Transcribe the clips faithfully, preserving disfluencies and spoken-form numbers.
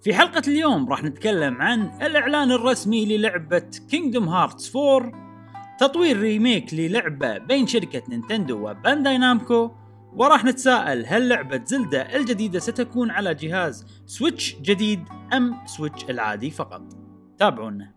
في حلقة اليوم راح نتكلم عن الإعلان الرسمي للعبة Kingdom Hearts فور، تطوير ريميك للعبة بين شركة نينتندو وبانداي نامكو، وراح نتساءل هل لعبة زلدة الجديدة ستكون على جهاز سويتش جديد أم سويتش العادي فقط. تابعونا.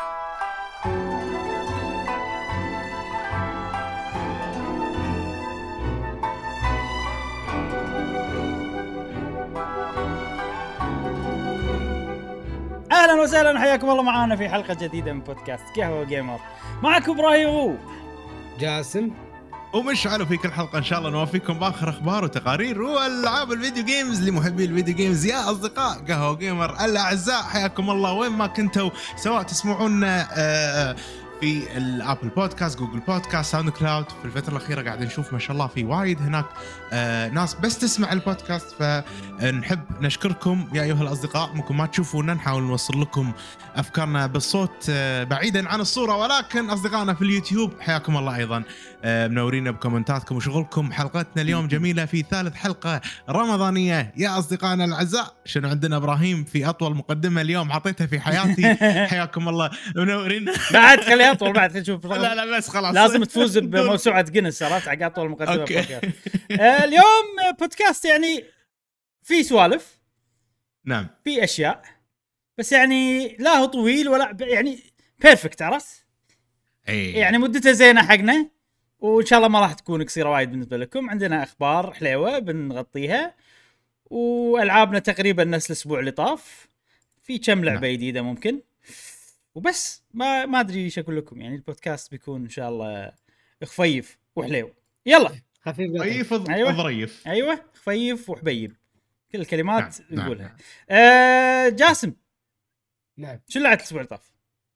اهلا وسهلا، حياكم الله معنا في حلقه جديده من بودكاست قهوه جيمر. معكم ابراهيم جاسم ومشعل، في كل حلقه ان شاء الله نوفيكم باخر اخبار وتقارير والعاب الفيديو جيمز لمحبي الفيديو جيمز. يا اصدقاء قهوه جيمر الاعزاء، حياكم الله وين ما كنتوا، سواء تسمعونا آه في الابل بودكاست، جوجل بودكاست، ساوند كلاود. في الفتره الاخيره قاعد نشوف ما شاء الله في وايد هناك آه ناس بس تسمع البودكاست، فنحب نشكركم يا ايها الاصدقاء. ممكن ما تشوفونا، نحاول نوصل لكم افكارنا بالصوت آه بعيدا عن الصوره، ولكن اصدقائنا في اليوتيوب حياكم الله ايضا آه منورينا بكومنتاتكم وشغلكم. حلقتنا اليوم جميله في ثالث حلقه رمضانيه يا اصدقائنا الاعزاء. شنو عندنا ابراهيم في اطول مقدمه اليوم عطيتها في حياتي؟ حياكم الله منورينا. بعد خليها اطول، بعد نشوف. لا لا بس خلاص لازم تفوز بموسوعه جينيس، صارت على اطول مقدمه بودكاست. آه اليوم بودكاست يعني في سوالف، نعم في اشياء، بس يعني لا هو طويل ولا يعني بيرفكت، عرفت؟ اي يعني مدته زينه حقنا، وان شاء الله ما راح تكون قصيره وايد بالنسبه لكم. عندنا اخبار حليوه بنغطيها، والعابنا تقريبا نفس الاسبوع اللي طاف، في كم لعبه نعم. جديده ممكن، وبس ما ما ادري ايش اقول لكم. يعني البودكاست بيكون ان شاء الله خفيف وحليو. يلا خفيف خفيف أيوة. ظريف. ايوه خفيف وحبيب، كل الكلمات نعم. نقولها. نعم. آه جاسم، نعم شو لعبت الاسبوع اللي طاف؟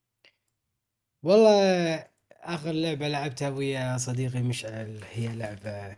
والله اخر لعبه لعبتها ويا صديقي مشعل هي لعبه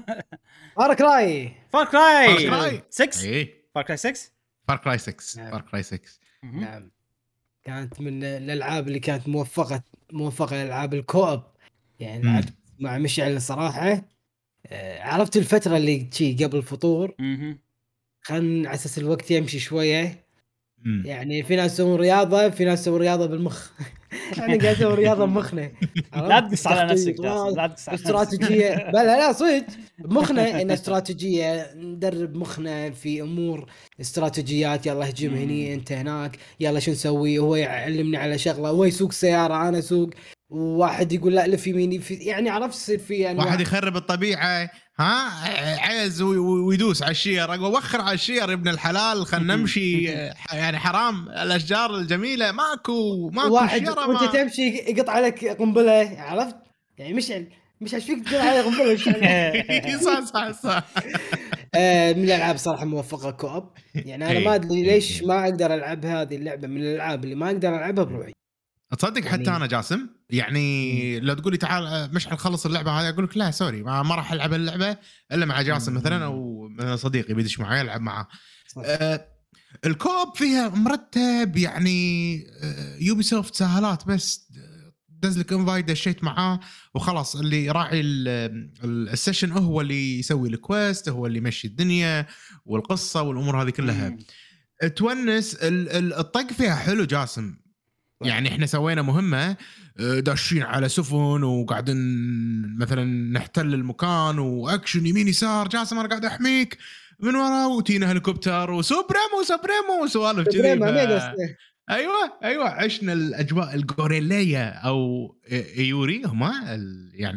فار كراي فار كراي فار كراي ستة. اي فار كراي ستة. فار كراي ستة. نعم. فار كراي ستة نعم، كانت من الالعاب اللي كانت موفقه موفقه الالعاب الكوب. يعني مم. لعبت مع مشعل الصراحه. آه، عرفت الفتره اللي شي قبل الفطور، اها خلنا على اساس الوقت يمشي شويه. مم. يعني في ناس يسوون رياضه، في ناس يسوون رياضه بالمخ. احنا قاعد نسوي رياضه بمخنا. لا تقص على نفسك جاسم، لا تقص على نفسك. استراتيجيه بلا لا صدق بمخنا ان استراتيجيه، ندرب مخنا في امور استراتيجيات. يلا هجم هني انت هناك، يلا شو نسوي. هو يعلمني على شغله، هو يسوق سياره انا اسوق، وواحد يقول لا لف يميني في، يعني عرفت يصير في انواع. واحد يخرب الطبيعه، ها عايز ويدوس على الشير، ووخر على الشير يا ابن الحلال، خلنا نمشي. يعني حرام الاشجار الجميله، ماكو ماكو واحد شيره وانت ما تمشي يقطع لك قنبله، عرفت يعني مشعل مش عارف فيك تقول عليه قنبله. صح صح صح. آه، من الالعاب صراحه موفقه كوب. يعني انا ما ادري ليش ما اقدر العب هذه اللعبه، من الالعاب اللي ما اقدر العبها بروحي. تصدق يعني حتى انا جاسم، يعني لو تقولي تعال مش حنخلص اللعبه هذه، اقول لك لا سوري، ما, ما راح العب اللعبه الا مع جاسم مثلا، او صديقي بيدش معي العب معه. آه الكوب فيها مرتب، يعني آه يوبي سوفت سهالات، بس دز لك انفايت دشيت معاه وخلاص. اللي راعي السيشن هو اللي يسوي الكويست، هو اللي يمشي الدنيا والقصه والامور هذه كلها. تونس الطق فيها حلو جاسم. يعني احنا سوينا مهمه داشين على سفن وقاعدين مثلا نحتل المكان واكشن يمين يسار، جاسم انا قاعد احميك من ورا، وتينا هليكوبتر وسوبريمو سوبريمو وسوالف كذي. ف... ايوه ايوه عشنا الاجواء الغوريليه او ايوري هما ال... يعني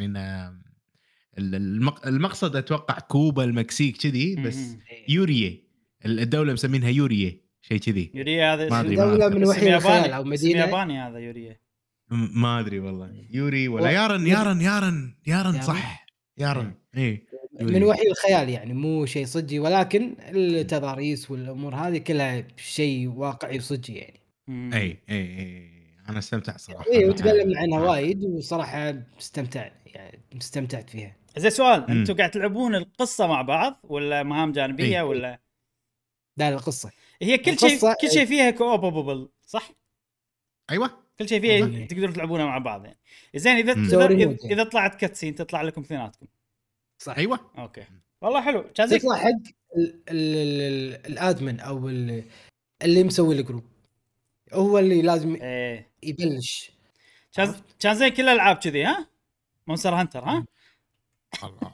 المقصد اتوقع كوبا المكسيك كذي، بس يوريه الدوله مسمينها يوريه شيء كذي. يوريا هذا دولة من وحي الخيال او مدينه ياباني. هذا يوريا ما ادري والله. يوري ولا يارن يارن يارن يارن صح يارن. اي من وحي الخيال، يعني مو شيء صجي، ولكن التضاريس والامور هذه كلها شيء واقعي وصجي يعني. اي اي اي انا استمتعت صراحه. اي وتكلمنا عنها وايد وصراحه استمتعت، يعني استمتعت فيها. زين سؤال، انتوا قاعد تلعبون القصه مع بعض ولا مهام جانبيه؟ أي. ولا لا القصه هي كل شيء كل شيء فيها كوبابل صح؟ ايوه كل شيء فيها تقدرون تلعبونها مع بعض يعني. زين اذا اذا, إذا طلعت كاتسين تطلع لكم اثنيناتكم صح؟ ايوه اوكي والله حلو. كان زي تطلع حق الادمن او اللي مسوي الجروب هو اللي لازم ايه يبلش. كان كان زي كل الالعاب كذي ها مونستر هانتر ها الله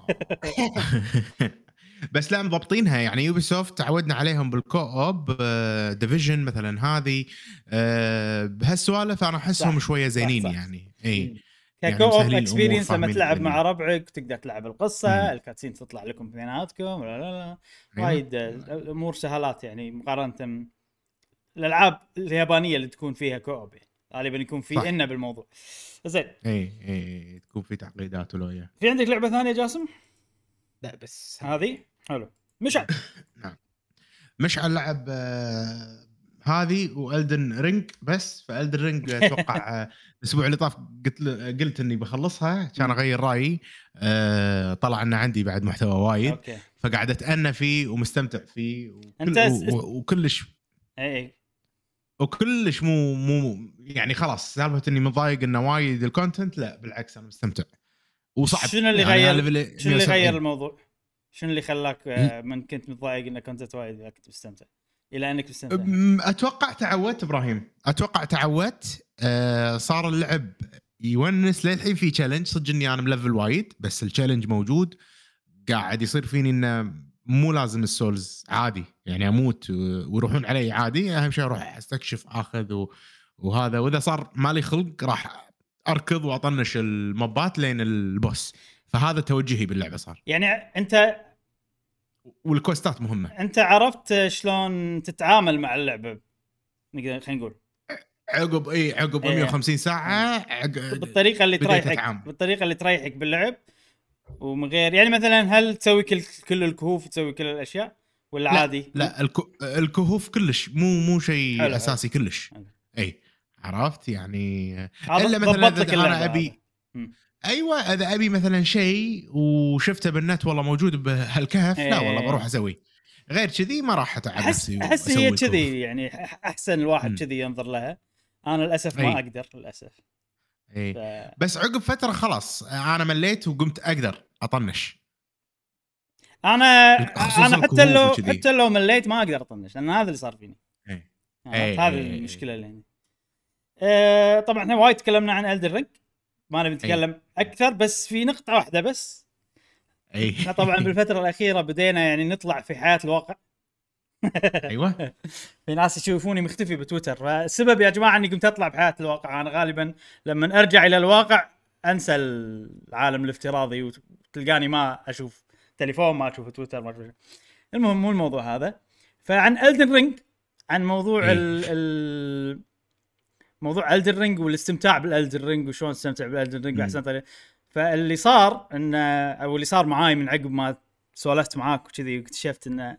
بس لا مضبطينها يعني يوبي سوفت تعودنا عليهم بالكوب ديفيجن مثلا هذه أه بهالسوالف انا احسهم شويه زينين يعني اي ككوب اكسبيرينس لما تلعب مع ربعك تقدر تلعب القصه الكاتسين تطلع لكم بيناتكم لا لا لا وايد الامور سهالات يعني مقارنه الالعاب اليابانيه اللي تكون فيها كوب يعني غالبا يكون في إنه بالموضوع زين اي اي تكون في تعقيدات ولويا. في عندك لعبه ثانيه جاسم؟ لا بس هذه حلو. مشعل نعم مشعل لعب آه هذه والدن رينج بس. فالدن رينج اتوقع الاسبوع اللي طاف قلت قلت اني بخلصها كان اغير رايي آه طلع انه عندي بعد محتوى وايد أوكي. فقاعد اتأنى فيه ومستمتع فيه وكل و... وكلش اي وكلش مو مو يعني خلاص سالفه اني مضايق انه وايد الكونتنت لا بالعكس انا مستمتع وصعب. شنو اللي يعني غير شنو اللي غير الموضوع؟ شنو اللي خلاك من كنت متضايق انك كنت وايد كنت مستمتع الى انك مستمتع؟ اتوقع تعودت ابراهيم اتوقع تعودت أه صار اللعب يونس للحين في تشالنج صدق اني انا ملفل وايد بس التشالنج موجود قاعد يصير فيني انه مو لازم السولز عادي يعني اموت ويروحون علي عادي اهم شيء اروح استكشف اخذ وهذا واذا صار مالي خلق راح اركض واطنش الموبات لين البوس. فهذا توجهي باللعبه صار يعني انت والكوستات مهمه انت عرفت شلون تتعامل مع اللعبه نقدر خلينا نقول عقب اي عقب إيه. مية وخمسين ساعه عقب بالطريقه اللي تريحك بالطريقه اللي تريحك باللعب ومن غير يعني مثلا هل تسوي كل كل الكهوف تسوي كل الاشياء ولا لا عادي؟ لا الكو... الكهوف كلش مو مو شيء اساسي حلو. كلش حلو. اي عرفت يعني الا مثلا اذا انا ابي ايوه اذا ابي مثلا شيء وشفته بالنت والله موجود بهالكهف ايه. لا والله بروح اسوي غير كذي ما راح اتعب نفسي احس هي كذي يعني احسن الواحد كذي ينظر لها. انا للاسف ما أي. اقدر للاسف اي ف... بس عقب فتره خلاص انا مليت وقمت اقدر اطنش. انا انا حتى لو حتى لو مليت ما اقدر اطنش لان هذا اللي صار فيني. اي هذه المشكله اللي هنا. أه طبعا احنا وايد تكلمنا عن إلدر رينج ما نبي نتكلم اكثر بس في نقطه واحده بس. اي احنا طبعا بالفتره الاخيره بدينا يعني نطلع في حياه الواقع. ايوه في ناس يشوفوني مختفي بتويتر فالسبب يا جماعه اني قمت اطلع بحياه الواقع. انا غالبا لما ارجع الى الواقع انسى العالم الافتراضي وتلقاني ما اشوف تليفون ما اشوف تويتر ما اشوف. المهم مو الموضوع هذا. فعن إلدن رينج عن موضوع ال ال موضوع إلدن رينج والاستمتاع بالإلدن رينج وشلون استمتع بالإلدن رينج باحسن طريقه. فاللي صار ان او اللي صار معاي من عقب ما سولفت معاك وكذي واكتشفت ان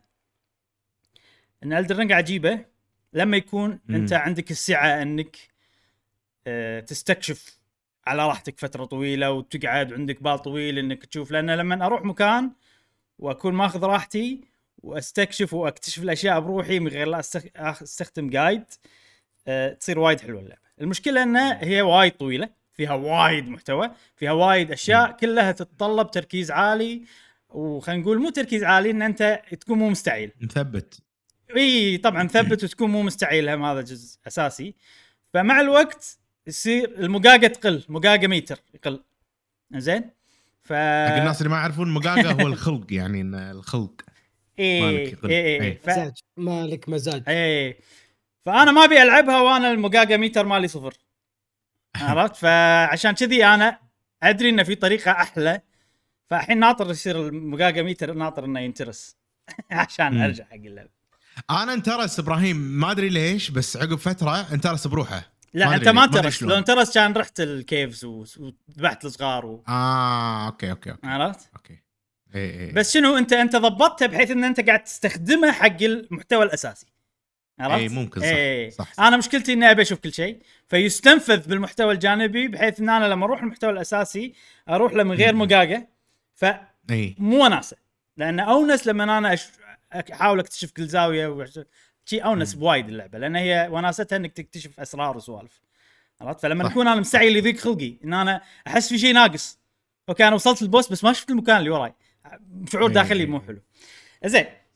ان إلدن رينج عجيبه لما يكون مم. انت عندك السعه انك اه تستكشف على راحتك فتره طويله وتقعد عندك بال طويل انك تشوف. لان لما اروح مكان واكون ماخذ راحتي واستكشف واكتشف الاشياء بروحي من غير لا استخدم جايد اه تصير وايد حلوه اللعبه. المشكله انها هي وايد طويله فيها وايد محتوى فيها وايد اشياء مم. كلها تتطلب تركيز عالي وخلينا نقول مو تركيز عالي ان انت تكون مو مستعجل مثبت. اي طبعا ثبت وتكون مو مستعجل هم هذا جزء اساسي. فمع الوقت يصير المقاقه تقل مقاقه ميتر يقل زين. ف حق الناس اللي ما يعرفون المقاقه هو الخلق يعني ان الخلق إيه مالك يقل إيه إيه ف... مزاج مالك مزاج اي فانا ما ابي العبها وانا المقاقه ميتر مالي صفر عرفت. فعشان كذي انا ادري ان في طريقه احلى فالحين ناطر يصير المقاقه ميتر ناطر انه ينترس عشان ارجع حق اللعبه. انا انترس ابراهيم ما ادري ليش بس عقب فتره انترس بروحه. لا ما انت ما انترس لو انترس كان رحت الكيفز وذبحت الصغار و... اه اوكي اوكي اوكي عرفت اوكي اي اي بس شنو انت انت ضبطتها بحيث ان انت قاعد تستخدمه حق المحتوى الاساسي عرفت. اي ممكن صح. ايه. صح, صح انا مشكلتي اني ابي اشوف كل شيء فيستنفذ بالمحتوى الجانبي بحيث ان انا لما اروح المحتوى الاساسي اروح له من غير مقاقه ف مو وناسه. لان اونس لما انا أش... احاول اكتشف كل زاويه شيء اونس بوايد اللعبه لان هي وناستها انك تكتشف اسرار وسوالف عرفت. فلما اكون انا مستعجل يضيق خلقي ان انا احس في شيء ناقص اوكي انا وصلت البوس بس ما شفت المكان اللي وراي شعور داخلي مو حلو زين.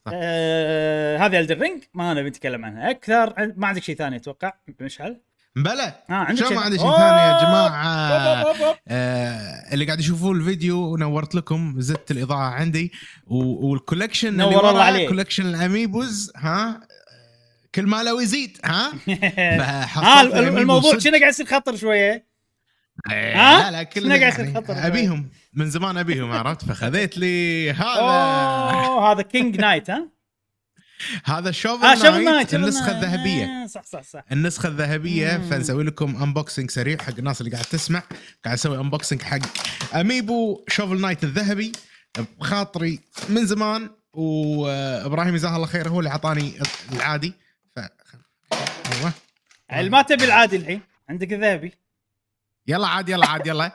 آه هذه الدرينج ما انا بنتكلم عنها اكثر. ما عندك شيء ثاني اتوقع مشعل؟ بلى اه عندك شو شيء ما عندي شيء ثاني يا جماعه. آه اللي قاعد يشوفوا الفيديو نورت لكم زدت الاضاءه عندي والكولكشن اللي نور الله ورا عليك. كولكشن الاميبوز ها كل ما لو يزيد ها. ها الموضوع شنو قاعد يصير خطر شويه. لا لا كل قاعد يصير خطر ابيهم من زمان ابيهم عرفت فخذيت لي هذا. اوه هذا كينج نايت ها. هذا شوفل آه نايت, نايت النسخه الذهبيه. آه صح صح صح النسخه الذهبيه. مم. فنسوي لكم انبوكسنج سريع حق الناس اللي قاعد تسمع. قاعد اسوي انبوكسنج حق اميبو شوفل نايت الذهبي بخاطري من زمان. وابراهيم جزاه الله خير هو اللي عطاني العادي. ف ايوه ما تبي العادي الحين عندك الذهبي. يلا عاد يلا عاد يلا.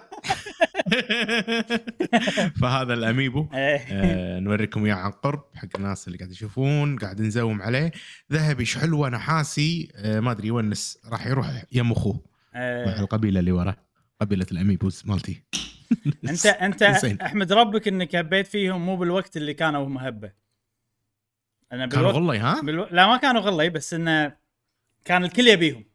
فهذا الاميبو آه نوريكم اياه عن قرب حق الناس اللي قاعد يشوفون. قاعد نزوم عليه ذهبي حلوه نحاسي آه ما ادري يونس راح يروح يم اخوه آه. مع القبيله اللي ورا قبيله الاميبوز مالتي. انت انت احمد ربك انك هبيت فيهم مو بالوقت اللي كانوا مهبه. انا كانوا غلي ها بالو... لا ما كانوا غلي بس انه كان الكل يبيهم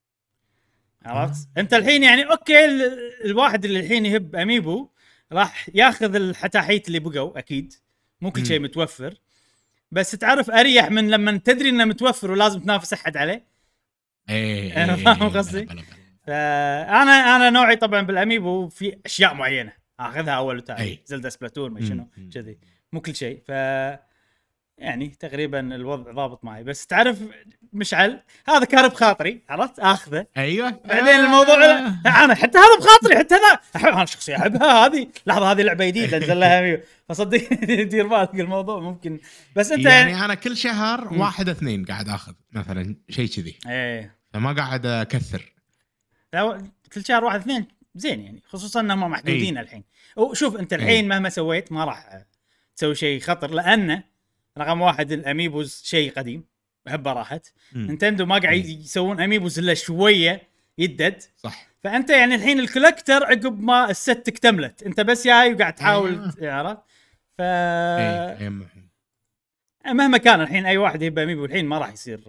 عرفت. آه. انت الحين يعني اوكي ال... الواحد اللي الحين يهب اميبو راح ياخذ الحتاحيت اللي بقوا اكيد مو كل شيء متوفر بس تعرف اريح من لما تدري انه متوفر ولازم تنافس احد عليه. ايه انا فاهم قصدي. فانا انا نوعي طبعا بالاميبو في اشياء معينه اخذها اول وثاني زلدا سبلاتون ما شنو كذي مو كل شيء. ف يعني تقريبا الوضع ضابط معي بس تعرف مشعل هذا كان بخاطري عرفت اخذه. ايوه بعدين الموضوع انا حتى هذا بخاطري حتى هذا انا شخصيا احبها هذه لحظه هذه لعبه جديده نزل لها فصدق دير بالك الموضوع ممكن بس انت يعني انا كل شهر م. واحد اثنين قاعد اخذ مثلا شيء كذي ايه فما قاعد اكثر. لا كل شهر واحد اثنين زين يعني خصوصا انهم محدودين أيه. الحين وشوف انت الحين أيه. مهما سويت ما راح تسوي شيء خطر لانه رقم واحد الاميبوز شيء قديم هبه راحت. نينتندو ما قاعد يسوون اميبوز الا شويه يدد صح. فانت يعني الحين الكولكتر عقب ما الست اكتملت انت بس جاي وقاعد تحاول تعرف. ف أيه. مهما كان الحين اي واحد يبى اميبو الحين ما راح يصير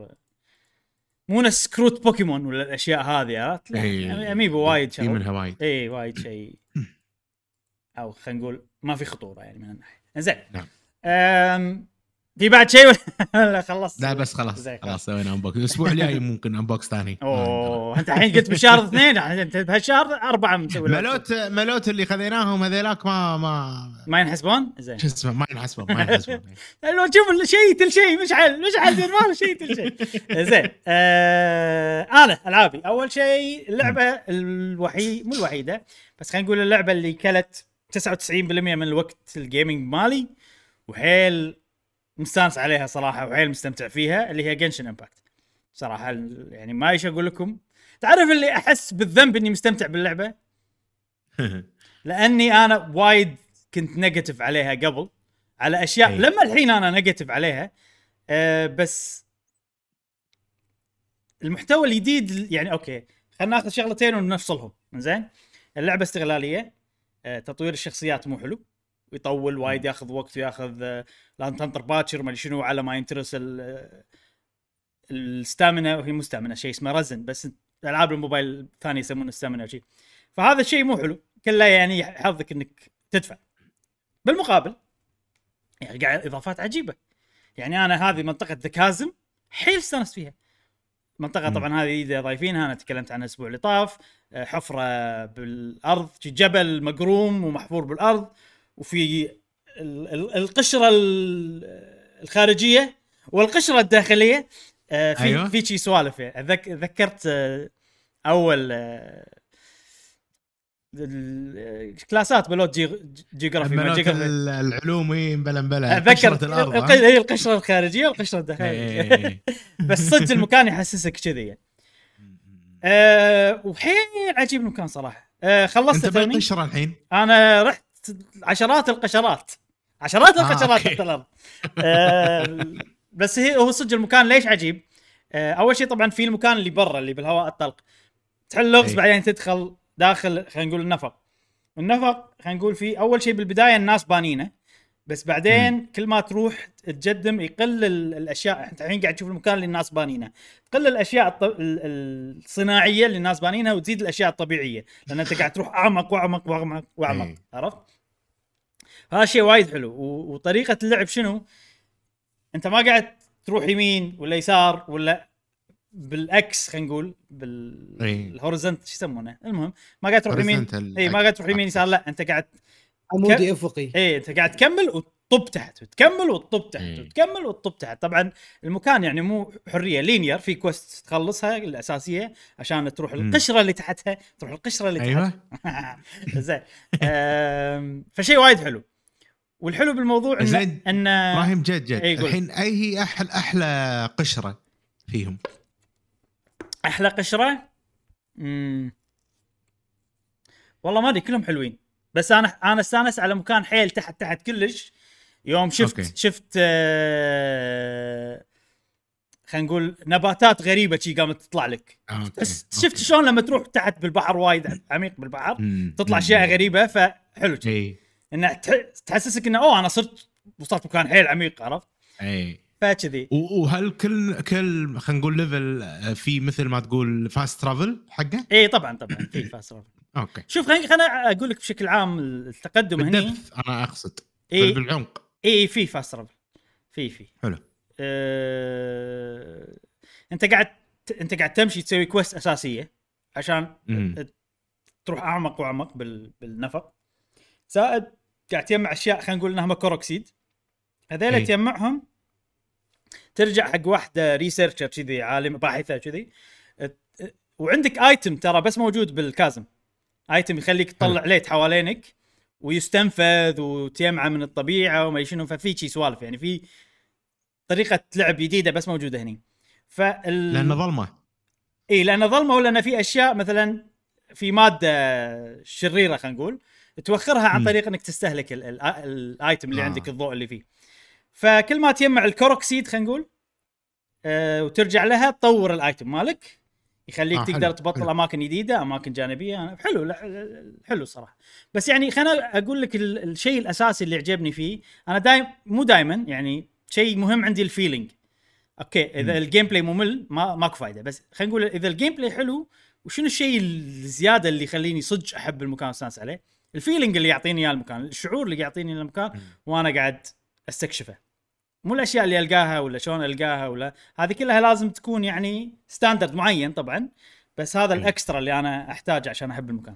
مو نفس كروت بوكيمون ولا الاشياء هذه عرفت. أيه. اميبو وايد شيء منها وايد اي وايد شيء او خلينا نقول ما في خطوره يعني من الناحيه زين. نعم. أم... في بعد شيء ولا خلصت؟ لا بس خلاص خلاص سوينا انبوكس. الاسبوع الجاي ممكن انبوكس ثاني. اوه انت الحين قلت بشهر اثنين انت بهالشهر اربعه مسوي ملوت ملوت اللي خذيناهم هذيلاك ما ما ما ينحسبون زين شو اسمه ما ينحسبون ما ينحسبون. لو تشوف الشيء تل شيء مشعل مشعل دير مال شيء تل شيء زين. آه انا العابي اول شيء اللعبه الوحيد مو الوحيده بس خلينا نقول اللعبه اللي كلت تسعة وتسعين بالمئة من الوقت الجيمنج مالي وحيل مستانس عليها صراحه وحيل مستمتع فيها اللي هي جنشن امباكت صراحه. يعني ما ايش اقول لكم تعرف اللي احس بالذنب اني مستمتع باللعبه لاني انا وايد كنت نيجاتيف عليها قبل على اشياء لما الحين انا نيجاتيف عليها أه بس المحتوى الجديد يعني اوكي خلينا ناخذ شغلتين ونفصلهم زين. اللعبه استغلاليه أه تطوير الشخصيات مو حلو ويطول وايد ياخذ وقت وياخذ لان تنطر باكر ما شنو على ما ينترس الستامينا وهي مستامينا شيء اسمه رزن بس العاب الموبايل ثاني يسمونه الستامينا شيء. فهذا الشيء مو حلو كله يعني حظك انك تدفع بالمقابل يعني قاعد اضافات عجيبه. يعني انا هذه منطقه ذكازم حيل استانست فيها. منطقه طبعا هذه جديده ضايفينها انا تكلمت عنها الاسبوع اللي طاف. حفره بالارض جبل مقروم ومحفور بالارض وفي القشره الخارجيه والقشره الداخليه في أيوة. في شيء سوالف يعني ذكرت اول الكلاسات بلوت جيوغرافي ما جيوغرافي العلومي بلا بلا قشره الارض هي القشره الخارجيه والقشره الداخليه بس صدق المكان يحسسك كذي يعني. أه وحين عجيب المكان صراحه. أه خلصت انت بالقشره الحين انا رحت عشرات القشرات عشرات القشرات تحت الارض. آه بس هي هو صدق المكان ليش عجيب. آه اول شيء طبعا في المكان اللي برا اللي بالهواء الطلق تحل لغز بعدين تدخل داخل خلينا نقول النفق. النفق خلينا نقول في اول شيء بالبدايه الناس بانينه بس بعدين كل ما تروح تقدم يقل الاشياء. انت الحين قاعد تشوف المكان اللي الناس بانينه، تقل الاشياء الط... الصناعيه اللي الناس بانينها وتزيد الاشياء الطبيعيه، لان انت قاعد تروح اعمق واعمق واعمق واعمق. عرفت؟ هذا شيء وايد حلو. و... وطريقه اللعب شنو؟ انت ما قاعد تروح يمين ولا يسار ولا بالاكس، خلينا نقول بالهوريزونت شو يسمونه، المهم ما قاعد تروح يمين اي ما قاعد تروح يمين يسار، لا انت قاعد عمودي ك... افقي. اي انت قاعد تكمل وتطب تحت وتكمل وتطب تحت مم. وتكمل وتطب تحت. طبعا المكان يعني مو حريه لينير، في كويست تخلصها الاساسيه عشان تروح القشره اللي تحتها، تروح القشره اللي أيوة. تحتها. زين. فشيء وايد حلو. والحلو بالموضوع ان ان ابراهيم جد جد الحين اي هي احلى احلى قشره فيهم؟ احلى قشره امم والله ما ادري، كلهم حلوين، بس انا انا استانس على مكان حيل تحت تحت كلش. يوم شفت أوكي. شفت آه خلينا نقول نباتات غريبه شي قامت تطلع لك. بس شفت شلون لما تروح تحت بالبحر وايد عميق بالبحر مم. تطلع اشياء غريبه، فحلو شي انه تحسسك انه اوه انا صرت وصلت مكان حيل عميق. عرفت؟ اي فكذي. وهل كل كل خلينا نقول ليفل في مثل ما تقول فاست ترافل حقه؟ اي طبعا طبعا في فاست ترافل. اوكي شوف خليني خليني اقول لك بشكل عام التقدم هني. انا اقصد إيه بالعمق. اي في فاست ترافل في في حلو. أه... انت قاعد انت قاعد تمشي تسوي كويست اساسيه عشان م- تروح اعمق واعمق بال... بالنفق، زائد قاعد تجمع اشياء خلينا نقول انها كوروكسيد، هذول تجمعهم ترجع حق واحده ريسيرشر كذي، عالم باحثه كذي، وعندك ايتم ترى بس موجود بالكازم، ايتم يخليك تطلع ليت حوالينك ويستنفذ وتجمعه من الطبيعه وما شنو. ففي شي سوالف يعني، في طريقه لعب جديده بس موجوده هني. فال... لانه ظلمه. اي لانه ظلمه، ولا أنا في اشياء مثلا في ماده شريره خلينا نقول توخرها عن طريق انك تستهلك ال... ال... الايتم اللي آه. عندك الضوء اللي فيه. فكل ما تجمع الكوروكسيد خلينا نقول أه وترجع لها تطور الايتم مالك، يخليك آه تقدر حلو. تبطل حلو. اماكن جديده، اماكن جانبيه. حلو لا حلو صراحه. بس يعني خليني اقول لك الشيء الاساسي اللي عجبني فيه، انا دايم مو دايما يعني شيء مهم عندي الفيلينج. اوكي اذا م. الجيم بلاي ممل ما ماكو فايده، بس خلينا نقول اذا الجيم بلاي حلو، وشنو الشيء الزياده اللي يخليني صدق احب المكان واستانس عليه؟ الفيلينج اللي يعطيني اياه المكان، الشعور اللي يعطيني المكان م. وانا قاعد استكشفه، مو الاشياء اللي القاها ولا شلون القاها، ولا هذه كلها لازم تكون يعني ستاندرد معين طبعا، بس هذا الاكسترا اللي انا احتاجه عشان احب المكان.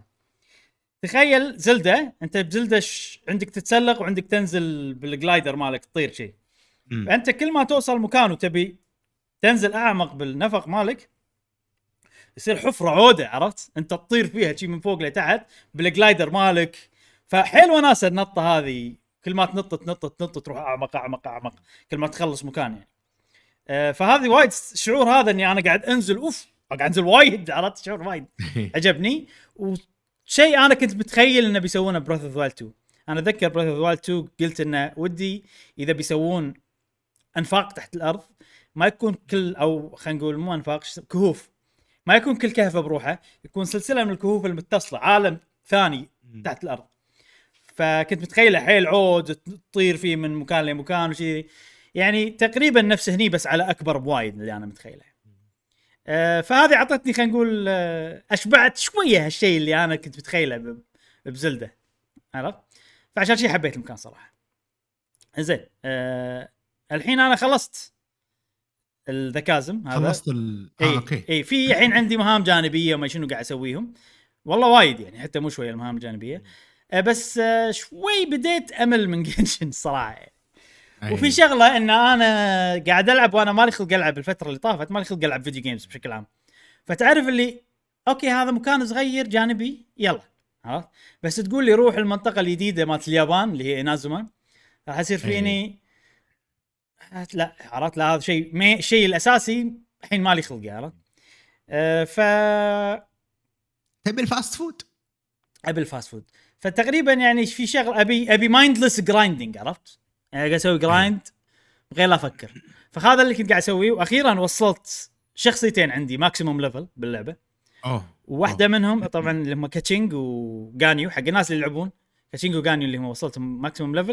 تخيل زلدة، انت بزلدة ش... عندك تتسلق وعندك تنزل بالجلايدر مالك تطير شيء، فانت كل ما توصل مكان وتبي تنزل اعمق بالنفق مالك يصير حفره عوده، عرفت؟ انت تطير فيها شيء من فوق لتحت بالجلايدر مالك. فحيل وناسه النطه هذه، كل ما تنط تنط تنط تروح اعمق اعمق اعمق كل ما تخلص مكان يعني. آه فهذه وايد شعور هذا اني انا قاعد انزل اوف قاعد انزل وايد، عرفت؟ شعور وايد عجبني. وشيء انا كنت متخيل انه بيسوونه براث اوف وايلد تو. انا اتذكر براث اوف وايلد تو قلت انه ودي اذا بيسوون انفاق تحت الارض ما يكون كل، او خلينا نقول مو انفاق، كهوف، ما يكون كل كهف بروحه، يكون سلسله من الكهوف المتصله، عالم ثاني تحت الارض. فكنت متخيله حيل عود تطير فيه من مكان لمكان وشي، يعني تقريبا نفس هني بس على اكبر بوايد اللي انا متخيله. آه فهذه عطتني خلينا نقول آه اشبعت شويه هالشيء اللي انا كنت متخيله بزلده، عرفت؟ فعشان شي حبيت المكان صراحه. زين آه الحين انا خلصت الذكازم هذا، خلصت ال... آه اي اوكي اي في الحين عندي مهام جانبيه وما شنو قاعد اسويهم والله وايد يعني، حتى مو شويه المهام الجانبيه. آه بس آه شوي بديت امل من جنشن الصراحه. وفي شغله ان انا قاعد العب وانا مالي خلق العب الفتره اللي طافت، مالي خلق العب فيديو جيمز بشكل عام. فتعرف اللي اوكي هذا مكان صغير جانبي يلا عرفت، بس تقول لي روح المنطقه الجديده مالت اليابان اللي هي إنازوما، راح يصير فيني لا عرفت، لا هذا شيء ما الشيء الاساسي الحين مالي خلق عرفت. أه ف تبي الفاست فود، ابي الفاست فود. فتقريبا يعني في شغل ابي ابي مايندلس جرايندينج، عرفت يعني قاعد اسوي جرايند غير لا افكر. فهذا اللي كنت قاعد اسويه، واخيرا وصلت شخصيتين عندي ماكسيموم ليفل باللعبه. اوه وواحده منهم طبعا اللي هم كاتشينج وغانيو، حق الناس اللي يلعبون كاتشينج وغانيو اللي هم وصلتهم ماكسيموم ليفل.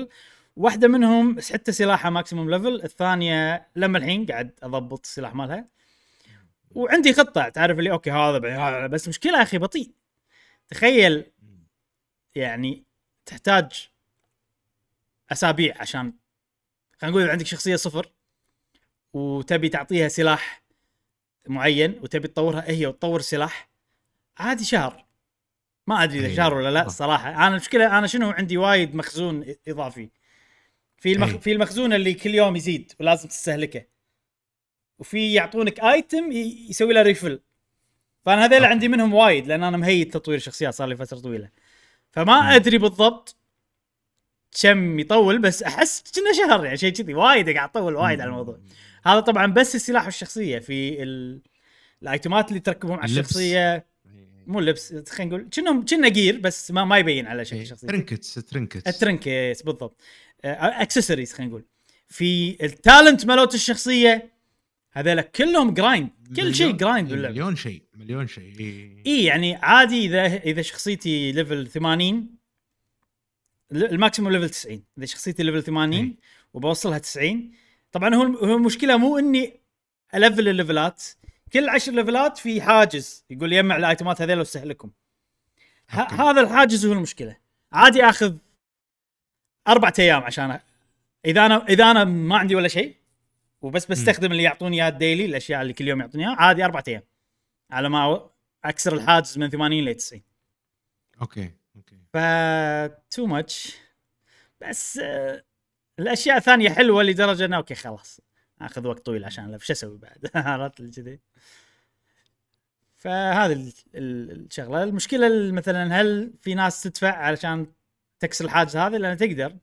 واحده منهم حتى سلاحها ماكسيموم ليفل، الثانيه لما الحين قاعد اضبط السلاح مالها، وعندي خطه تعرف اللي اوكي هذا بس مشكله اخي بطيء. تخيل يعني تحتاج اسابيع عشان خلينا نقول عندك شخصيه صفر وتبي تعطيها سلاح معين وتبي تطورها هي وتطور سلاح، عادي شهر. ما ادري اذا شهر ولا لا الصراحه. انا المشكله انا شنو عندي وايد مخزون اضافي في المخ... في المخزون اللي كل يوم يزيد ولازم تستهلكه، وفي يعطونك ايتم ي... يسوي له ريفل. فانا هذول عندي منهم وايد لان انا مهيد تطوير شخصيات صار لي فتره طويله، فما م. ادري بالضبط كم يطول، بس احس كنا شهر يعني شيء كذي. وايد قاعد اطول وايد م. على الموضوع هذا. طبعا بس السلاح والشخصيه. في ال... الايتمات اللي تركبهم على الشخصيه مو لبس، خلينا نقول كأنهم كنا جير بس ما ما يبين على شكل شخصيه. ترنكتس ترنكتس الترنكتس بالضبط، اكسسوارز خلينا نقول. في التالنت مالوت الشخصيه هذول كلهم جرايند، كل شيء جرايند ولا مليون شيء مليون شيء اي يعني عادي. اذا اذا شخصيتي ليفل ثمانين الماكسيموم ليفل تسعين، اذا شخصيتي ليفل ثمانين إيه؟ وبوصلها تسعين. طبعا هو هو المشكله مو اني الفل الليفلات، كل عشر ليفلات في حاجز يقول يجمع الايتمات هذول واستهلكهم. هذا الحاجز هو المشكله. عادي اخذ أربعة ايام عشان اذا انا اذا انا ما عندي ولا شيء وبس بستخدم م. اللي يعطوني اياه الديلي، الاشياء اللي كل يوم يعطوني اياها، عادي أربعة ايام على ما اكسر الحاجز من ثمانين ل تسعين. اوكي اوكي ف تو ماتش. بس آه الاشياء الثانيه حلوه لدرجه انه اوكي خلاص اخذ وقت طويل عشان شو اسوي بعد. عرفت الجديد. فهذه الشغله. المشكله مثلا هل في ناس تدفع علشان تكسر الحاجز هذا؟ لان تقدر،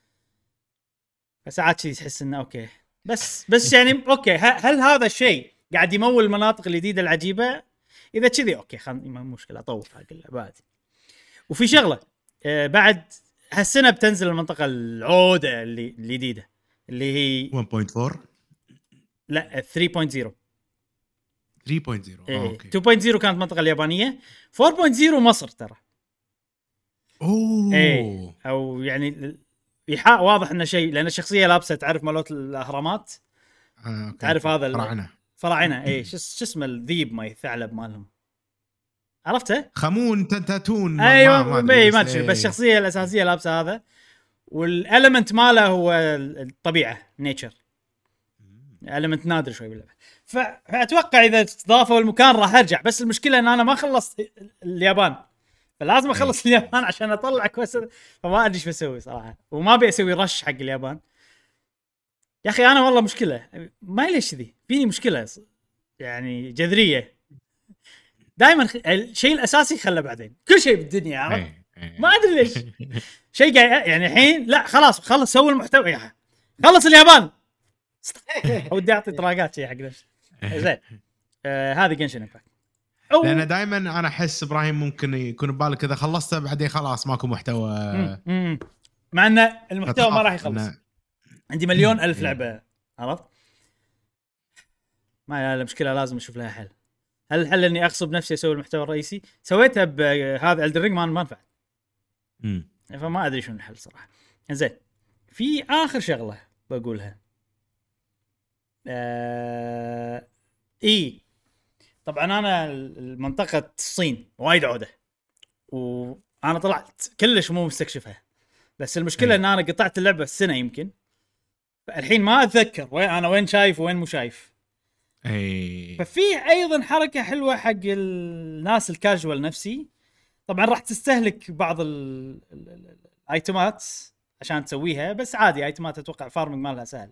فساعات شيء تحس انه اوكي بس بس يعني اوكي هل هذا الشيء قاعد يمول المناطق الجديده العجيبه؟ اذا كذي اوكي خلني ما مشكله اطور حق اللعبه. وفي شغله آه بعد هالسنه بتنزل المنطقه العوده اللي الجديده اللي هي واحد فاصلة أربعة. لا ثلاثة فاصلة صفر. ثلاثة فاصلة صفر إيه. اوكي. اثنين فاصلة صفر كانت المنطقه اليابانيه، أربعة فاصلة صفر مصر ترى. اوه ايه او يعني إيحاء واضح انه شيء، لان الشخصيه لابسه تعرف مالوت الاهرامات. آه، تعرف هذا فراعنه فراعنه ايه شو اسمه الذيب ما الثعلب مالهم، عرفته؟ خمون تاتون ايوه ما ادري ما ادري بس الشخصيه الاساسيه لابسه هذا، والالمنت ماله هو الطبيعه نيتشر، اليمنت نادر شوي باللعبه. فاتوقع اذا ضافوا المكان راح ارجع. بس المشكله ان انا ما خلصت اليابان، فلازم اخلص اليابان عشان اطلع كويس. فما ادري ايش بسوي صراحه، وما ابي اسوي رش حق اليابان يا اخي. انا والله مشكله ما ليش ذي فيني مشكله يعني جذريه. دائما الشيء الاساسي خله بعدين، كل شيء بالدنيا عرفت. ما ادري ليش شيء قاعد يعني الحين لا خلاص خلص سوي المحتوى يا خلص اليابان. ودي اعطي طراقات شيء حق نفسي زين. آه هذه جنشن امباكت. لان دائما انا احس ابراهيم ممكن يكون ببالك اذا خلصته بعدين خلاص ماكو محتوى. مم. مم. مع ان المحتوى ما راح يخلص. أنا... عندي مليون الف لعبه عرفت. ما المشكله لازم اشوف لها حل. هل الحل اني اغصب نفسي اسوي المحتوى الرئيسي؟ سويتها بهذا الدرينج ما ما نفع. امم فما ادري شنو الحل صراحه. زين في اخر شغله بقولها. آه... اي طبعا انا المنطقه الصين وايد عوده، وانا طلعت كلش مو مستكشفها. بس المشكله ان انا قطعت اللعبه السنه يمكن، الحين ما اتذكر وين انا وين شايف وين مو شايف. اي ففي ايضا حركه حلوه حق الناس الكاجوال نفسي. طبعا راح تستهلك بعض الايتمات عشان تسويها، بس عادي ايتمات اتوقع فارمنج مالها سهل.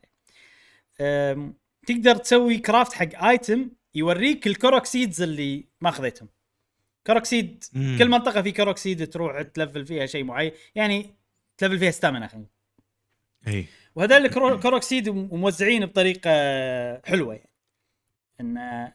تقدر تسوي كرافت حق ايتم يوريك الكوروكسيدز اللي ما اخذتهم. كوروكسيد مم. كل منطقه في كوروكسيد تروح تلفل فيها شيء معين، يعني تلفل فيها ستامنا خلينا. اي وهذول الكوروكسيد موزعين بطريقه حلوه يعني. ان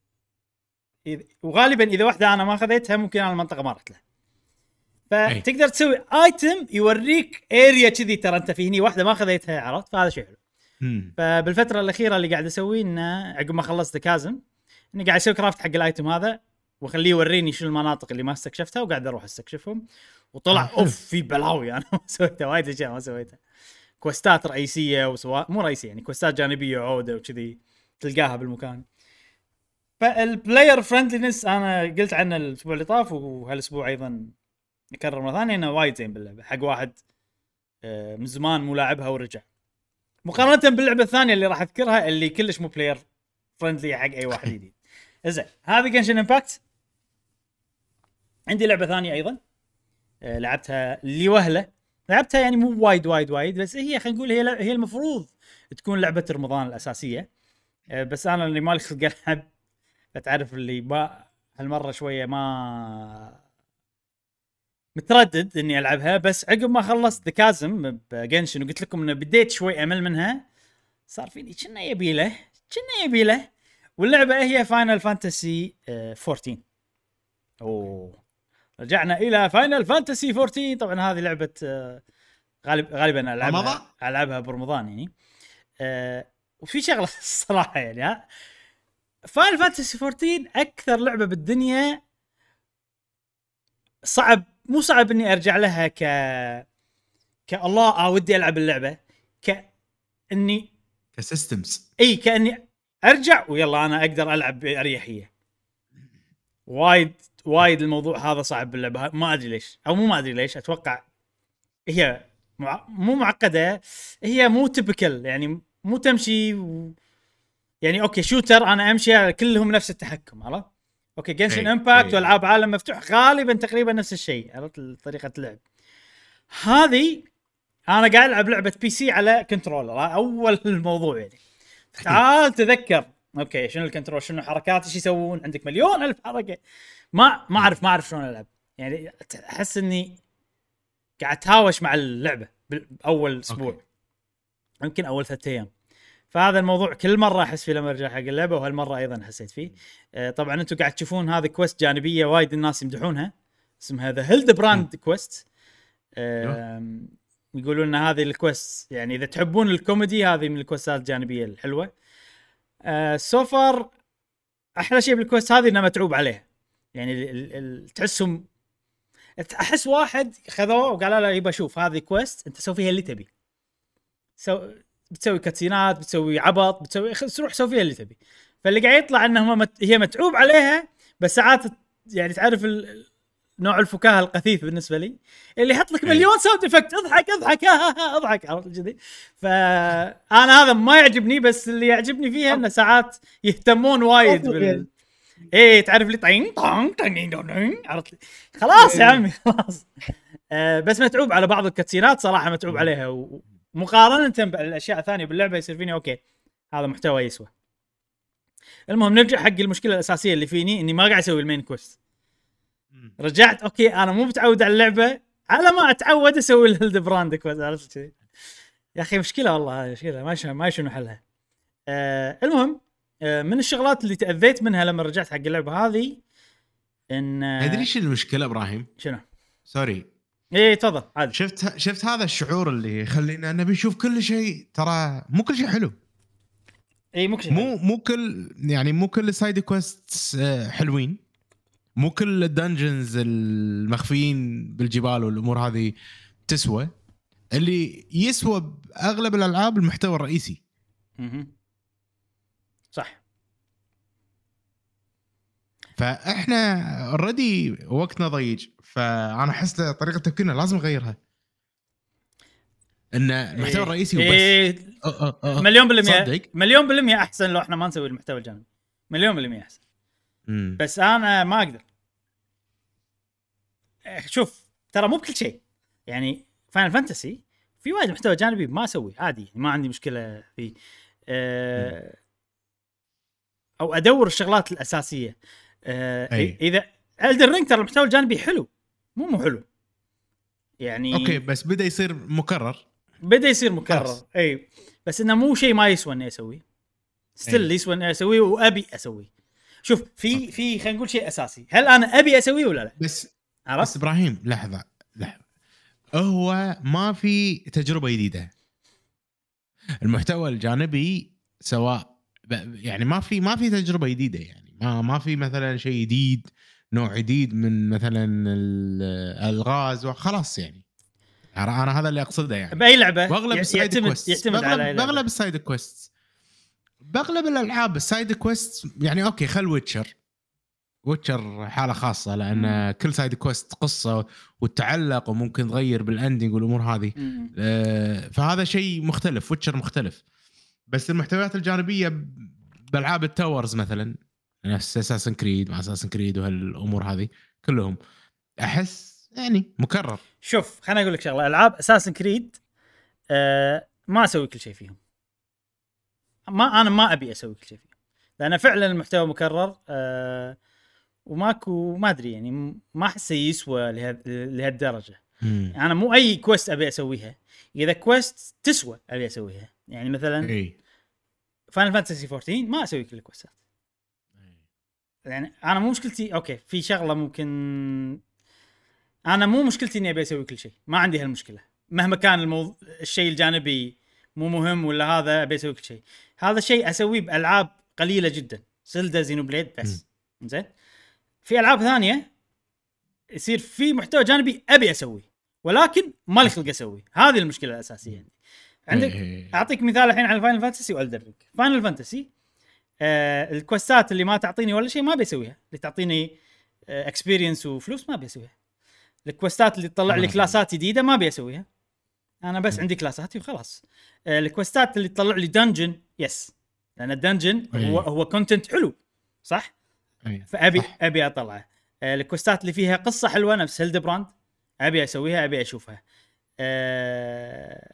وغالبا اذا واحده انا ما اخذتها ممكن انا المنطقه ما رحت لها، فتقدر تسوي ايتم يوريك اريا كذي ترى انت في هني واحده ما اخذتها عرفت. فهذا شيء حلو. مم. فبالفتره الاخيره اللي قاعد اسويه انه عقب ما خلصت كازم اني قاعد اسوي كرافت حق الايتم هذا واخليه يوريني شو المناطق اللي ما استكشفتها، وقاعد اروح استكشفهم. وطلع آه اوف في بلاوي انا ما سويتها وايد اشياء ما سويتها. كوستات رئيسيه وسواء مو رئيسيه يعني كوستات جانبيه وعوده وكذي تلقاها بالمكان. فالبلاير فريندلينس انا قلت عنه الاسبوع اللي طاف وهالاسبوع ايضا نكرر مره ثانيه انه وايد زين باللعبه حق واحد من زمان مو لاعبها ورجع، مقارنه باللعبه الثانيه اللي راح اذكرها اللي كلش مو بلاير فريندلي حق اي واحد جديد. زين هذه جنشن امباكت. عندي لعبه ثانيه ايضا أه لعبتها اللي وهله، لعبتها يعني مو وايد وايد وايد بس هي خلينا نقول هي هي المفروض تكون لعبه رمضان الاساسيه، أه بس انا اللي مالي خلق العب فتعرف اللي ما هالمره شويه ما متردد اني العبها. بس عقب ما خلصت ذا كازم بجنشن وقلت لكم انه بديت شوي امل منها، صار فيني كنا يبي له كنا يبي له واللعبه هي فاينل فانتسي فورتين. اوه رجعنا الى فاينل فانتسي فورتين. طبعا هذه لعبه غالب غالبا العبها العبها برمضان يعني. أه وفي شغله الصراحه يعني ها فاينل فانتسي فورتين اكثر لعبه بالدنيا صعب مو صعب اني ارجع لها ك كالله اه ودي العب اللعبه كاني كسيستمز اي كاني ارجع ويلا انا اقدر العب باريحيه. وايد وايد الموضوع هذا صعب باللعبه ما ادري ليش او مو ما ادري ليش اتوقع هي مع... مو معقده هي مو تيبيكال يعني مو تمشي و... يعني اوكي شوتر انا امشي كلهم نفس التحكم عرفت. اوكي جنشن امباكت والعاب عالم مفتوح غالبا تقريبا نفس الشيء عرفت طريقه اللعب. هذه انا قاعد العب لعبه بي سي على كنترولر اول الموضوع يعني تعال تذكر اوكي شنو الكنترول شنو حركات ايش يسوون عندك مليون الف حركه ما ما اعرف ما اعرف شلون العب يعني احس اني قاعد تهاوش مع اللعبه باول اسبوع يمكن اول ثلاثة ايام. فهذا الموضوع كل مره احس فيه لما ارجع حق اللعبه وهالمره ايضا حسيت فيه. آه طبعا انتم قاعد تشوفون هذه كويست جانبيه وايد الناس يمدحونها اسمها ذا هيلد براند كويست. آه يقولون ان هذه الكويست يعني اذا تحبون الكوميدي هذه من الكويستات الجانبيه الحلوه. آه سوفر احلى شيء بالكويست هذه انها متعوب عليها يعني ال ال تحسهم احس واحد خذوه وقال له يبا شوف هذه كويست انت سوي فيها اللي تبي سو بتسوي كاتسينات بتسوي عبط بتسوي روح سوي فيها اللي تبي. فاللي قاعد يطلع انه مت... هي متعوب عليها بس ساعات يعني تعرف ال... نوع الفكاهه القثيث بالنسبه لي اللي يحط لك مليون ساوند افكت اضحك اضحك اضحك عرفت كذي. فانا هذا ما يعجبني بس اللي يعجبني فيها انه ساعات يهتمون وايد بال ايه تعرف لي طين طين طين عرفت خلاص يا عمي خلاص. آه بس متعوب على بعض الكاتسينات صراحه متعوب عليها ومقارنه بالاشياء الثانيه باللعبه يصير فيني اوكي هذا محتوى يسوى. المهم نرجع حق المشكله الاساسيه اللي فيني اني ما قاعد اسوي المين كويست. رجعت اوكي انا مو متعود على اللعبه على ما اتعود اسوي الهيلد براند كويست عرفت كذي يا اخي مشكله والله هاي مشكله ما شنو ما شنو حلها. آه المهم آه من الشغلات اللي تاذيت منها لما رجعت حق اللعبه هذه ان ادري ايش المشكله ابراهيم شنو سوري ايه تفضل عادي. شفت شفت هذا الشعور اللي يخلينا نبي نشوف كل شيء ترى مو كل شيء حلو اي مو كل مو مو كل يعني مو كل سايد كويست حلوين مو كل الدنجنز المخفيين بالجبال والامور هذه تسوى. اللي يسوى باغلب الالعاب المحتوى الرئيسي. اها صح. فاحنا اوريدي وقتنا ضيق فانا احس طريقه تفكيرنا لازم نغيرها ان المحتوى الرئيسي وبس. إيه أه أه مليون بالمية صدق. مليون بالمية احسن لو احنا ما نسوي المحتوى الجانبي مليون بالمية احسن. مم. بس انا ما اقدر شوف ترى مو بكل شيء يعني فاينل فانتسي في وايد محتوى جانبي ما اسوي عادي ما عندي مشكله فيه أه او ادور الشغلات الاساسيه. أه اذا Elden Ring ترى المحتوى الجانبي حلو مو مو حلو يعني اوكي بس بدا يصير مكرر بدا يصير مكرر اي بس انه مو شيء ما يسوى اني اسويه ستيل يسوى اني اسويه وابي اسويه. شوف في أوكي. في خلينا نقول شيء اساسي هل انا ابي اسويه ولا لا بس عرفت؟ بس ابراهيم لحظه لحظه هو ما في تجربه جديده. المحتوى الجانبي سواء يعني ما في ما في تجربه جديده يعني ما ما في مثلا شيء جديد نوع جديد من مثلا الغاز وخلاص يعني انا هذا اللي اقصده يعني باي لعبه واغلب السايد يعتمد كويست يعتمد على أي لعبة. باغلب السايد كويست باغلب الالعاب السايد كويست يعني اوكي خل ويتشر ويتشر حاله خاصه لان مم. كل سايد كويست قصه وتعلق وممكن تغير بالاندنج والامور هذه آه فهذا شيء مختلف ويتشر مختلف بس المحتويات الجانبيه بالعاب التاورز مثلا نفس اساسن كريد مع اساسن كريد وهالامور هذه كلهم احس يعني مكرر. شوف خليني اقول لك شغله العاب اساسن كريد آه ما اسوي كل شيء فيهم ما انا ما ابي اسوي كل شيء فيهم لان فعلا المحتوى مكرر آه وماكو ما ادري يعني ما احسه يسوى لهذ لهالدرجه. يعني انا مو اي كويست ابي اسويها اذا كويست تسوى ابي اسويها يعني مثلا اي فاينل فانتسي فورتين ما اسوي كل الكويستات يعني انا مو مشكلتي اوكي في شغله ممكن انا مو مشكلتي اني ابي اسوي كل شيء ما عندي هالمشكله مهما كان الموضوع الشيء الجانبي مو مهم ولا هذا ابي اسوي كل شيء هذا الشيء اسويه بالعاب قليله جدا زلدا زينوبليد بس زين في العاب ثانيه يصير في محتوى جانبي ابي اسويه ولكن ما لي خلق اسويه هذه المشكله الاساسيه يعني. عندك اعطيك مثال الحين على فاينل فانتسي والدر رينج فاينل فانتسي آه الكوستات اللي ما تعطيني ولا شيء ما بيسويها اللي تعطيني اكسبيرينس آه وفلوس ما بيسويها الكوستات اللي تطلع لي كلاسات جديده ما بيسويها انا بس عندي كلاساتي وخلاص آه الكوستات اللي تطلع لي دنجن يس لان الدنجن هو هو كونتنت حلو صح فابي صح. ابي اطلعه آه الكوستات اللي فيها قصه حلوه نفس هيلدبراند ابي اسويها ابي اشوفها آه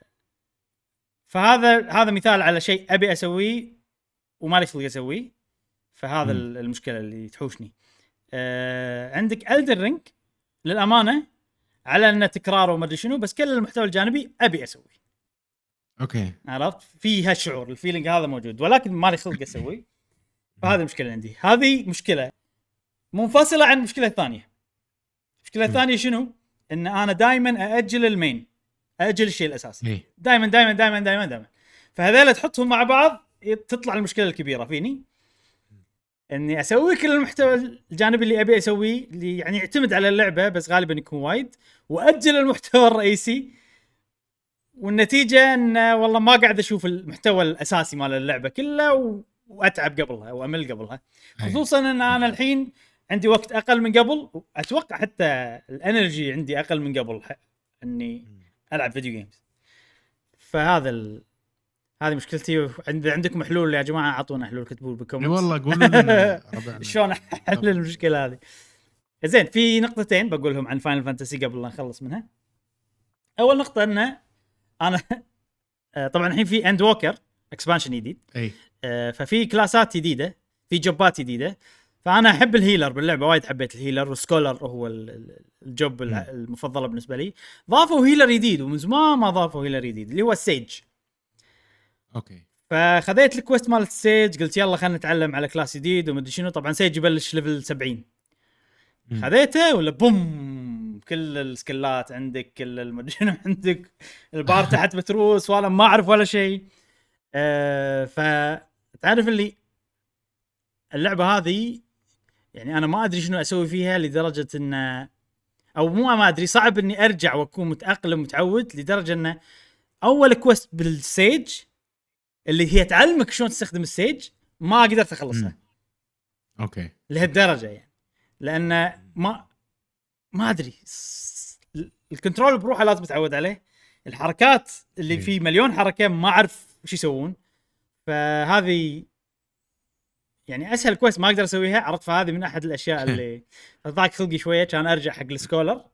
فهذا هذا مثال على شيء ابي اسويه وما لي خلق اسويه فهذا م. المشكله اللي تحوشني آه عندك ألدر رينج للامانه على انه تكرار وما ادري شنو بس كل المحتوى الجانبي ابي اسويه اوكي عرفت في هالشعور الفيلينج هذا موجود ولكن ما لي خلق اسويه فهذه المشكله عندي هذه مشكله منفصله عن المشكله الثانيه المشكله الثانيه شنو ان انا دائما ااجل المين ااجل الشيء الاساسي دائما دائما دائما دائما دائما فهذول تحطهم مع بعض تطلع المشكله الكبيره فيني اني اسوي كل المحتوى الجانبي اللي ابي اسويه اللي يعني يعتمد على اللعبه بس غالبا يكون وايد واجل المحتوى الرئيسي والنتيجه ان والله ما قاعد اشوف المحتوى الاساسي مال اللعبه كله و... واتعب قبلها وامل قبلها خصوصا ان انا الحين عندي وقت اقل من قبل اتوقع حتى الانرجي عندي اقل من قبل اني العب فيديو جيمز فهذا ال... هذه مشكلتي عند عندكم حلول يا جماعه اعطونا حلول كتبوا بالكومنتس والله قولوا لنا شلون احل المشكله هذه زين في نقطتين بقولهم عن فاينل فانتسي قبل لا نخلص منها اول نقطه انه انا طبعا الحين في اند ووكر اكسبانشن جديد اي ففي كلاسات جديده في جوبات جديده فانا احب الهيلر باللعبه وايد حبيت الهيلر والسكولر هو الجوب المفضله بالنسبه لي ضافوا هيلر جديد ومن زمان ما ضافوا هيلر جديد اللي هو السيج اوكي فخذيت الكويست مال السيج قلت يلا خلينا نتعلم على كلاس جديد ومدري شنو طبعا سيج يبلش ليفل سبعين خذيته ولا بوم كل السكلات عندك كل المدري شنو عندك البار تحت بتروس ولا ما اعرف ولا شيء أه فتعرف اللي اللعبه هذه يعني انا ما ادري شنو اسوي فيها لدرجه ان او مو ما ادري صعب اني ارجع واكون متاقلم متعود لدرجه ان اول كويست بالسيج اللي هي تعلمك شلون تستخدم السيج ما قدرت اخلصها اوكي لهالدرجه يعني لان ما ما ادري الكنترول بروحه لازم تتعود عليه الحركات اللي فيه مليون حركه ما اعرف وش يسوون فهذه يعني اسهل كويست ما اقدر اسويها عرفت فهذه من احد الاشياء اللي ضاق خلقي شويه كان ارجع حق السكولر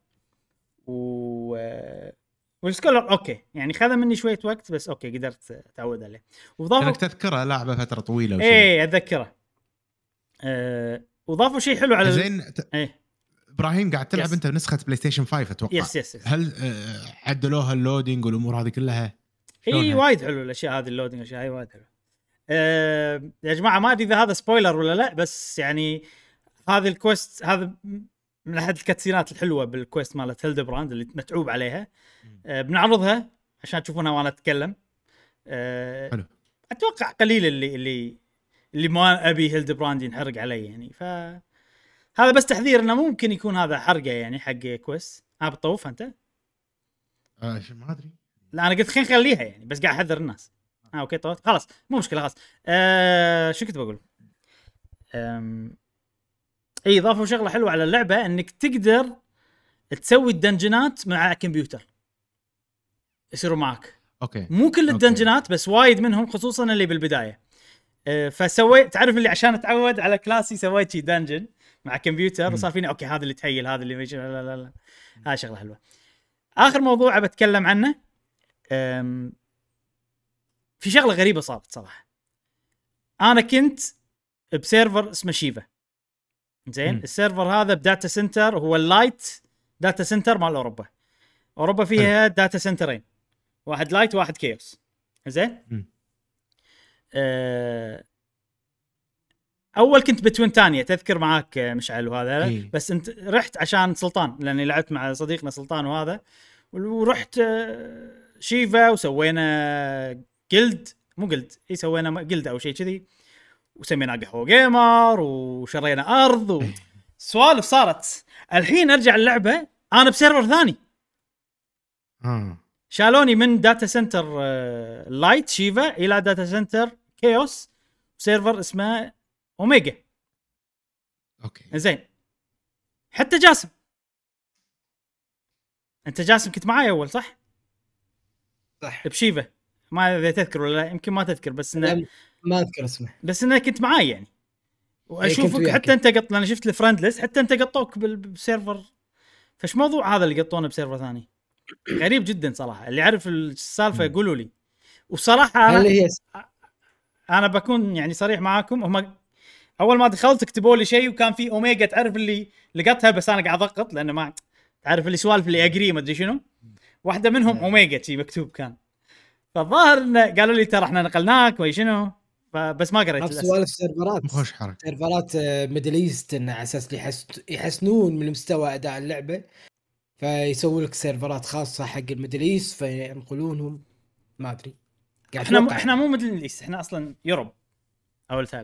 و والسكولر اوكي يعني خذ مني شويه وقت بس اوكي قدرت اتعود عليه وضافوا انك تذكره لعبه فتره طويله وشيء ايه اتذكره أه... وضافوا شيء حلو على زين ت... ايه ابراهيم قاعد تلعب يس. انت بنسخه بلاي ستيشن خمسة اتوقع يس يس يس. هل عدلوها اللودينج والامور هذه كلها اي وايد حلو الاشياء هذه اللودينج الاشياء هاي وايد حلو أه... يا جماعه ما ادري اذا هذا سبويلر ولا لا بس يعني هذه الكويست هذا من احد الكاتسينات الحلوه بالكويست مالت هيلدبراند اللي متعوب عليها أه بنعرضها عشان تشوفونها وانا اتكلم أه حلو اتوقع قليل اللي اللي اللي ما ابي هيلدبراند ينحرق علي يعني ف هذا بس تحذير انه ممكن يكون هذا حرقه يعني حق كويست ها بتطوف انت آه شو ما ادري. لا انا قلت خلينا نخليها يعني، بس قاعد احذر الناس. اه اوكي طيب خلاص مو مشكله خلاص. آه شو كنت بقول؟ أم... اي اضافوا شغله حلوه على اللعبه، انك تقدر تسوي الدنجنات مع كمبيوتر يصيروا معك. اوكي مو كل أوكي. الدنجنات بس وايد منهم، خصوصا اللي بالبدايه. أه فسويت تعرف اللي عشان اتعود على كلاسي سويت شي دنجن مع كمبيوتر مم. وصار فيني اوكي هذا اللي تهيل هذا اللي ماشي لا لا لا. هاي شغله حلوه. اخر موضوع بتكلم عنه، أم... في شغله غريبه صارت صراحه. انا كنت بسيرفر اسمه شيفا زين. مم. السيرفر هذا بداتا سنتر، هو اللايت داتا سنتر مال اوروبا. اوروبا فيها داتا سنترين، واحد لايت واحد كيوس زين. مم. أه... اول كنت بتوين تانية تذكر معاك مشعل وهذا إيه. بس انت رحت عشان سلطان لاني لعبت مع صديقنا سلطان وهذا، ورحت آه، شيفا وسوينا جلد مو جلد اي سوينا جلد او شيء كذي، وسمينا قهوه جيمر وشرينا ارض وسوالف صارت. الحين ارجع اللعبه انا بسيرفر ثاني. اه شالوني من داتا سنتر آه، لايت شيفا الى داتا سنتر كيوس سيرفر اسمه اوميجا. اوكي زين حتى جاسم، انت جاسم كنت معاي اول صح؟ صح بشيفا ما اذا تذكر ولا لا، يمكن ما تذكر بس انه ما اذكر اسمه، بس انك كنت معاي يعني. كنت واشوفك وياك. حتى انت قط لان شفت الفرند ليست حتى انت قطوك بال- بالسيرفر. فش موضوع هذا اللي قطونه بسيرفر ثاني؟ غريب جدا صراحه. اللي يعرف السالفه مم. يقولوا لي. وصراحه هل انا هي انا بكون يعني صريح معاكم، هم اول ما دخلت كتبوا لي شيء وكان في اوميجا تعرف اللي لقيتها، بس انا قاعد اضغط لانه ما تعرف اللي سوالف اللي اجري ما ادري شنو، واحده منهم آه. اوميجا شي مكتوب كان. فالظاهر انه قالوا لي ترى احنا نقلناك وي شنو، فبس ما قريت نفس للاسف. سوالف سيرفرات مخوش حركه. سيرفرات ميدل ايست انه على اساس يحس... يحسنون من مستوى اداء اللعبه، فيسووا لك سيرفرات خاصه حق الميدل ايست فينقلونهم. ما ادري قاعد احنا م... أتوقع احنا يعني. مو مدل الايست، احنا اصلا يوروب اول تالي.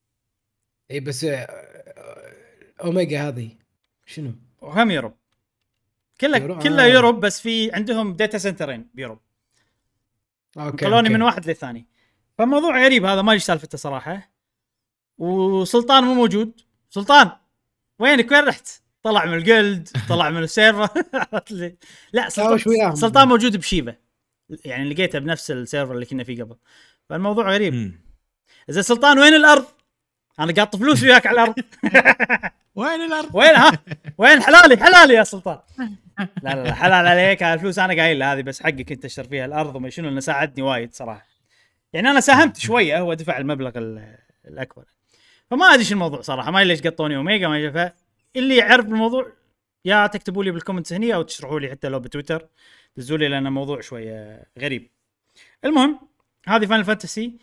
اي بس آه، آه، اوميجا هذه شنو؟ وهم يوروب كله يورو- كله آه. يوروب، بس في عندهم داتا سنترين بيوروب. اوكي نقلوني أوكي. من واحد للثاني. فموضوع غريب هذا ما ادري سالفته صراحه. وسلطان مو موجود. سلطان وينك؟ وين رحت؟ طلع من الجلد طلع من السيرفر. لا تهاوش سلطان, وياهم. سلطان موجود بشيفا يعني، لقيته بنفس السيرفر اللي كنا فيه قبل. فالموضوع غريب. مم. اذا سلطان وين الارض؟ انا قاط فلوس وياك على الارض. وين الارض؟ وين ها؟ وين حلالي حلالي يا سلطان؟ لا لا لا حلال عليك، هالفلوس انا قايل هذه بس حقك انت اشتر فيها الارض وما شنو، انه ساعدني وايد صراحه. يعني انا ساهمت شويه، هو دفع المبلغ ال- الاكبر. فما ادري شو الموضوع صراحه، ما ادري ليش قطوني اوميجا ما يعرف. اللي يعرف الموضوع يا تكتبوا لي بالكومنتس هنا او تشرحوا لي حتى لو بتويتر دزوا لي، لان الموضوع شويه غريب. المهم هذه فاينل فانتسي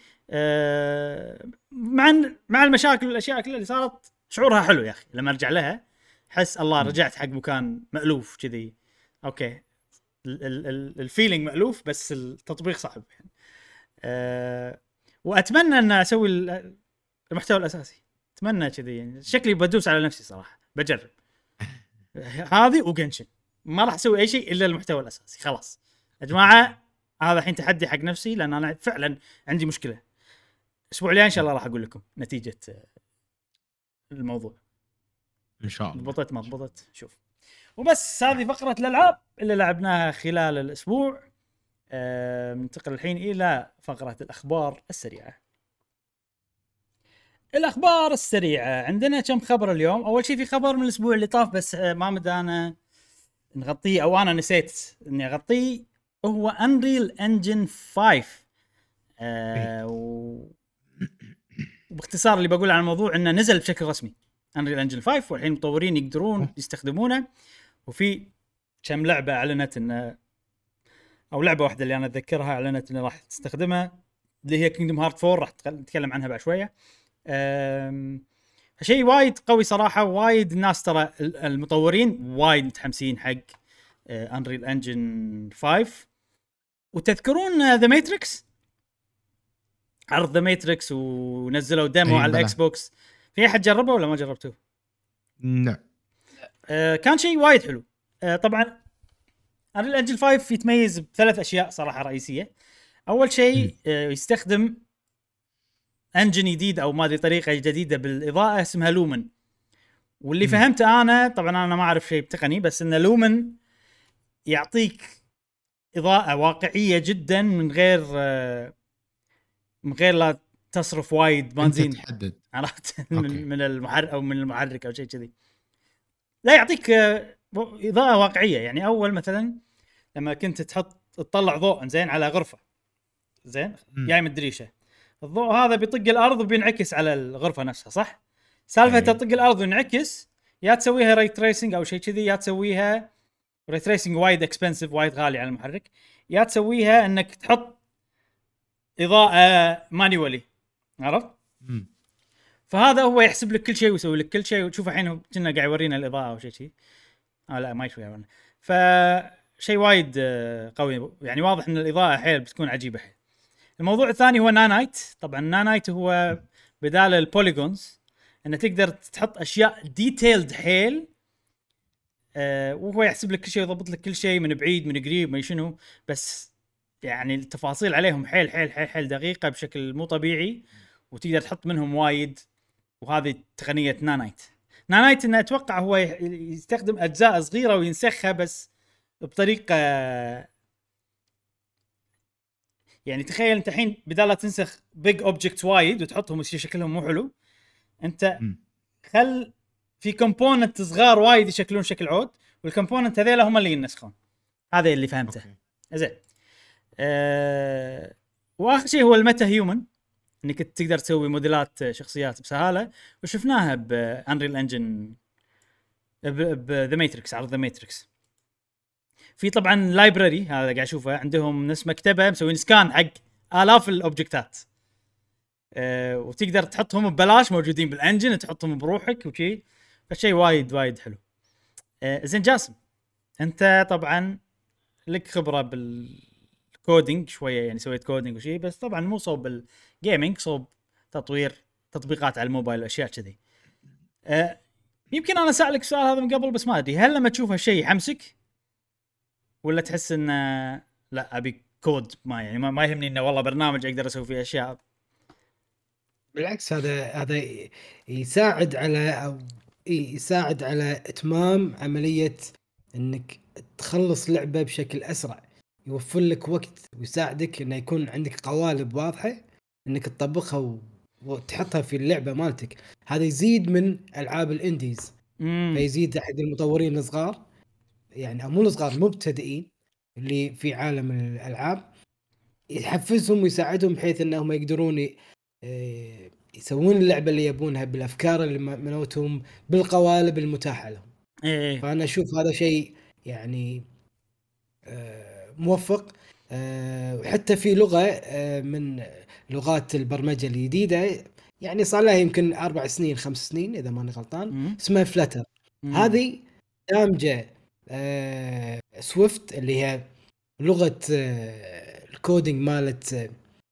أه مع مع المشاكل والاشياء كلها اللي صارت شعورها حلو يا اخي. لما ارجع لها حس الله رجعت حق مكان مألوف كذي. اوكي الفيلينج مألوف بس التطبيق صعب يعني. أه واتمنى ان اسوي المحتوى الاساسي، اتمنى كذي يعني. شكلي بدوس على نفسي صراحه، بجرب هذه وجنشن. ما راح اسوي اي شيء الا المحتوى الاساسي. خلاص يا جماعه هذا الحين تحدي حق نفسي، لان انا فعلا عندي مشكله. الاسبوع الجاي ان شاء الله راح اقول لكم نتيجه الموضوع. ان شاء الله ضبطت ما ضبطت شوف. وبس هذه فقره الالعاب اللي لعبناها خلال الاسبوع. أه ننتقل الحين الى فقره الاخبار السريعه. الاخبار السريعه عندنا كم خبر اليوم. اول شيء في خبر من الاسبوع اللي طاف بس ما مدانا نغطيه او انا نسيت اني اغطيه، هو انريل انجن خمسة. آه و... وباختصار اللي بقول عن الموضوع انه نزل بشكل رسمي انريل انجن خمسة، والحين المطورين يقدرون يستخدمونه. وفي كم لعبه اعلنت انه، او لعبه واحده اللي انا اتذكرها اعلنت انه راح تستخدمها، اللي هي كينجدم هارت فور. راح نتكلم عنها بعد شويه. شيء وايد قوي صراحه. وايد الناس ترى المطورين وايد متحمسين حق انريل انجن خمسة. وتذكرون ذا ماتريكس؟ عرض ذا ماتريكس ونزلوا ديمو على الاكس بوكس. في احد جربه ولا ما جربته؟ لا آه كان شيء وايد حلو. آه طبعا انريل انجن خمسة يتميز بثلاث اشياء صراحه رئيسيه. اول شيء آه، يستخدم انجن جديد او ما ادري طريقه جديده بالاضاءه اسمها لومن. واللي مم. فهمته انا طبعا انا ما اعرف شيء تقني، بس ان لومن يعطيك اضاءه واقعيه جدا من غير آه، من غير لا تصرف وايد انت بنزين، تحدد. عرفت؟ أوكي. من من المحرك او من المحرك او شيء كذي. لا يعطيك آه، اضاءه واقعيه. يعني اول مثلا لما كنت تحط تطلع ضوء زين على غرفه زين مم. جاي من الدريشه، الضوء هذا بيطق الارض وبينعكس على الغرفه نفسها، صح؟ سالفه أي. تطق الارض وينعكس، يا تسويها ري تريسنج او شيء كذي، يا تسويها ري تريسنج وايد اكسبنسيف وايد غالي على المحرك، يا تسويها انك تحط اضاءه مانيولي، عرفت؟ مم. فهذا هو يحسب لك كل شيء ويسوي لك كل شيء. وتشوف الحين كنا قاعد يورينا الاضاءه او شيء شيء اه لا ما يشوي يورينا. فشيء وايد آه، قوي، يعني واضح ان الاضاءه حيل بتكون عجيبه حيل. الموضوع الثاني هو نانايت. طبعا نانايت هو بدال البوليجونز، انه تقدر تحط اشياء ديتيلد حيل، أه وهو يحسب لك كل شيء ويضبط لك كل شيء من بعيد من قريب ما شنو، بس يعني التفاصيل عليهم حيل حيل حيل حيل دقيقه بشكل مو طبيعي، وتقدر تحط منهم وايد. وهذه تقنيه نانايت. نانايت انه اتوقع هو يستخدم اجزاء صغيره وينسخها بس بطريقه، يعني تخيل انت الحين بدال لا تنسخ بيج اوبجكتس وايد وتحطهم يصير شكلهم مو حلو، انت مم. خل في كومبوننت صغار وايد يشكلون شكل عود، والكومبوننت هذيلا هم اللي ينسخون. هذا اللي فهمته. أوكي. زين. أه... واخر شيء هو الميتا هيومن، انك تقدر تسوي موديلات شخصيات بسهاله، وشفناها بانريل انجن بذا ماتريكس، عرض ذا ماتريكس. في طبعا لايبراري هذا قاعد اشوفه عندهم ناس مكتبه مسوين سكان حق الاف الاوبجكتات، أه وتقدر تحطهم ببلاش موجودين بالانجن، تحطهم بروحك وشي، فشيء وايد وايد حلو. أه زين جاسم، انت طبعا لك خبره بالكودينج شويه، يعني سويت كودينج وشي، بس طبعا مو صوب الجيمنج، صوب تطوير تطبيقات على الموبايل واشياء كذي. أه يمكن انا اسالك السؤال هذا من قبل، بس ما ادري هل لما تشوف هالشيء يحمسك ولا تحس ان لا ابي كود، ما يعني ما, ما يهمني انه والله برنامج اقدر اسوي فيه اشياء؟ بالعكس، هذا هذا يساعد على او يساعد على اتمام عمليه انك تخلص لعبه بشكل اسرع، يوفر لك وقت ويساعدك انه يكون عندك قوالب واضحه انك تطبقها و... وتحطها في اللعبه مالتك. هذا يزيد من العاب الانديز، امم فيزيد حق المطورين الصغار، يعني او مو الصغار، مبتدئين اللي في عالم الالعاب، يحفزهم ويساعدهم بحيث انهم يقدرون ي... آه، يسوون اللعبه اللي يبونها بالافكار اللي منوتهم بالقوالب المتاحه لهم. ايه فانا اشوف هذا شيء يعني آه، موفق. آه، وحتى في لغه آه، من لغات البرمجه الجديده، يعني صار لها يمكن اربع سنين خمس سنين اذا ماني غلطان، مم. اسمها فلتر. مم. هذه دامجه آه، سويفت اللي هي لغه آه، الكودينج مالت آه،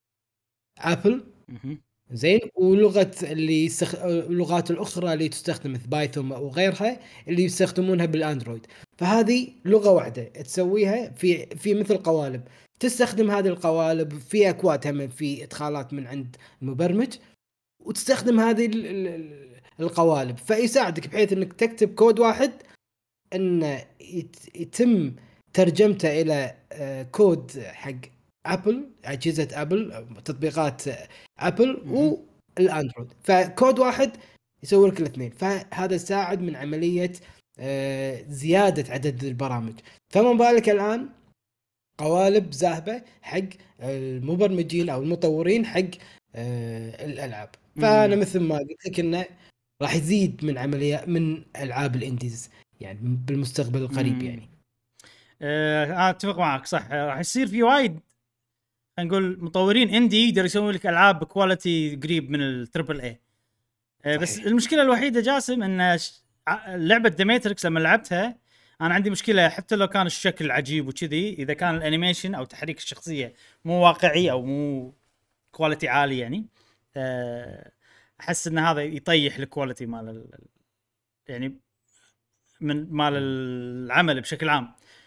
ابل، مهم. زين، ولغه اللي يستخ... اللغات الاخرى اللي تستخدم مثل بايثون وغيرها اللي يستخدمونها بالاندرويد. فهذه لغه واحده تسويها في في مثل قوالب، تستخدم هذه القوالب في اكواد، هم في ادخالات من عند المبرمج، وتستخدم هذه ال- ال- القوالب، فيساعدك بحيث انك تكتب كود واحد ان يت- يتم ترجمته الى آه، كود حق ابل، اجهزه ابل، تطبيقات ابل مهم. والاندرويد، فكود واحد يسوي لك الاثنين. فهذا ساعد من عمليه آه، زياده عدد البرامج. فما بالك الان قوالب ذاهبه حق المبرمجين او المطورين حق آه، الالعاب. فانا مم. مثل ما قلت لك انه راح يزيد من عمليه من العاب الانديز يعني بالمستقبل القريب. مم. يعني آه، اتفق معك صح. آه، راح يصير في وايد خلينا نقول مطورين اندي يقدر يسوي لك العاب بكواليتي قريب من التربل اي. آه، بس صحيح. المشكله الوحيده جاسم ان ش- ع- لعبه ذا ماتريكس لما لعبتها انا عندي مشكله، حتى لو كان الشكل عجيب وكذي، اذا كان الانيميشن او تحريك الشخصيه مو واقعي او مو كواليتي عالي، يعني آه، احس ان هذا يطيح الكواليتي مال ال- يعني من مال العمل بشكل عام.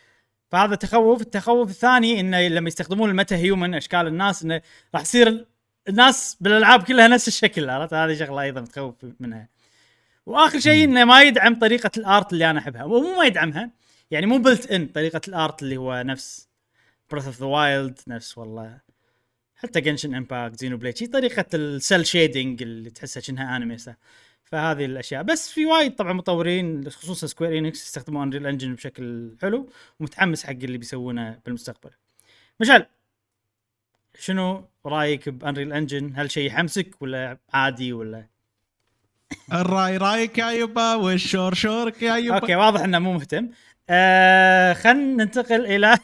فهذا تخوف. التخوف الثاني انه لما يستخدمون الميتا هيومن اشكال الناس انه راح يصير الناس بالالعاب كلها نفس الشكل. عرفت؟ هذه شغله ايضا تخوف منها. واخر شيء انه ما يدعم طريقه الارت اللي انا احبها، ومو ما يدعمها يعني مو بلت ان طريقه الارت اللي هو نفس Breath of the Wild، نفس والله حتى Genshin Impact Xenoblade، شي طريقه السيل شيدنج اللي تحسها شنها انمي. فهذه الاشياء. بس في وايد طبعا مطورين خصوصا سكوير انكس يستخدمون انريل انجن بشكل حلو، ومتحمس حق اللي بيسوونه بالمستقبل. مشعل شنو رايك بانريل انجن؟ هل شيء يحمسك ولا عادي ولا؟ الراي رايك يا يبا والشور شورك يا يبا. اوكي واضح انه مو مهتم. آه خلينا ننتقل الى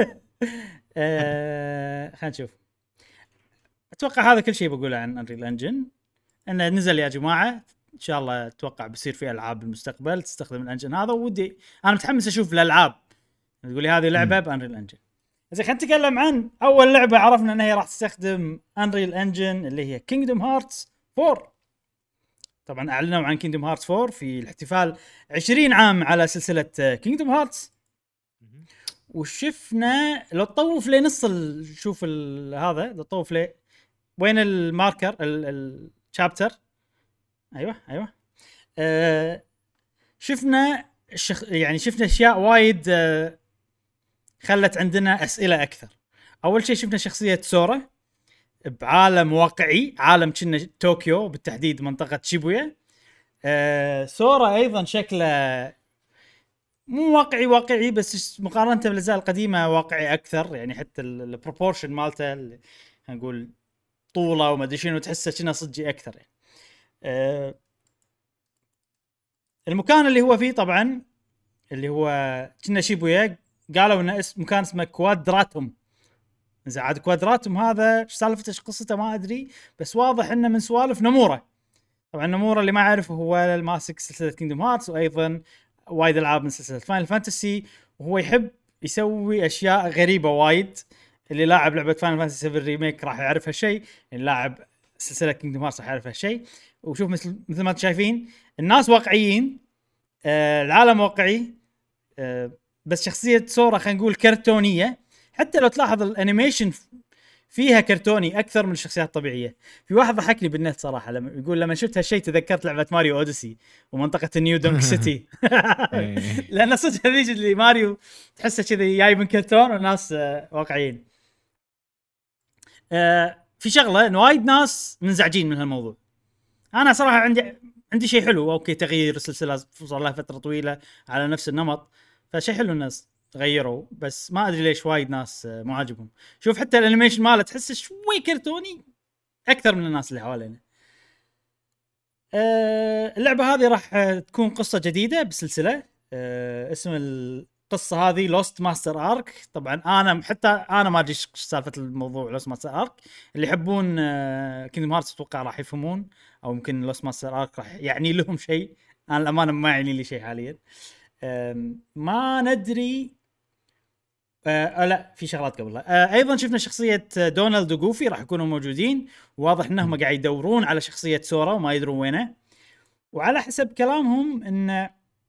آه خلينا نشوف. اتوقع هذا كل شيء بقوله عن انريل انجن، انه نزل يا جماعه. ان شاء الله اتوقع بيصير في العاب بالمستقبل تستخدم الانجن هذا، ودي انا متحمس اشوف الالعاب. تقول لي هذه لعبه بانريل انجن. زين خلينا نتكلم عن اول لعبه عرفنا انها هي راح تستخدم انريل انجن اللي هي كينجدوم هارتس فور. طبعا اعلنوا عن كينجدوم هارتس فور في الاحتفال عشرين عام على سلسله كينجدوم هارتس. وشفنا لو تطوف لنص شوف هذا لو تطوف لي وين الماركر الشابتر. ايوه ايوه أه شفنا الشخ... يعني شفنا اشياء وايد أه خلت عندنا اسئله اكثر. اول شيء شفنا شخصيه سورا بعالم واقعي، عالم كنا طوكيو بالتحديد منطقه شيبويا. أه سورا ايضا شكله مو واقعي واقعي بس مقارنه بالاجزاء القديمه واقعي اكثر، يعني حتى البروبورشن مالته نقول طوله وما ادري شنو تحسه كنا صجي اكثر يعني. أه المكان اللي هو فيه طبعا اللي هو كنا شيبويا، قالوا انه اسم مكان اسمه كوادراتوم. اذا عاد كوادراتوم هذا ايش سالفته ايش قصته ما ادري، بس واضح انه من سوالف نموره. طبعا نموره اللي ما اعرفه هو الماسك سلسله كينجدوم هارتس وايضا وايد العاب من سلسله فاينل فانتسي، وهو يحب يسوي اشياء غريبه وايد. اللي لاعب لعبه فاينل فانتسي سبعة ريميك راح يعرف هالشيء، اللي لاعب سلسله كينجدوم هارتس راح يعرف هالشيء. وشوف مثل مثل ما انتم شايفين الناس واقعيين، آه العالم واقعي، آه بس شخصيه سورا خلينا نقول كرتونيه. حتى لو تلاحظ الانيميشن فيها كرتوني اكثر من الشخصيات الطبيعيه. في واحد ضحكني بالنت صراحه لما يقول لما شفت هالشيء تذكرت لعبه ماريو اوديسي ومنطقه النيو دونك سيتي. لان صدق هذيك اللي ماريو تحسه كذا جاي من كرتون والناس آه واقعيين. آه في شغله ان وايد ناس منزعجين من هالموضوع. انا صراحه عندي عندي شيء حلو. اوكي تغيير السلسله صار لها فتره طويله على نفس النمط، فشيء حلو الناس غيروا، بس ما ادري ليش وايد ناس مو عاجبهم. شوف حتى الانيميشن ماله تحسه شوي كرتوني اكثر من الناس اللي حوالينا. أه اللعبه هذه راح تكون قصه جديده بالسلسله. أه اسم القصه هذه لوست ماستر ارك. طبعا انا حتى انا ما ادري ايش سالفه الموضوع لوست ماستر ارك. اللي يحبون أه كينجدوم هارتس اتوقع راح يفهمون، او يمكن لوست ماستر ارك راح يعني لهم شيء. انا الامانه ما يعني لي شيء حاليا. ما ندري. آه لا في شغلات قبلها. آه ايضا شفنا شخصيه دونالد وغوفي راح يكونوا موجودين، واضح انهم قاعد يدورون على شخصيه سورا وما يدرون وينه. وعلى حسب كلامهم ان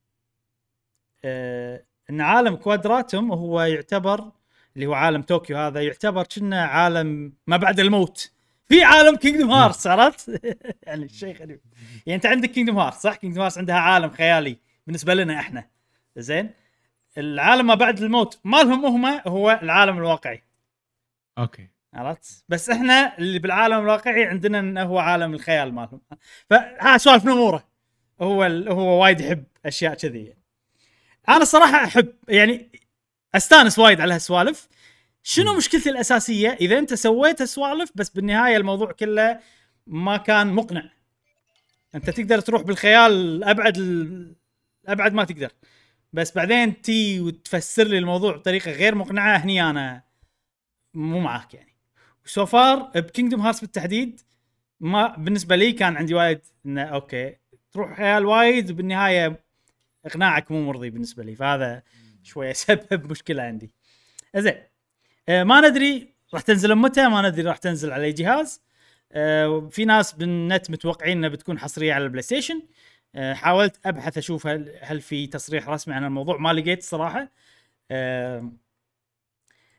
آه ان عالم كوادراتوم هو يعتبر اللي هو عالم طوكيو هذا يعتبر كنا عالم ما بعد الموت في عالم كينجدوم هارتس. عرفت؟ يعني شيء غريب. يعني انت عندك كينجدوم هارتس صح؟ كينجدوم هارتس عندها عالم خيالي بالنسبه لنا احنا، زين؟ العالم ما بعد الموت مالهم هم هو العالم الواقعي. اوكي عرفت؟ بس احنا اللي بالعالم الواقعي عندنا انه هو عالم الخيال مالهم. فها سوالف نموره. هو هو وايد يحب اشياء كذي. انا الصراحه احب يعني استانس وايد على هالسوالف. شنو مشكلتي الاساسيه؟ اذا انت سويت هالسوالف بس بالنهايه الموضوع كله ما كان مقنع. انت تقدر تروح بالخيال ابعد ال... ابعد ما تقدر، بس بعدين تي وتفسر لي الموضوع بطريقه غير مقنعه. هني انا مو معاك يعني. سو فار بكينجدوم هارتس بالتحديد ما بالنسبه لي كان عندي وايد انه اوكي تروح خيال وايد وبالنهايه اقناعك مو مرضي بالنسبه لي، فهذا شويه سبب مشكله عندي. زين آه ما ندري راح تنزل متى، ما ندري راح تنزل على اي جهاز. آه في ناس بالنت متوقعين انها بتكون حصريه على البلاي ستيشن. أه حاولت ابحث اشوف هل, هل في تصريح رسمي عن الموضوع، ما لقيت صراحه. أه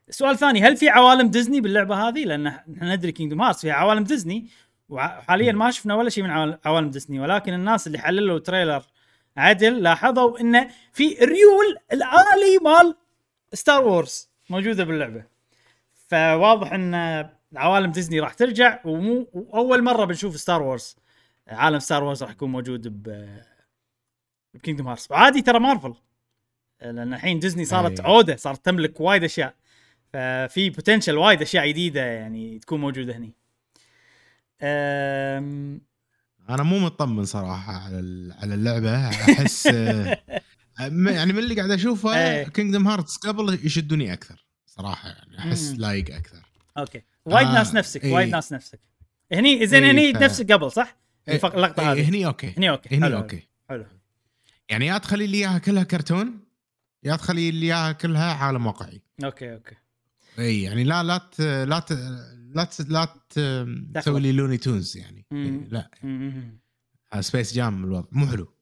السؤال الثاني، هل في عوالم ديزني باللعبه هذه؟ لان احنا ندري كينجدوم هارتس فيها عوالم ديزني، وحاليا ما شفنا ولا شيء من عوالم ديزني، ولكن الناس اللي حللوا تريلر عدل لاحظوا انه في ريول الآلي مال ستار وورز موجوده باللعبه. فواضح ان عوالم ديزني راح ترجع، ومو اول مره بنشوف ستار وورز، عالم ستار وورز راح يكون موجود ب بكينجدوم هارتس. عادي ترى مارفل، لان الحين ديزني صارت أي. عوده، صارت تملك وايد اشياء، ففي بوتنشل وايد اشياء جديده يعني تكون موجوده هني. أم... انا مو مطمن صراحه على على اللعبه، احس يعني من اللي قاعد اشوفه كينجدوم هارتس قبل يشدوني اكثر صراحه، يعني احس لايق اكثر. اوكي وايد آه ناس نفسك إيه. وايد ناس نفسك هني زين. إيه هني ف... نفسك قبل صح إيه اللقطه إيه هذه هني اوكي هني اوكي هني حلو. اوكي حلو. يعني يا تخلي لي اياها كلها كرتون، يا تخلي لي اياها كلها عالم واقعي. اوكي اوكي اي يعني لا لا ت... لا ت... لا ت... لا ت... تسوي لي لوني تونز يعني. إيه لا سبيس جام الوضع مو حلو.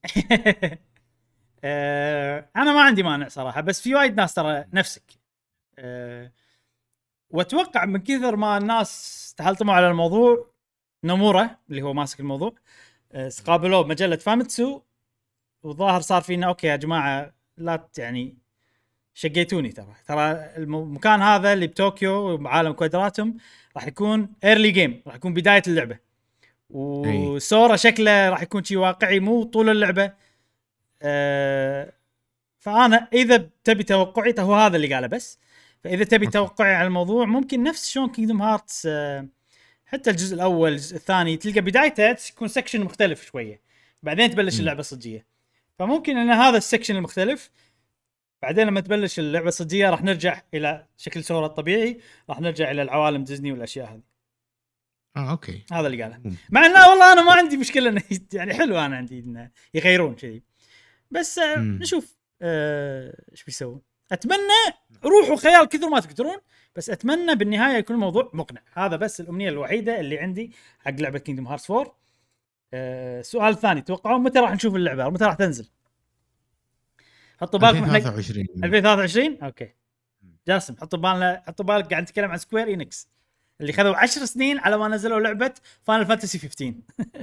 أه انا ما عندي مانع صراحه، بس في وايد ناس ترى نفسك أه واتوقع من كثر ما الناس تحلطموا على الموضوع، نومورا اللي هو ماسك الموضوع أه قابلوه بمجله فاميتسو، وظاهر صار فينا اوكي يا جماعه لا يعني شقيتوني، ترى ترى المكان هذا اللي بطوكيو بعالم كوادراتوم راح يكون ايرلي جيم، راح يكون بدايه اللعبه، وسورا شكله راح يكون شيء واقعي مو طول اللعبه. أه فانا اذا تبي توقعي هو هذا اللي قاله، بس فاذا تبي أوكي. توقعي على الموضوع ممكن نفس شلون كينجدوم هارتس أه حتى الجزء الاول الجزء الثاني تلقى بدايته تكون سكشن مختلف شويه، بعدين تبلش اللعبه الصجيه، فممكن ان هذا السكشن المختلف بعدين لما تبلش اللعبه الصجيه راح نرجع الى شكل سورا الطبيعي، راح نرجع الى العوالم ديزني والاشياء هذه. اه اوكي هذا اللي قاله، مع انه والله انا ما عندي مشكله انه يعني حلو، انا عندي انه يغيرون كذي، بس آه نشوف آه ايش بيسوون. اتمنى روحوا خيال كثر ما تقدرون، بس اتمنى بالنهايه يكون الموضوع مقنع. هذا بس الامنيه الوحيده اللي عندي حق لعبه كينجدوم هارتس فور. آه السؤال الثاني، توقعون متى راح نشوف اللعبه؟ متى راح تنزل؟ حطوا بالكم احنا ألفين وثلاثة وعشرين ألفين وثلاثة وعشرين. اوكي جاسم حطوا بالنا، حطوا بالك قاعد نتكلم عن سكوير إينكس اللي خذوا عشر سنين على ما نزلوا لعبه فاينل فانتسي خمستاشر.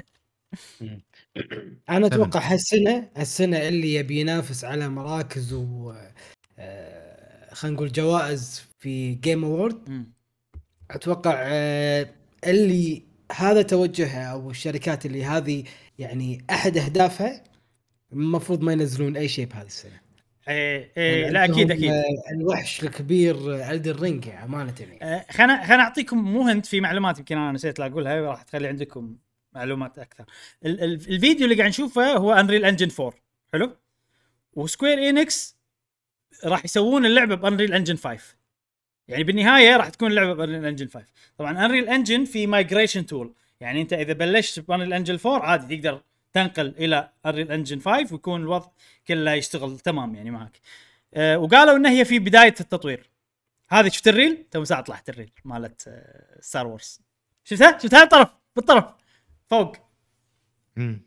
انا اتوقع هالسنه السنه اللي يبي ينافس على مراكز و آه... خلينا نقول جوائز في جيم اوورد، اتوقع آه... اللي هذا توجهها او الشركات اللي هذه يعني احد اهدافها المفروض ما ينزلون اي شيء بهذه السنه. ايه ايه لا اكيد اكيد الوحش الكبير الدر رينج امانه يعني. آه خلنا خلنا اعطيكم مو هنت في معلومات يمكن انا نسيت لا اقولها، راح تخلي عندكم معلومات اكثر. ال- ال- الفيديو اللي قاعد نشوفه هو انريل انجن فور حلو، وسكوير إينكس راح يسوون اللعبه بانريل انجن فايف، يعني بالنهايه راح تكون اللعبه بانريل انجن فايف. طبعا انريل انجن في مايجريشن تول، يعني انت اذا بلشت بانريل انجن فور عادي تقدر تنقل الى انريل انجن فايف ويكون الوضع كله يشتغل تمام يعني معك. أه وقالوا ان هي في بدايه التطوير. هذه شفت الريل تو ساعه طلعت الريل مالت أه ستار وورز، شفتها شفتها بالطرف بالطرف فوق. امم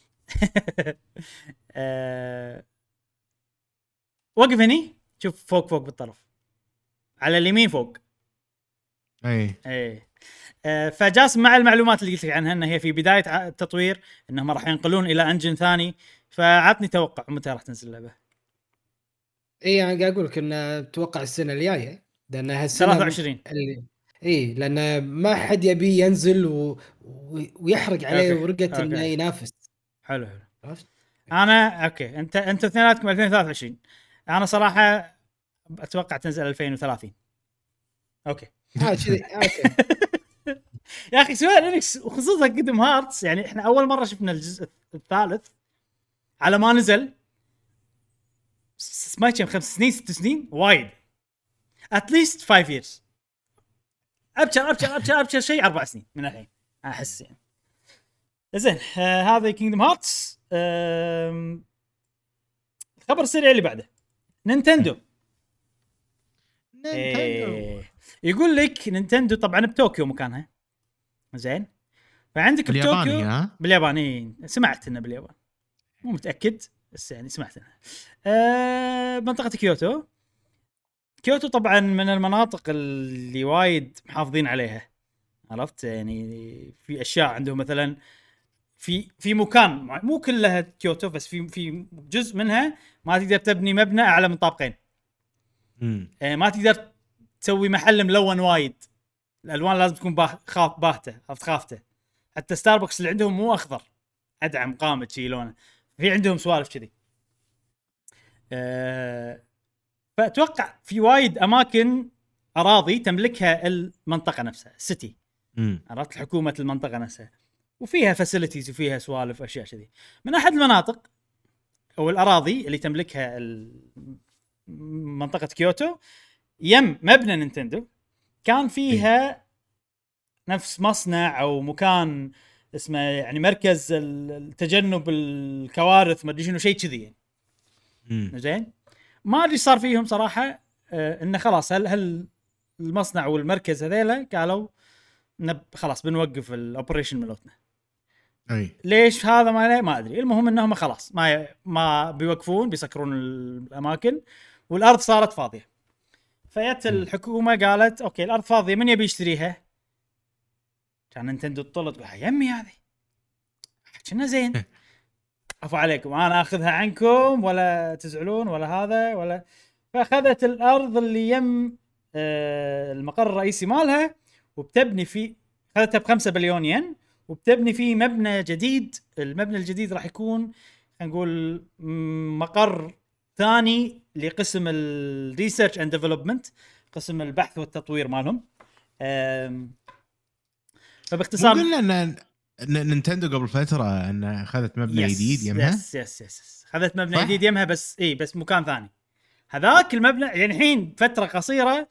أه وقف هني شوف فوق فوق بالطرف على اليمين فوق. اي ايه أه فجاسم مع المعلومات اللي قلت لك عنها ان هي في بدايه التطوير، انهم راح ينقلون الى انجن ثاني، فعطني توقع متى راح تنزل اللعبه. اي انا قاعد اقول لك ان اتوقع السنه الجايه، لان هالسنه ثلاثة وعشرين اللي اي لان ما حد يبي ينزل و... و... ويحرق عليه ورقه انه ينافس. حلو حلو عرفت. انا اوكي انت انتوا اثنيناتكم ألفين وثلاثة وعشرين، انا صراحه اتوقع تنزل ألفين وثلاثين. اوكي اه كذي اوكي. يا اخي سؤال إنكس وخصوصا كينجدوم هارتس، يعني احنا اول مره شفنا الجزء الثالث على ما نزل ما كم خمس سنين ست سنين وايد اتليست فايف ييرز. ابشر ابشر ابشر ابشر شيء اربع سنين من الحين احس يعني. زين آه هذا كينجدوم هارتس. آه الخبر السريع اللي بعده نينتندو. نينتندو يقول لك نينتندو طبعا بطوكيو مكانها زين، فعندك بطوكيو بالياباني، سمعت انه باليابان مو متاكد بس يعني سمعت انه آه منطقه كيوتو كيوتو طبعا من المناطق اللي وايد محافظين عليها، عرفت يعني في اشياء عندهم مثلا في في مكان مو كلها كيوتو بس في في جزء منها ما تقدر تبني مبنى اعلى من طابقين. امم يعني ما تقدر تسوي محل ملون وايد، الالوان لازم تكون باه خاف باهته عرفت خافته. حتى ستاربكس اللي عندهم مو اخضر ادعم قامه شي لونه، في عندهم سوالف كذي. أه فاتوقع في وايد اماكن اراضي تملكها المنطقه نفسها السيتي، امم عرفت حكومه المنطقه نفسها، وفيها فاسيلتيز وفيها سوالف اشياء كذي. من احد المناطق او الاراضي اللي تملكها منطقه كيوتو يم مبنى نينتندو كان فيها نفس مصنع او مكان اسمه يعني مركز التجنب الكوارث ما ادري شنو شيء كذي يعني. امم زين ما ادري صار فيهم صراحه. آه انه خلاص هل هل المصنع والمركز هذيلا قالوا نب خلاص بنوقف الاوبريشن مالتنا. اي ليش هذا ما ما ادري. المهم انهم خلاص ما ي... ما بيوقفون بيسكرون الاماكن والارض صارت فاضيه. فيت الحكومه قالت اوكي الارض فاضيه من يبي يشتريها؟ كان نينتندو تطلط تقول يمي هذه كنا زين عفوا عليكم انا اخذها عنكم ولا تزعلون ولا هذا ولا. فاخذت الارض اللي يم آه المقر الرئيسي مالها وبتبني فيه، اخذتها بخمسة بليون ين وبتبني فيه مبنى جديد. المبنى الجديد راح يكون خلينا نقول مقر ثاني لقسم الريسيرش اند ديفلوبمنت، قسم البحث والتطوير مالهم. فباختصار قلنا ان نينتندو قبل فتره ان اخذت مبنى يس جديد يمها. يس يس يس اخذت مبنى صح؟ جديد يمها بس اي بس مكان ثاني. هذاك المبنى يعني الحين فتره قصيره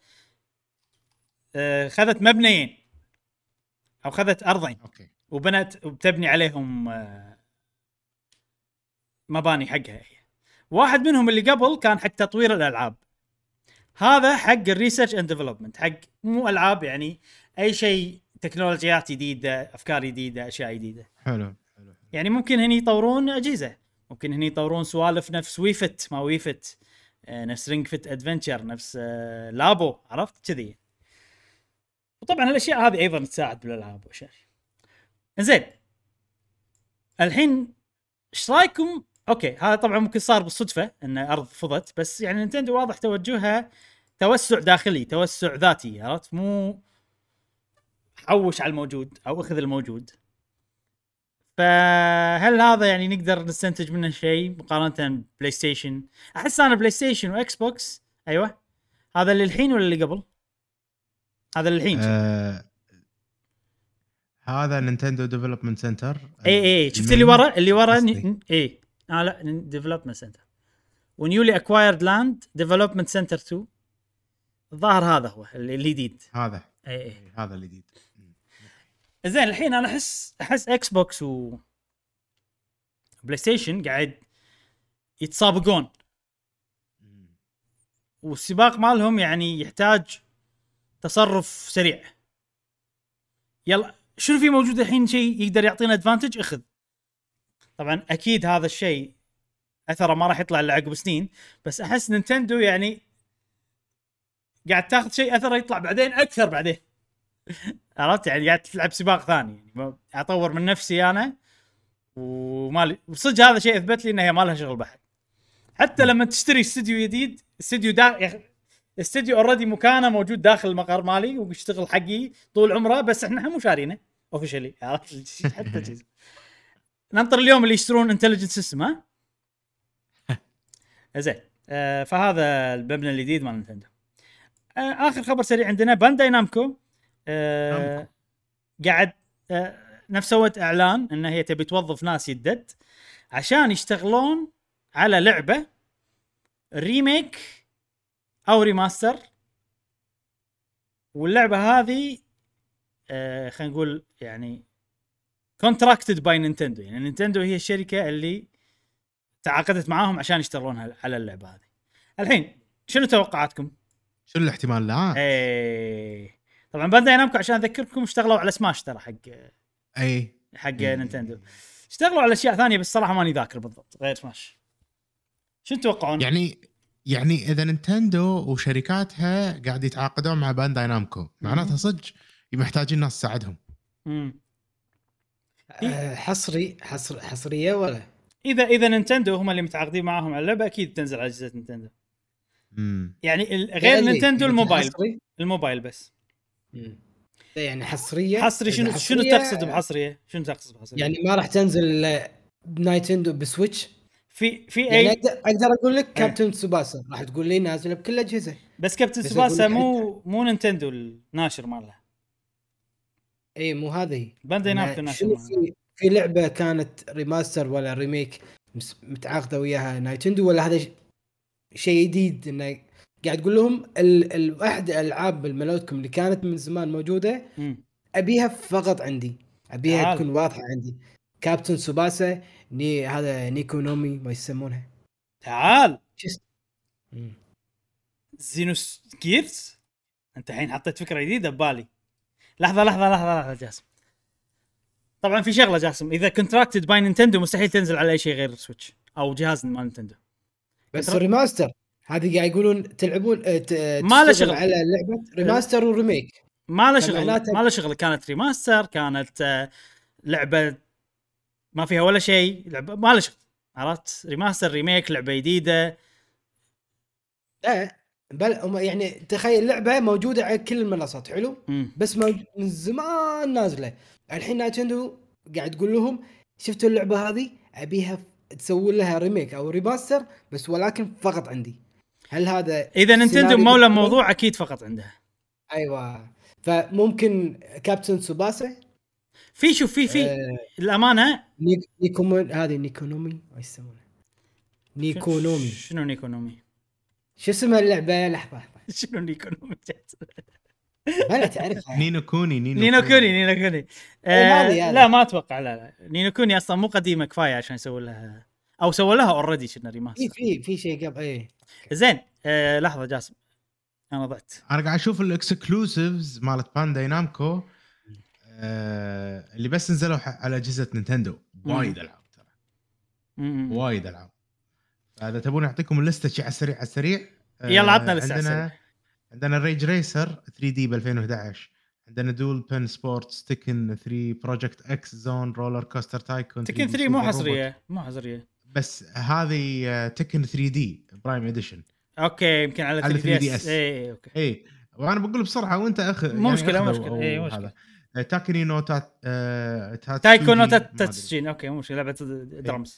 اخذت آه مبنيين او اخذت ارضين اوكي وبنت وبتبني عليهم آه مباني حقها هي. واحد منهم اللي قبل كان حق تطوير الالعاب، هذا حق الريسيرش اند ديفلوبمنت، حق مو العاب يعني اي شيء تكنولوجيات جديده افكار جديده اشياء جديده. حلو حلو يعني ممكن هني يطورون اجهزه، ممكن هني يطورون سوالف نفس ويفت ما ويفت آه نفس رينج فيت ادفنتشر نفس آه لابو عرفت كذي. وطبعا الاشياء هذه ايضا تساعد بالالعاب واشياء. زين الحين ايش رايكم؟ اوكي هذا طبعا ممكن صار بالصدفه ان ارض فضت، بس يعني نينتندو واضح توجهها توسع داخلي توسع ذاتي، عرفت مو حوش على الموجود او اخذ الموجود. فهل هذا يعني نقدر نستنتج منه شيء مقارنه بلاي ستيشن؟ احس انا بلاي ستيشن واكس بوكس ايوه هذا اللي الحين ولا اللي قبل؟ هذا اللي الحين آه هذا نينتندو ديفلوبمنت سنتر. اي اي شفت اللي ورا اللي ورا ن... اي اه لا ديفلوبمنت سنتر ونيولي اكوايرد لاند ديفلوبمنت سنتر تو. الظاهر هذا هو اللي الجديد هذا اي اي هذا الجديد. زين الحين انا احس احس اكس بوكس و بلاي ستيشن قاعد يتسابقون والسباق مالهم يعني يحتاج تصرف سريع. يلا شنو في موجود الحين شيء يقدر يعطينا ادفانتج اخذ. طبعا اكيد هذا الشيء اثره ما راح يطلع الا عقب سنين، بس احس نينتندو يعني قاعد تاخذ شيء اثره يطلع بعدين اكثر بعدين عرفت يعني قاعد تلعب سباق ثاني يعني اطور من نفسي انا ومالي. وصدق هذا شيء اثبت لي انها ما لها شغل بحد. حتى لما تشتري استوديو جديد استوديو دا استوديو اوريدي مكانه موجود داخل المقر مالي ويشتغل حقي طول عمره، بس احنا مو شارينه اوفيشلي عرفت حتى شيء. ننطر اليوم اللي يشترون انتليجنت سيستم. ها زين آه فهذا المبنى الجديد مال نينتندو. آه اخر خبر سريع عندنا بانداي نامكو آه قاعد آه نفس سوت اعلان ان هي تبي توظف ناس يدد عشان يشتغلون على لعبه ريميك او ريماستر. واللعبه هذه آه خلينا نقول يعني كونتراكتد باي نينتندو، يعني نينتندو هي الشركه اللي تعاقدت معاهم عشان يشتغلون على اللعبه هذه. الحين شنو توقعاتكم؟ شنو الاحتمال؟ لا ايه طبعا بانداي نامكو عشان اذكركم اشتغلوا على سماش ترى حق اي حق نينتندو. اشتغلوا على اشياء ثانيه بس صراحه ماني ذاكر بالضبط غير سماش. شنو تتوقعون؟ يعني يعني اذا نينتندو وشركاتها قاعد يتعاقدون مع بانداي نامكو معناتها صدق محتاجين ناس تساعدهم. امم آه، حصري حصر حصريه ولا اذا اذا نينتندو هم اللي متعاقدين معاهم على اللعبه اكيد تنزل على اجهزه نينتندو. امم يعني ال- غير يعني نينتندو الموبايل حصري؟ الموبايل بس مم. يعني حصريه حصري. شنو إذا شنو حصرية، تقصد بحصريه؟ شنو تقصد بحصريه؟ يعني ما راح تنزل آه، نايتندو بسويتش. في في يعني اي اقدر اقدر اقول لك كابتن سوباسا راح تقول لي نازل بكل الاجهزه. بس كابتن بس سوباسا أقول لك مو مو نينتندو الناشر مالها، اي مو هذه بانداي نامكو إن الناشر شنو مالها. في في لعبه كانت ريماستر ولا ريميك مس- متعاقده وياها نايتندو، ولا هذا ش- شيء جديد انه قاعد تقول لهم ال- ال- واحد الالعاب الملوتكم اللي كانت من زمان موجوده امم ابيها فقط عندي، ابيها تعال. تكون واضحه عندي. كابتن سوباسا ني هذا نيكونومي ما يسمونها تعال شو اسمه؟ مم. زينوس جيرز. انت الحين حطيت فكره جديده ببالي. لحظه لحظه لحظه لحظه جاسم. طبعا في شغله جاسم، اذا كونتراكتد باي نينتندو مستحيل تنزل على اي شيء غير سويتش او جهاز مال نينتندو. بس كونترا- الريماستر هذه قاعد يقولون تلعبون آه، ت- آه، ما له تشتغل شغل. على لعبه ريماستر وريميك. ما له شغل فمعناته- ما له شغل. كانت ريماستر، كانت آه، لعبه ما فيها ولا شيء، لعبه ما له شغل. عرفت؟ ريماستر ريميك لعبه جديده. لا بل هم يعني تخيل لعبه موجوده على كل المنصات حلو، مم. بس موجود من زمان نازله. الحين نايتندو قاعد تقول لهم شفتوا اللعبه هذه ابيها تسوون لها ريميك او ريماستر بس ولكن فقط عندي. هل هذا اذا نينتندو سيناريو مولى بالفعل؟ الموضوع اكيد فقط عندها. ايوه فممكن كابتن سوباسا في شوف في في آه الامانه نيك نيكومون هذه نيكونومي ما يسمونها نيكونومي. شنو نيكونومي؟ شو اسمها اللعبه؟ لحظه شنو نيكونومي؟ ما تعرفها. نينو كوني نينو, نينو كوني نينو كوني إيه، آه هذه- هذه. لا ما اتوقع. لا لا نينو كوني اصلا مو قديمه كفايه عشان يسوي لها، او سووا لها اوريدي شنو في ريماستر. في في شيء قبل ايه زين آه لحظه جاسم انا ضعت. انا قاعد اشوف الاكسكلوسيفز مالت بانداي نامكو آه اللي بس نزلوا ح- على اجهزه نينتندو وايد العاب ترى م- م. وايد العاب. هذا تبون اعطيكم اللسته شي على السريع على السريع. آه، يلا عطنا لسه على عندنا السريع. عندنا ريج ريسر ثري دي ب ألفين وأحد عشر، عندنا دول بن سبورتس تكن ثري بروجكت اكس زون رولر كوستر تايكون تكن ثري مو حصريه مو حصريه. بس هذه آه، تكن ثري دي برايم اديشن اوكي يمكن على على ثري دي ثري دي اس. اس. اي اوكي اي وانا بقول بسرعه وانت اخ مو مشكلة، مو أخذ مشكلة، أو- إيه، أو مو مشكلة. هذا تاكني نو تات آه، تاتسوجي، تايكو نو ما أدري. تاتسجين. اوكي مو مشكله، لعبه درمز.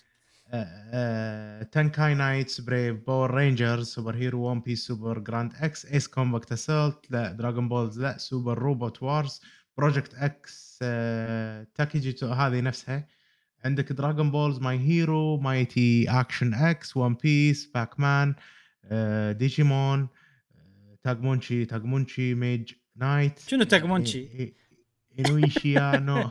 آه، تانكاي نايتس بريف باور رينجرز سوبر هيرو ون بيس سوبر جراند اكس ايس كومباكت اسولت لا دراغون بولز لا سوبر روبوت وارز بروجكت اكس آه، تاكيجي هذه نفسها. عندك دراغون بولز ماي هيرو مايتي اكشن اكس ون بيس باك مان آه، ديجيمون آه، تاغمونشي تاغمونشي ميج نايت شنو تاغمونشي؟ انويشيانو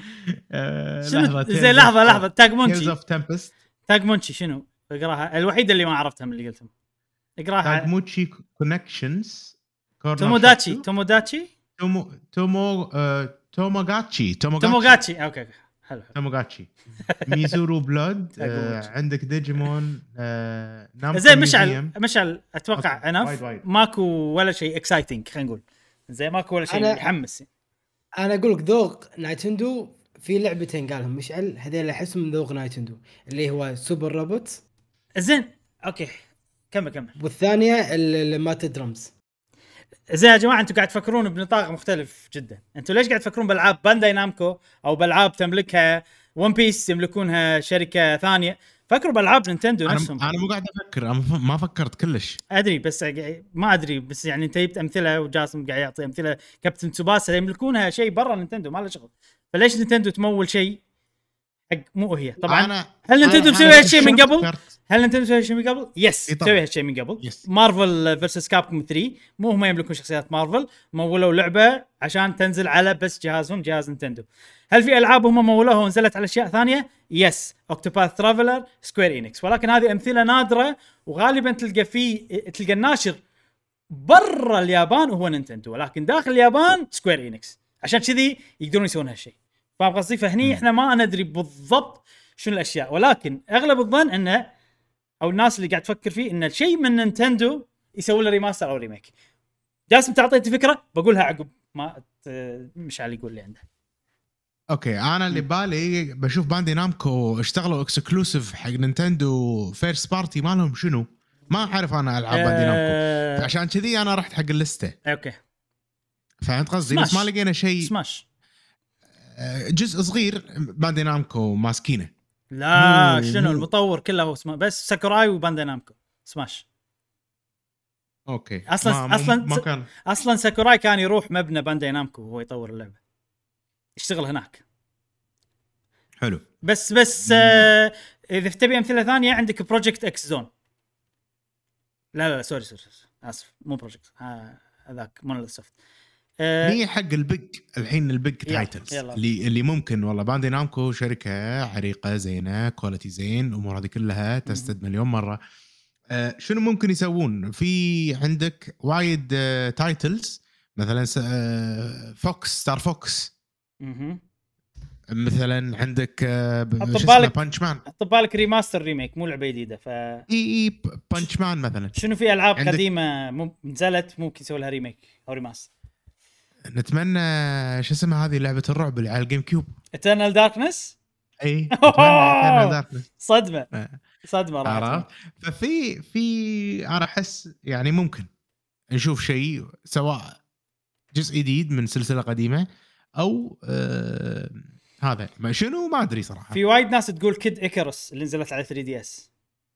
شنو زين لحظه لحظه تيلز تاغمونشي اوف تمبست تاغمونشي شنو؟ اقراها الوحيده اللي ما عرفتها من اللي قلتهم. اقراها. تاغموتشي كونكشنز توموداتشي توموداتشي تومو تومو آه، توموغاتشي توموغاتشي اوكي اوكي حلو. توموغاتشي ميزورو بلود تاغموتشي. عندك ديجيمون آه، نامكو زين مشعل ميوزيوم. مشعل اتوقع أوكي، انف وايد وايد. ماكو ولا شيء اكسايتنج خلينا نقول. زين ماكو ولا شيء أنا- يحمس. انا اقول لك ذوق نايتندو في لعبتين قالهم مشعل هذول احس من ذوق نايتندو اللي هو سوبر روبوت زين اوكي كمل كمل. والثانيه اللي مات درمز. زين يا جماعه انتم قاعد تفكرون بنطاق مختلف جدا. انتم ليش قاعد تفكرون بالعاب بانداي نامكو او بالعاب تملكها ون بيس يملكونها شركه ثانيه؟ فكروا بالعاب نينتندو انا نفسهم. انا مو قاعد افكر انا ف- ما فكرت كلش. ادري بس ما ادري بس يعني انت جبت امثله وجاسم قاعد يعطي امثله. كابتن تسوباسا يملكونها شيء برا نينتندو ما له شغل. فليش نينتندو تمول شيء حق مو هي طبعا. أنا هل نينتندو أنا- مسوي أنا هالشيء من قبل؟ فكرت. هل نينتندو مسوي هالشيء من قبل؟ يس إي طبعاً. مسوي هالشيء من قبل. يس. مارفل فيرسس كابكوم ثري مو هم يملكون شخصيات مارفل، مولوا لعبه عشان تنزل على بس جهازهم جهاز نينتندو. هل في العاب هم مولوها ونزلت على اشياء ثانيه؟ يس اوكتوباث ترافلر سكوير انكس، ولكن هذه امثله نادره وغالبا تلقى في تلقى الناشر برا اليابان وهو نينتندو، ولكن داخل اليابان سكوير انكس، عشان كذي يقدرون يسوون هالشيء. فاهم قصدي؟ فهني احنا ما ندري بالضبط شنو الاشياء، ولكن اغلب الظن انه او الناس اللي قاعد تفكر فيه ان شيء من نينتندو يسوي له ريماستر او ريميك. جاسم تعطيتي فكره بقولها عقب ما مش علي يقول لي عنده. اوكي انا اللي بالي بشوف باندي نامكو اشتغلوا اكسكلوسيف حق نينتندو فيرست بارتي مالهم شنو ما اعرف انا العاب باندي نامكو أه... فعشان كذي انا رحت حق اللسته. اوكي فهمت قصدي بس ما لقينا شيء. سماش جزء صغير باندي نامكو ماسكينه. لا مو شنو مو. المطور كله هو سما... بس ساكوراي وباندي نامكو سماش. اوكي اصلا ما اصلا ما كان اصلا ساكوراي كان يروح مبنى باندي نامكو وهو يطور اللعبه يشتغل هناك. حلو بس بس آه اذا تبي امثله ثانيه عندك بروجكت اكس زون. لا لا, لا سوري سوري اسف مو بروجكت هذاك مونوليث سوفت. آه هي حق البيج الحين البيج تايتلز يلا. اللي اللي ممكن والله باندي نامكو شركه عريقه زينه كواليتي زين الامور هذه كلها تستد مليون مره. آه شنو ممكن يسوون في عندك وايد آه تايتلز مثلا آه فوكس ستار فوكس اها مثلا عندك آه بانش مان. حط بالك ريماستر ريميك مو لعبه جديده ف اي اي بانش مان مثلا. شنو في العاب قديمه نزلت ممكن يسوي لها ريميك او ريماستر. نتمنى شو اسمها هذه لعبه الرعب اللي على الجيم كيوب Eternal Darkness. اي Eternal Darkness صدمه صدمه راحت. ففي في انا احس يعني ممكن نشوف شيء سواء جزء جديد من سلسله قديمه او آه هذا ما شنو ما ادري صراحه. في وايد ناس تقول كيد إيكاروس اللي نزلت على ثري دي إس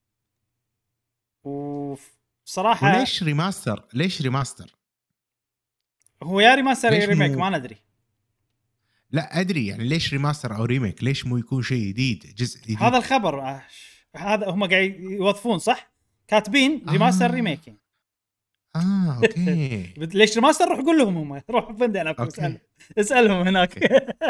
وصراحه وليش ريماستر ليش ريماستر هو يا ريماستر يا ريميك ما ندري. لا ادري يعني ليش ريماستر او ريميك ليش مو يكون شيء جديد جزء جديد. هذا الخبر آه. هذا هم قاعد يوظفون صح كاتبين ريماستر آه. ريميك اه اوكي ليش ريماستر روح قول لهم هم روح بندي انا اسال اسالهم هناك.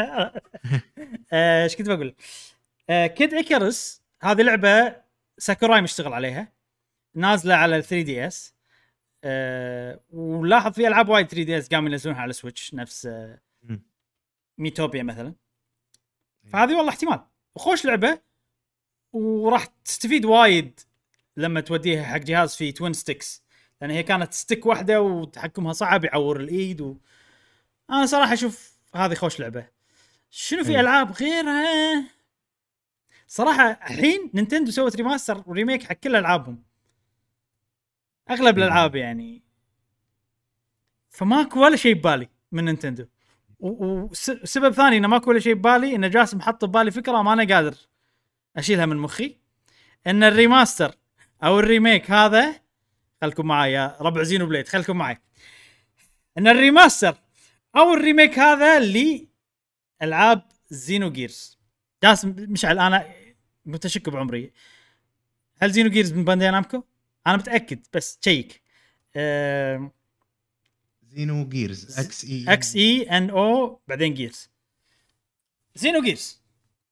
ايش كنت بقول آه كيد إيكاروس هذه لعبه ساكوراي مشتغل عليها نازله على ثري دي إس أه ولاحظ في العاب وايد ثري دي إس قاموا ينزلونها على سويتش نفس أه ميتوبيا مثلا. فهذه والله احتمال وخوش لعبه وراح تستفيد وايد لما توديها حق جهاز فيه توين ستيكس لان هي كانت ستيك واحده وتحكمها صعب يعور الايد و... انا صراحه اشوف هذه خوش لعبه. شنو في العاب غيرها صراحه الحين نينتندو سوت ريماستر وريميك حق كل العابهم اغلب الالعاب يعني فماكو ولا شيء ببالي من نينتندو. وسبب ثاني انه ماكو ولا شيء ببالي انه جاسم حط ببالي فكره ما انا قادر اشيلها من مخي ان الريماستر او الريميك هذا خلكم معي يا ربع زينو بليد خلكم معي ان الريماستر او الريميك هذا اللي العاب زينو جيرز. جاسم مشعل انا متشك بعمري هل زينو جيرز من بانداي نامكو؟ انا متاكد بس تشيك. أه... زينو جيرز اكس اي اكس اي ان او بعدين جيرز. زينو جيرز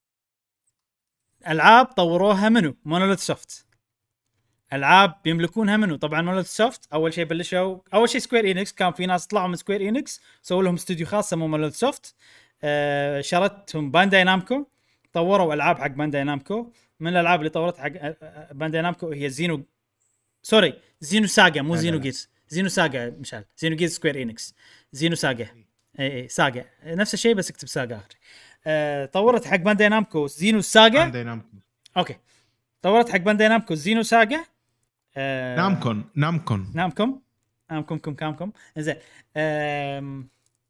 العاب طوروها منو مونوليث سوفت. العاب بيملكونها منو طبعا مونوليث سوفت. اول شيء بلشوا اول شيء سكوير إينكس كان في ناس طلعوا من سكوير إينكس سووا لهم استوديو خاص سموه مونوليث سوفت. أه... شرتهم بانداي نامكو طوروا العاب حق بانداي نامكو. من الالعاب اللي طورتها حق بانداي نامكو هي زينو سوري زينو ساغا مو زينو جيرز زينو ساغا مشال زينو جيرز سكوير إينكس زينو ساغا اي اي ساغا نفس الشيء بس اكتب ساغا اخر. أه طورت حق بانداي نامكو زينو ساغا بانداي نامكو اوكي طورت حق بانداي نامكو زينو ساغا أه نامكون نامكون نامكم نامكم كم كامكم زين أه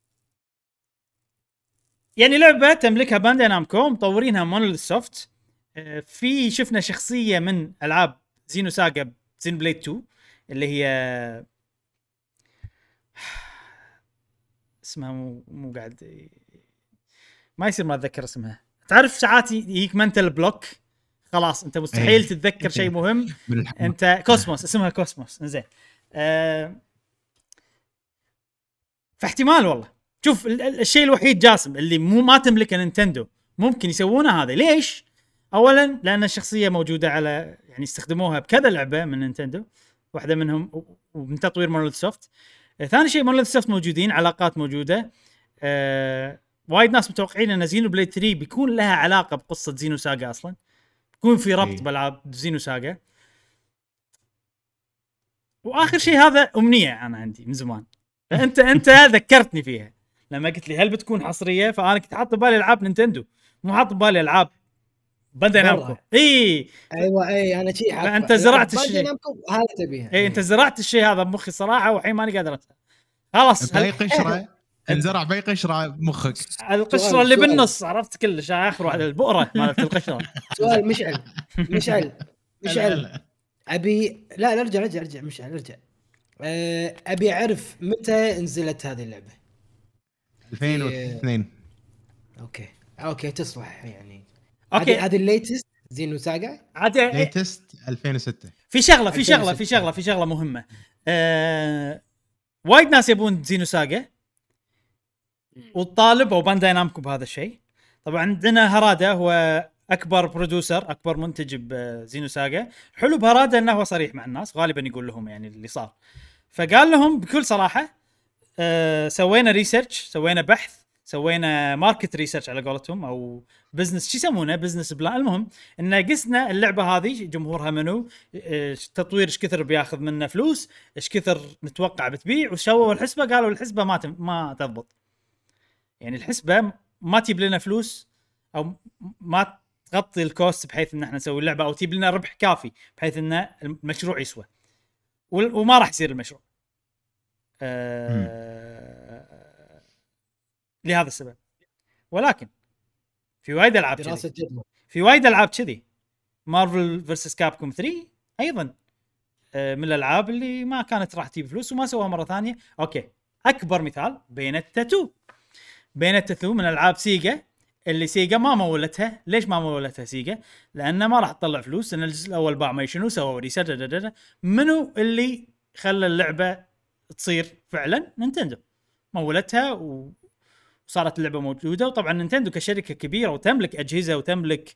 يعني لعبه تملكها بانداي نامكو مطورينها مونوليث سوفت. أه في شفنا شخصيه من العاب زينو ساغا زين بليد تو اللي هي اسمها مو مو قاعد ما يصير ما اتذكر اسمها. تعرف ساعات يجيك منتل بلوك خلاص انت مستحيل تتذكر شيء مهم. انت كوسموس اسمها كوسموس زين. أه... فاحتمال والله شوف الشيء الوحيد جاسم اللي مو ما تملكه نينتندو ممكن يسوونه هذا. ليش؟ اولا لان الشخصيه موجوده على يعني استخدموها بكذا لعبه من نينتندو واحده منهم ومن تطوير مونوليث سوفت. ثاني شيء مونوليث سوفت موجودين علاقات موجوده. أه... وايد ناس متوقعين ان زينو بليد ثري بيكون لها علاقه بقصه زينو ساغا اصلا بيكون في ربط بالعاب زينو ساغا. واخر شيء هذا امنيه انا عندي من زمان، فانت انت ذكرتني فيها لما قلت لي هل بتكون حصريه، فانا كنت حاط ببالي العاب نينتندو، مو حاط ببالي العاب بانداي نامكو. اي ايوه اي انا شيء حاط. فانت زرعت الشيء هذا تبيها. اي انت زرعت الشيء هذا بمخي صراحه، والحين ماني قادر انسى. خلاص باي قشره انزرع باي قشره بمخك. القشره اللي بالنص عرفت كلش، اخر واحده البؤره مالت القشره. سؤال مشعل مشعل مشعل ابي لا لا ارجع ارجع ارجع مشعل ارجع. ابي اعرف متى نزلت هذه اللعبه. ألفين واثنين. اوكي اوكي تصلح يعني. اوكي هذه الليتست زينو ساغا. عادي ليتست ألفين وستة. في شغله في شغله في شغله في شغله مهمه. أه... وايد ناس يبون زينو ساغا وطالبوا بانداي نامكو بهذا الشيء. طبعا عندنا هرادا هو اكبر برودوسر اكبر منتج بزينو ساغا. حلو بهرادا انه هو صريح مع الناس، غالبا يقول لهم يعني اللي صار. فقال لهم بكل صراحه أه سوينا ريسيرش، سوينا بحث، سوينا ماركت ريسيرش على قولتهم، او بزنس شو يسمونه بزنس بلان. المهم ان قسنا اللعبه هذه جمهورها منو، تطوير ايش كثر بياخذ منه فلوس، ايش كثر نتوقع بتبيع، وسووا الحسبه قالوا الحسبه ما تم ما تضبط. يعني الحسبه ما تجيب لنا فلوس او ما تغطي الكوست بحيث ان احنا نسوي اللعبه، او تجيب لنا ربح كافي بحيث ان المشروع يسوى، وما راح يصير المشروع. أه... لهذا السبب. ولكن في وايد العاب كذي، في وايد العاب كذي. مارفل فيرسس كابكوم ثري ايضا أه من الالعاب اللي ما كانت راح تجيب فلوس وما سووها مره ثانيه. اوكي اكبر مثال بينتا تو. بينتا تو من العاب سيجا اللي سيجا ما مولتها. ليش ما مولتها سيجا؟ لانه ما راح تطلع فلوس، لان الجزء الاول باع ما شنو سووا ريسيرش. منو اللي خلى اللعبه تصير فعلا؟ نينتندو مولتها وصارت اللعبه موجوده. وطبعا نينتندو كشركه كبيره وتملك اجهزه وتملك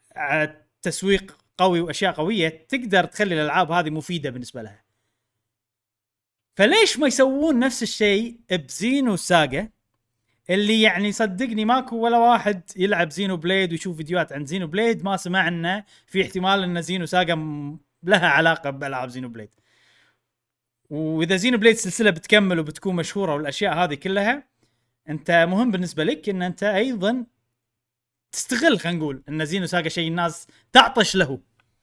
تسويق قوي واشياء قويه تقدر تخلي الالعاب هذه مفيده بالنسبه لها. فليش ما يسوون نفس الشيء بزينو ساغا اللي يعني صدقني ماكو ولا واحد يلعب زينو بليد ويشوف فيديوهات عن زينو بليد ما سمع انه في احتمال ان زينو ساغا لها علاقه بالعاب زينو بليد. واذا زينو بليد سلسله بتكمل وبتكون مشهوره والاشياء هذه كلها، انت مهم بالنسبه لك ان انت ايضا تستغل، خلينا نقول ان زينو ساغا شيء الناس تعطش له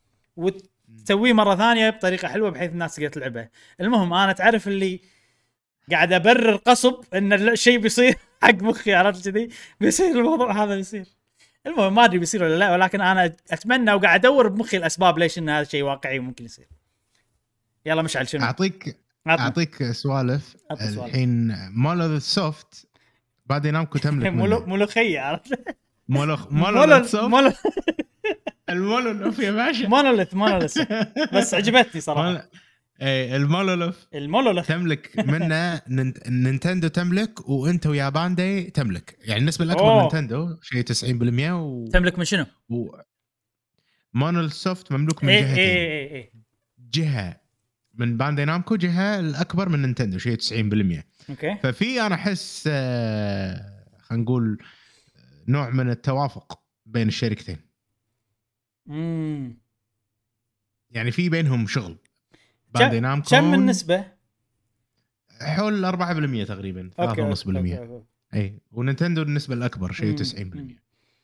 وتسويه مره ثانيه بطريقه حلوه بحيث الناس تقدر تلعبها. المهم انا تعرف اللي قاعد ابرر قصب ان الشيء بيصير حق مخي، عرفت كذي بيصير الموضوع هذا بيصير. المهم ما ادري بيصير ولا لا، ولكن انا اتمنى وقاعد ادور بمخي الاسباب ليش ان هذا الشيء واقعي وممكن يصير. يلا مشعل شنو اعطيك اعطيك سوالف الحين. مولو سوفت بعدين نامكو تملك مولو ملوخيه، عرفت مولوخ مولو سوفت المولولوف يا باشا مونوليث مونوليث بس عجبتني صراحه. ايه المولولوف المولولوف تملك منه نينتندو تملك، وانت ويا بانداي تملك. يعني النسبه الاكبر أوه. نينتندو شيء تسعين بالمية و... تملك من شنو؟ و... مونول سوفت مملوك من إيه جهتين. إيه إيه إيه. جهه من بانداي نامكو، جهه الاكبر من نينتندو شيء تسعين بالمية. اوكي. ففي انا احس آه... خلينا نقول نوع من التوافق بين الشركتين. امم يعني في بينهم شغل. بانداي نامكو كم من نسبه؟ حول أربعة بالمية تقريبا، ثلاثة ونص بالمية. اي ونينتندو النسبه الاكبر شيء تسعين بالمية.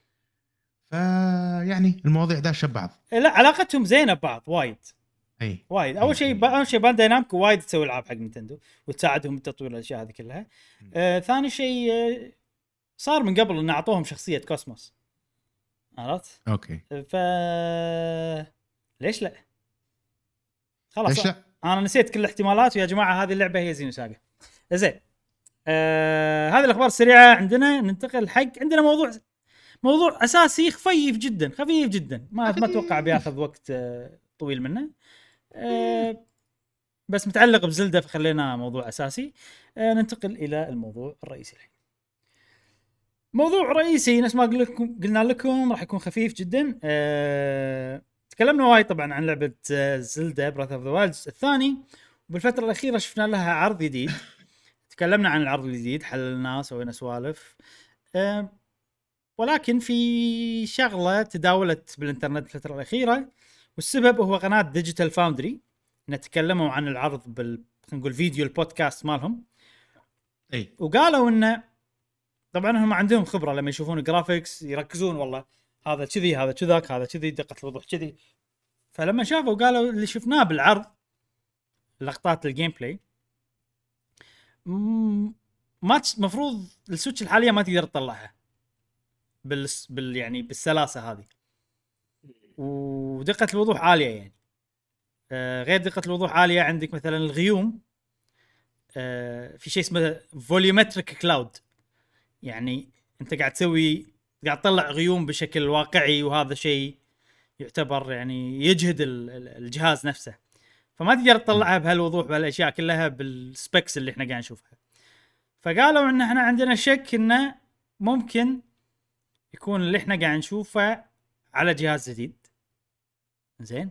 فيعني المواضيع داشه ببعض. لا علاقتهم زينه ببعض وايد. اي وايد. اول شيء اول شيء بانداي نامكو وايد تسوي العاب حق نينتندو وتساعدهم بتطوير الاشياء هذه كلها. آه، ثاني شيء آه، صار من قبل ان اعطوهم شخصيه كوسموس، عرفت؟ اوكي. ف ليش لا؟ خلاص ليش لا؟ انا نسيت كل الاحتمالات. ويا جماعه هذه اللعبه هي زينو ساغا. زين آه، هذه الاخبار السريعه عندنا. ننتقل حق عندنا موضوع موضوع اساسي خفيف جدا خفيف جدا ما ما اتوقع بياخذ وقت آه طويل منه، آه بس متعلق بزلدة فخلينا موضوع اساسي. آه ننتقل الى الموضوع الرئيسي الحين. موضوع رئيسي نفس ما لكم قلنا لكم راح يكون خفيف جدا. آه تكلمنا وايد طبعا عن لعبه زلدة براث اوف ذا وايلدز الثاني، وبالفتره الاخيره شفنا لها عرض جديد. تكلمنا عن العرض الجديد، حللناه، سوينا سوالف. أه ولكن في شغله تداولت بالانترنت الفتره الاخيره، والسبب هو قناه ديجيتال فاوندري نتكلموا عن العرض بال خلينا نقول فيديو البودكاست مالهم، اي وقالوا انه طبعا هم عندهم خبره لما يشوفون الجرافيكس يركزون والله هذا كذي هذا كذاك هذا كذي دقه الوضوح كذي. فلما شافوا قالوا اللي شفناه بالعرض لقطات الجيم بلاي ما مفروض السويتش الحاليه ما تقدر تطلعها بال... بال يعني بالسلاسه هذه، ودقه الوضوح عاليه يعني. آه غير دقه الوضوح عاليه عندك مثلا الغيوم، آه في شيء اسمه فوليومتريك كلاود، يعني انت قاعد تسوي قاعد تطلع غيوم بشكل واقعي، وهذا شيء يعتبر يعني يجهد الجهاز نفسه، فما تقدر تطلعها بهالوضوح بهالاشياء كلها بالسبيكس اللي احنا قاعد نشوفها. فقالوا ان احنا عندنا شك انه ممكن يكون اللي احنا قاعد نشوفه على جهاز جديد. زين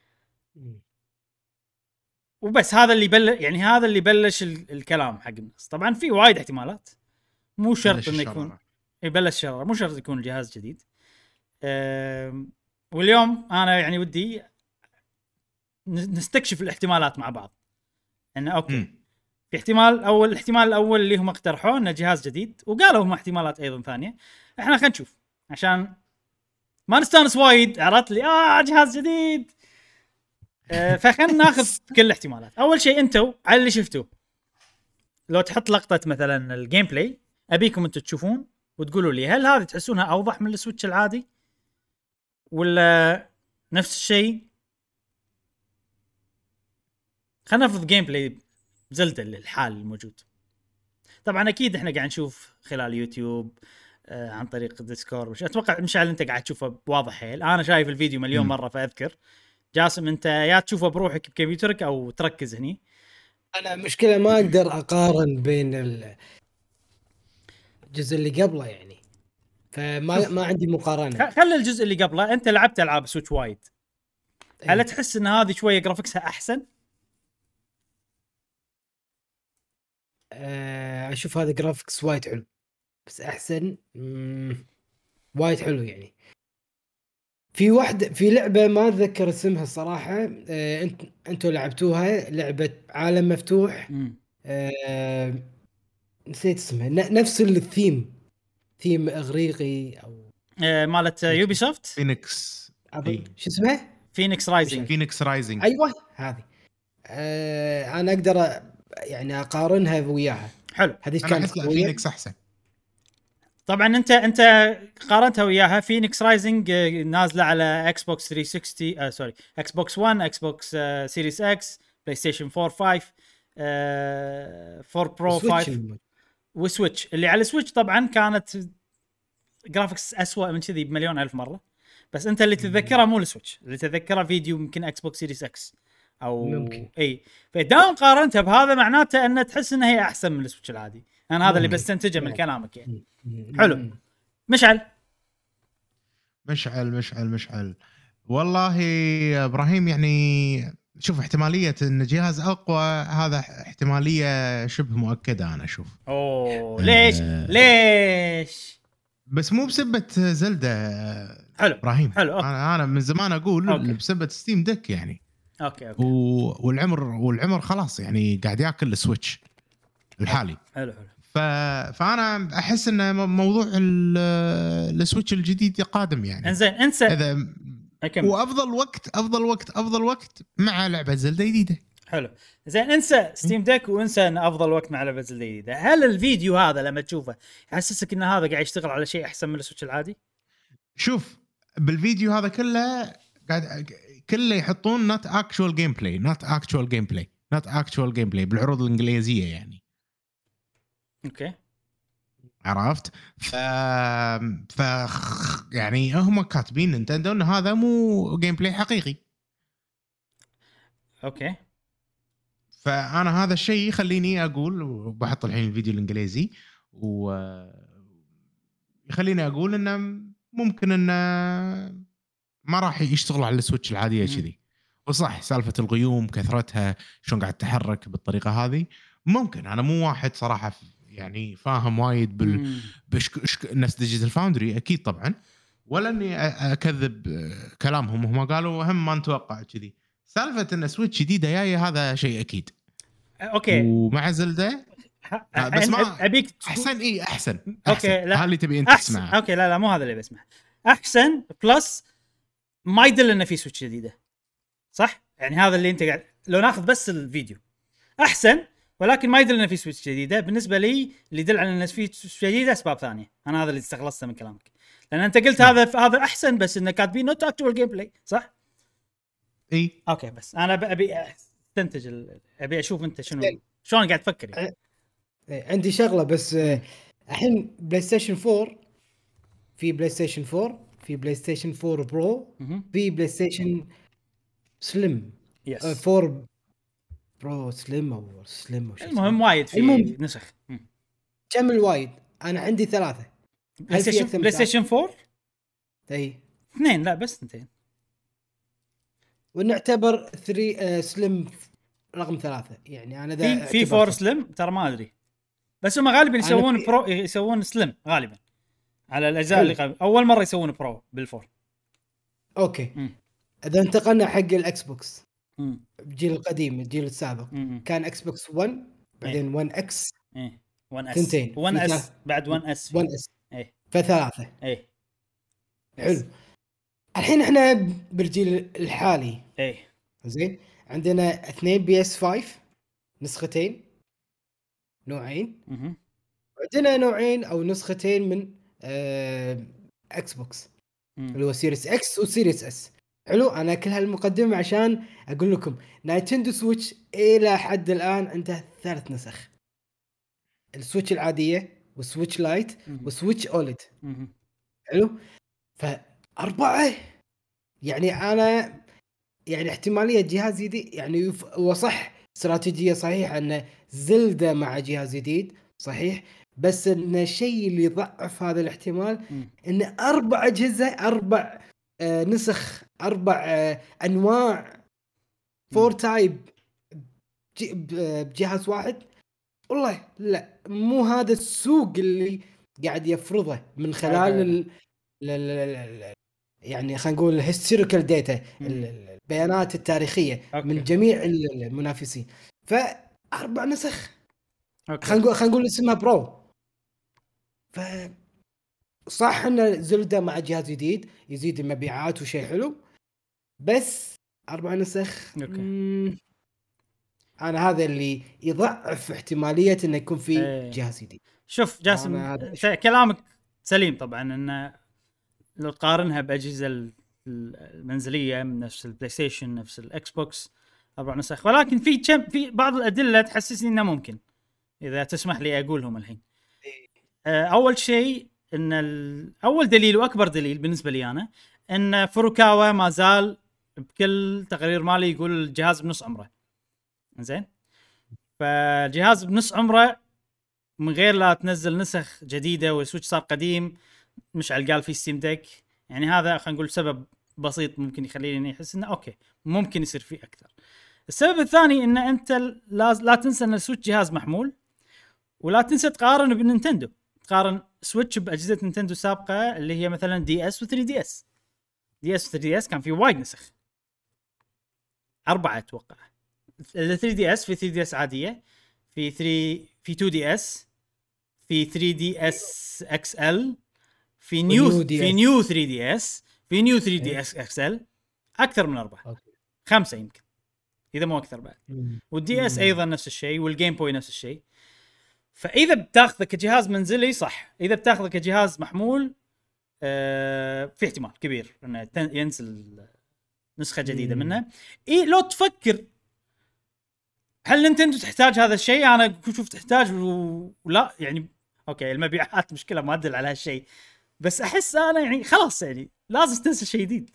وبس هذا اللي بل يعني هذا اللي بلش الكلام حق الناس. طبعا في وايد احتمالات، مو شرط انه يكون يبلش شراره، مو شرط يكون الجهاز جديد. أه... واليوم انا يعني ودي نستكشف الاحتمالات مع بعض. انه اوكي م. في احتمال اول، الاحتمال الاول اللي هم اقترحوه انه جهاز جديد، وقالوا هم احتمالات ايضا ثانيه. احنا خلينا نشوف عشان ما نستانس وايد، عرفت لي اه جهاز جديد. أه فخلنا ناخذ كل الاحتمالات. اول شيء انتم على اللي شفتوه لو تحط لقطه مثلا الجيم بلاي، ابيكم انتم تشوفون وتقولوا لي هل هذه تحسونها اوضح من السويتش العادي ولا نفس الشيء. خلينا نفرض جيم بلاي زلدة الحال الموجود. طبعا اكيد احنا قاعد نشوف خلال يوتيوب آه عن طريق ديسكورد، مش اتوقع مشعل انت قاعد تشوفه واضح حيل. انا شايف الفيديو مليون مره فاذكر. جاسم انت يا تشوفه بروحك بكمبيوترك او تركز هني. انا مشكله ما اقدر اقارن بين الجزء اللي قبله يعني، فما ما عندي مقارنه. خلي الجزء اللي قبله، انت لعبت العاب سويتش وايد، هل تحس ان هذه شويه جرافيكسها احسن؟ أه اشوف هذا جرافيكس وايد حلو، بس احسن وايد حلو يعني. في واحدة في لعبة ما أتذكر اسمها الصراحة، أه أنت أنتوا لعبتوها، لعبة عالم مفتوح، أه نسيت اسمها، نفس الثيم، ثيم إغريقي أو أه مالت يوبي سوفت، فينيكس أي. شو اسمها؟ فينيكس رايزنج. فينيكس رايزنج أيوة هذه. أه أنا أقدر يعني أقارنها وياها. حلو. هذه كانت فينيكس أحسن. طبعا انت انت قارنتها وياها. فينيكس رايزنج نازله على اكس بوكس ثلاثمية وستين آه سوري اكس بوكس واحد، اكس بوكس آه سيريس اكس، بلاي ستيشن أربعة خمسة، آه أربعة برو خمسة وسويتش. اللي على السويتش طبعا كانت جرافيكس أسوأ من كذي بمليون الف مره، بس انت اللي تتذكره مو السويتش، اللي تتذكره فيديو يمكن اكس بوكس سيريس اكس او ممكن. اي فدام قارنتها بهذا معناته ان تحس ان هي احسن من السويتش العادي. انا هذا اللي بستنتجه من كلامك يعني. حلو. مشعل مشعل مشعل مشعل والله ابراهيم، يعني شوف احتماليه ان جهاز اقوى هذا احتماليه شبه مؤكده انا اشوف. اوه ليش آه ليش بس مو بسبه زلدة. حلو ابراهيم حلو أوكي. انا انا من زمان اقول أوكي. بسبه ستيم ديك يعني. اوكي اوكي. والعمر والعمر خلاص يعني قاعد ياكل السويتش الحالي. حلو حلو. ف... فانا احس ان موضوع السويتش الجديد قادم يعني. انزين انسى اذا وافضل وقت افضل وقت افضل وقت مع لعبه زلدة جديده. حلو زين انسى ستيم ديك وانسى ان افضل وقت مع لعبه زلدة جديده. هل الفيديو هذا لما تشوفه يحسسك ان هذا قاعد يشتغل على شيء احسن من السويتش العادي؟ شوف بالفيديو هذا كله قاعد كله يحطون نوت اكشوال جيم بلاي نوت اكشوال جيم بلاي نوت اكشوال جيم بلاي بالعروض الانجليزيه يعني. اوكي عرفت. ف... ف يعني هم كاتبين نينتندو ان هذا مو جيم بلاي حقيقي. اوكي. فانا هذا الشيء يخليني اقول، وبحط الحين الفيديو الانجليزي، و يخليني اقول انه ممكن انه ما راح يشتغل على السويتش العاديه كذي. وصح سالفه الغيوم كثرتها شلون قاعد تتحرك بالطريقه هذه ممكن. انا مو واحد صراحه يعني فاهم وايد بال بشك... نفس ديجيتال فاوندري اكيد طبعا، ولا اني اكذب كلامهم. هم قالوا هم ما نتوقع كذي. سالفه ان سويتش جديده جايه هذا شيء اكيد. اوكي ومع زلده بس ما ابيك احسن اي احسن, أحسن. اوكي لا اللي تبي انت أحسن. تسمعه اوكي لا لا مو هذا اللي بسمعه. احسن بلس ما يدل انه في سويتش جديده صح يعني هذا اللي انت قاعد لو ناخذ بس الفيديو احسن ولكن ما يدل انه في سويتش جديده. بالنسبه لي اللي يدل على انه في سويتش جديده اسباب ثانيه. انا هذا اللي استخلصته من كلامك لان انت قلت نعم. هذا هذا احسن بس انه كاتبين نوت اكتوال جيم بلاي صح. اي اوكي بس انا ابي استنتج ال... ابي اشوف انت شنو شلون قاعد تفكر يعني. عندي شغله بس الحين بلاي ستيشن فور في بلاي ستيشن فور في بلاي ستيشن فور برو في بلاي ستيشن سليم يس فور برو سليم او سليم او شيء المهم وايد في المهم. نسخ. كم الوايد انا عندي ثلاثه بلاي ستيشن بلاي ستيشن فور اي اثنين لا بس اثنين ونعتبر ثري آه سليم رقم ثلاثة يعني انا في في فور سليم ترى ما ادري بس هم غالبا يسوون في... برو يسوون سليم غالبا على الاجزاء اللي قبل اول مره يسوون برو بالفور. اوكي م. اذا انتقلنا حق الاكس بوكس م. الجيل القديم الجيل السابق م. كان اكس بوكس واحد بعدين ايه. واحد اكس ايه واحد اس ثنتين واحد اس بعد واحد اس واحد اس ايه فثلاثه ايه حلو. الحين احنا بالجيل الحالي ايه زين عندنا اثنين بي اس خمسة نسختين نوعين اها عندنا نوعين او نسختين من آه اكس بوكس اللي هو سيريس اكس وسيريس اس. حلو انا كل هالمقدمه عشان اقول لكم نايتندو سويتش الى حد الان عنده ثلاث نسخ السويتش العاديه والسويتش لايت والسويتش اوليد. حلو فاربعه يعني انا يعني احتماليه جهاز جديد يعني وصح استراتيجيه صحيحه ان زلدة مع جهاز جديد صحيح بس ان الشيء اللي يضعف هذا الاحتمال م. ان اربع اجهزه اربع آه نسخ اربع آه انواع فور تايب بجهاز واحد. والله لا مو هذا السوق اللي قاعد يفرضه من خلال ال ال يعني خلينا نقول هيستوريكال داتا البيانات التاريخيه أوكي. من جميع المنافسين فاربع نسخ خلينا نقول خلينا نقول اسمها برو. ف صح ان زلدة مع جهاز جديد يزيد المبيعات وشيء حلو بس اربع نسخ مم... انا هذا اللي يضعف احتماليه انه يكون في ايه. جهاز جديد. شوف جاسم كلامك سليم طبعا ان لو تقارنها باجهزه المنزليه من نفس البلاي ستيشن نفس الاكس بوكس اربع نسخ ولكن في كم في بعض الادله تحسسني انه ممكن اذا تسمح لي اقولهم الحين. اول شيء ان اول دليل واكبر دليل بالنسبه لي انا ان فوروكاوا ما زال بكل تقرير مالي يقول الجهاز بنص عمره زين. فالجهاز بنص عمره من غير لا تنزل نسخ جديده والسويتش صار قديم مش على قال في ستيم ديك يعني هذا خلينا نقول سبب بسيط ممكن يخليني احس انه اوكي ممكن يصير فيه اكثر. السبب الثاني ان انت لا, لا تنسى ان السويتش جهاز محمول ولا تنسى تقارن بنينتندو تقارن سويتش باجهزه نينتندو سابقه اللي هي مثلا دي اس و ثري دي اس. دي اس و ثري دي اس كان في وايد نسخ اربعه اتوقع. ال ثري دي اس في ثري دي اس عاديه في ثري في تو دي اس في ثري دي اس اكس ال في نيو في نيو ثري دي اس في نيو ثري دي اس اكس ال اكثر من اربعه أوكي. خمسه يمكن اذا مو اكثر بعد. والدي اس ايضا نفس الشيء والجيم بوي نفس الشيء. فاذا بتاخذه كجهاز منزلي صح اذا بتاخذه كجهاز محمول آه في احتمال كبير انه ينزل نسخه جديده منه. اي لو تفكر هل نينتندو تحتاج هذا الشيء؟ انا شوف تحتاج ولا يعني اوكي المبيعات مشكله ما تدل على هالشيء بس احس انا يعني خلاص يعني لازم تنزل شيء جديد.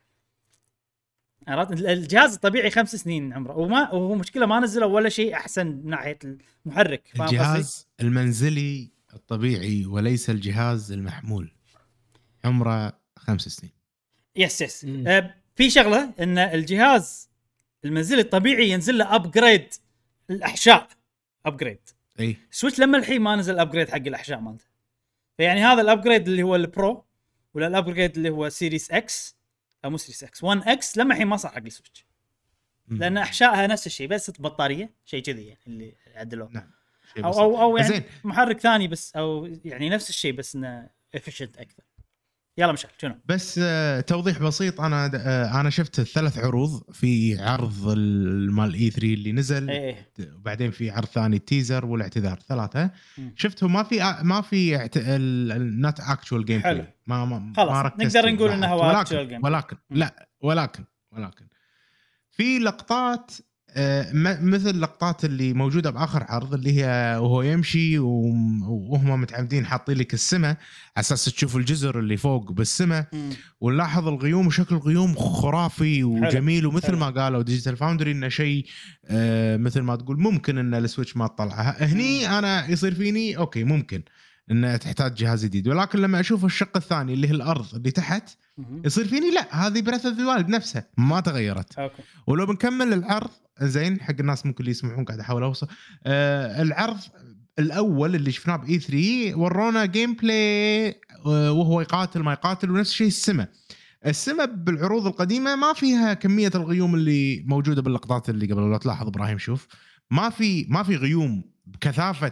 عرفت الجهاز الطبيعي خمس سنين عمره وما وهو مشكله ما نزلوا ولا شيء احسن من ناحيه المحرك. الجهاز المنزلي الطبيعي وليس الجهاز المحمول عمره خمس سنين. يس يس أه في شغله ان الجهاز المنزلي الطبيعي ينزل له ابجريد الاحشاء ابجريد. اي سويتش لما الحين ما نزل ابجريد حق الاحشاء مالته فيعني هذا الابجريد اللي هو البرو ولا الابجريد اللي هو سيريس اكس او مو سيريس اكس واحد اكس لما الحين ما صار حق السويتش لان احشائها نفس الشيء بس بطاريه شيء كذي يعني اللي عدلوه. نعم. او او او يعني زين. محرك ثاني بس او يعني نفس الشيء بس انه افيشنت اكثر. يلا مشعل شنو بس آه توضيح بسيط. انا آه انا شفت الثلاث عروض في عرض مال اي ثري اللي نزل ايه. وبعدين في عرض ثاني التيزر والاعتذار ثلاثه م. شفتهم ما في ما في النت اكشوال جيم بلاي ما ما خلاص ما نقدر نقول انه هو اكشوال جيم ولكن لا ولكن ولكن في لقطات آه مثل لقطات اللي موجوده باخر عرض اللي هي وهو يمشي وهم متعمدين حاطين لك السماء على اساس تشوف الجزر اللي فوق بالسماء ونلاحظ الغيوم وشكل الغيوم خرافي وجميل. ومثل حلو. ما قالوا ديجيتال فاوندري انه شيء آه مثل ما تقول ممكن ان السويتش ما تطلعها هني. انا يصير فيني اوكي ممكن ان تحتاج جهاز جديد ولكن لما اشوف الشق الثاني اللي هي الارض اللي تحت يصير فيني لا هذه بريث اوف ذا وايلد نفسها ما تغيرت. أوكي. ولو بنكمل العرض زين حق الناس ممكن اللي يسمعون قاعد احاول اوصل آه العرض الاول اللي شفناه باي ثري ورونا جيم بلاي آه وهو يقاتل ما يقاتل ونفس الشيء السماء. السماء بالعروض القديمه ما فيها كميه الغيوم اللي موجوده باللقطات اللي قبل. لو تلاحظ ابراهيم شوف ما في ما في غيوم بكثافه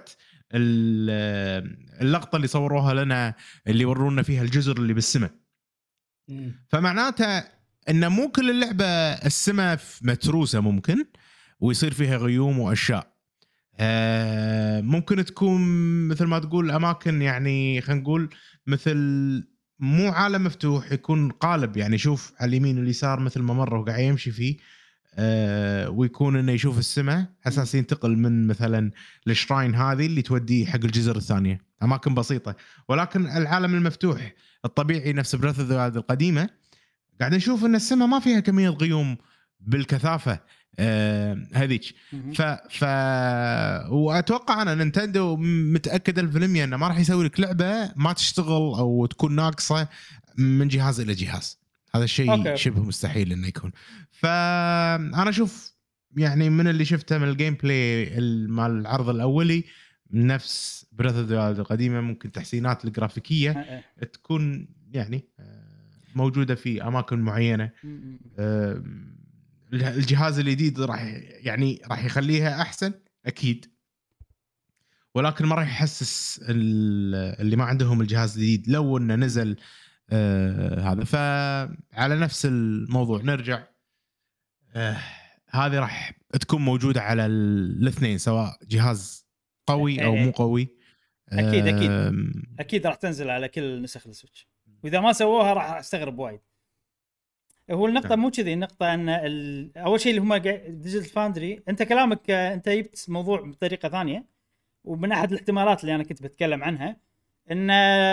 اللقطه اللي صوروها لنا اللي ورونا فيها الجزر اللي بالسماء. فمعناته ان مو كل اللعبه السماء متروسه ممكن ويصير فيها غيوم واشياء. آه ممكن تكون مثل ما تقول اماكن يعني خلينا نقول مثل مو عالم مفتوح يكون قالب يعني شوف على اليمين واليسار مثل ما مره وقاعد يمشي فيه آه ويكون انه يشوف السماء اساس ينتقل من مثلا الشراين هذه اللي توديه حق الجزر الثانيه. اماكن بسيطه ولكن العالم المفتوح الطبيعي نفس بريث اوف ذا وايلد القديمه قاعد نشوف ان السماء ما فيها كميه غيوم بالكثافه آه هذيك. ف ف واتوقع انا نينتندو متاكد الف بالمية انه ما راح يسوي لك لعبه ما تشتغل او تكون ناقصه من جهاز الى جهاز. هذا الشيء شبه مستحيل انه يكون. فانا اشوف يعني من اللي شفته من الجيم بلاي مال العرض الاولي نفس بريث اوف ذا وايلد القديمه ممكن تحسينات الجرافيكيه تكون يعني موجوده في اماكن معينه. الجهاز الجديد راح يعني راح يخليها احسن اكيد ولكن ما راح يحسس اللي ما عندهم الجهاز الجديد لو انه نزل آه هذا. فعلى نفس الموضوع نرجع آه هذه راح تكون موجوده على الاثنين سواء جهاز قوي او مو قوي. اكيد اكيد اكيد راح تنزل على كل نسخ السويتش واذا ما سووها راح استغرب وايد. هو النقطه مو كذي النقطه ان اول شيء اللي هم ديجيتال فاوندري انت كلامك انت جبت موضوع بطريقه ثانيه ومن احد الاحتمالات اللي انا كنت بتكلم عنها ان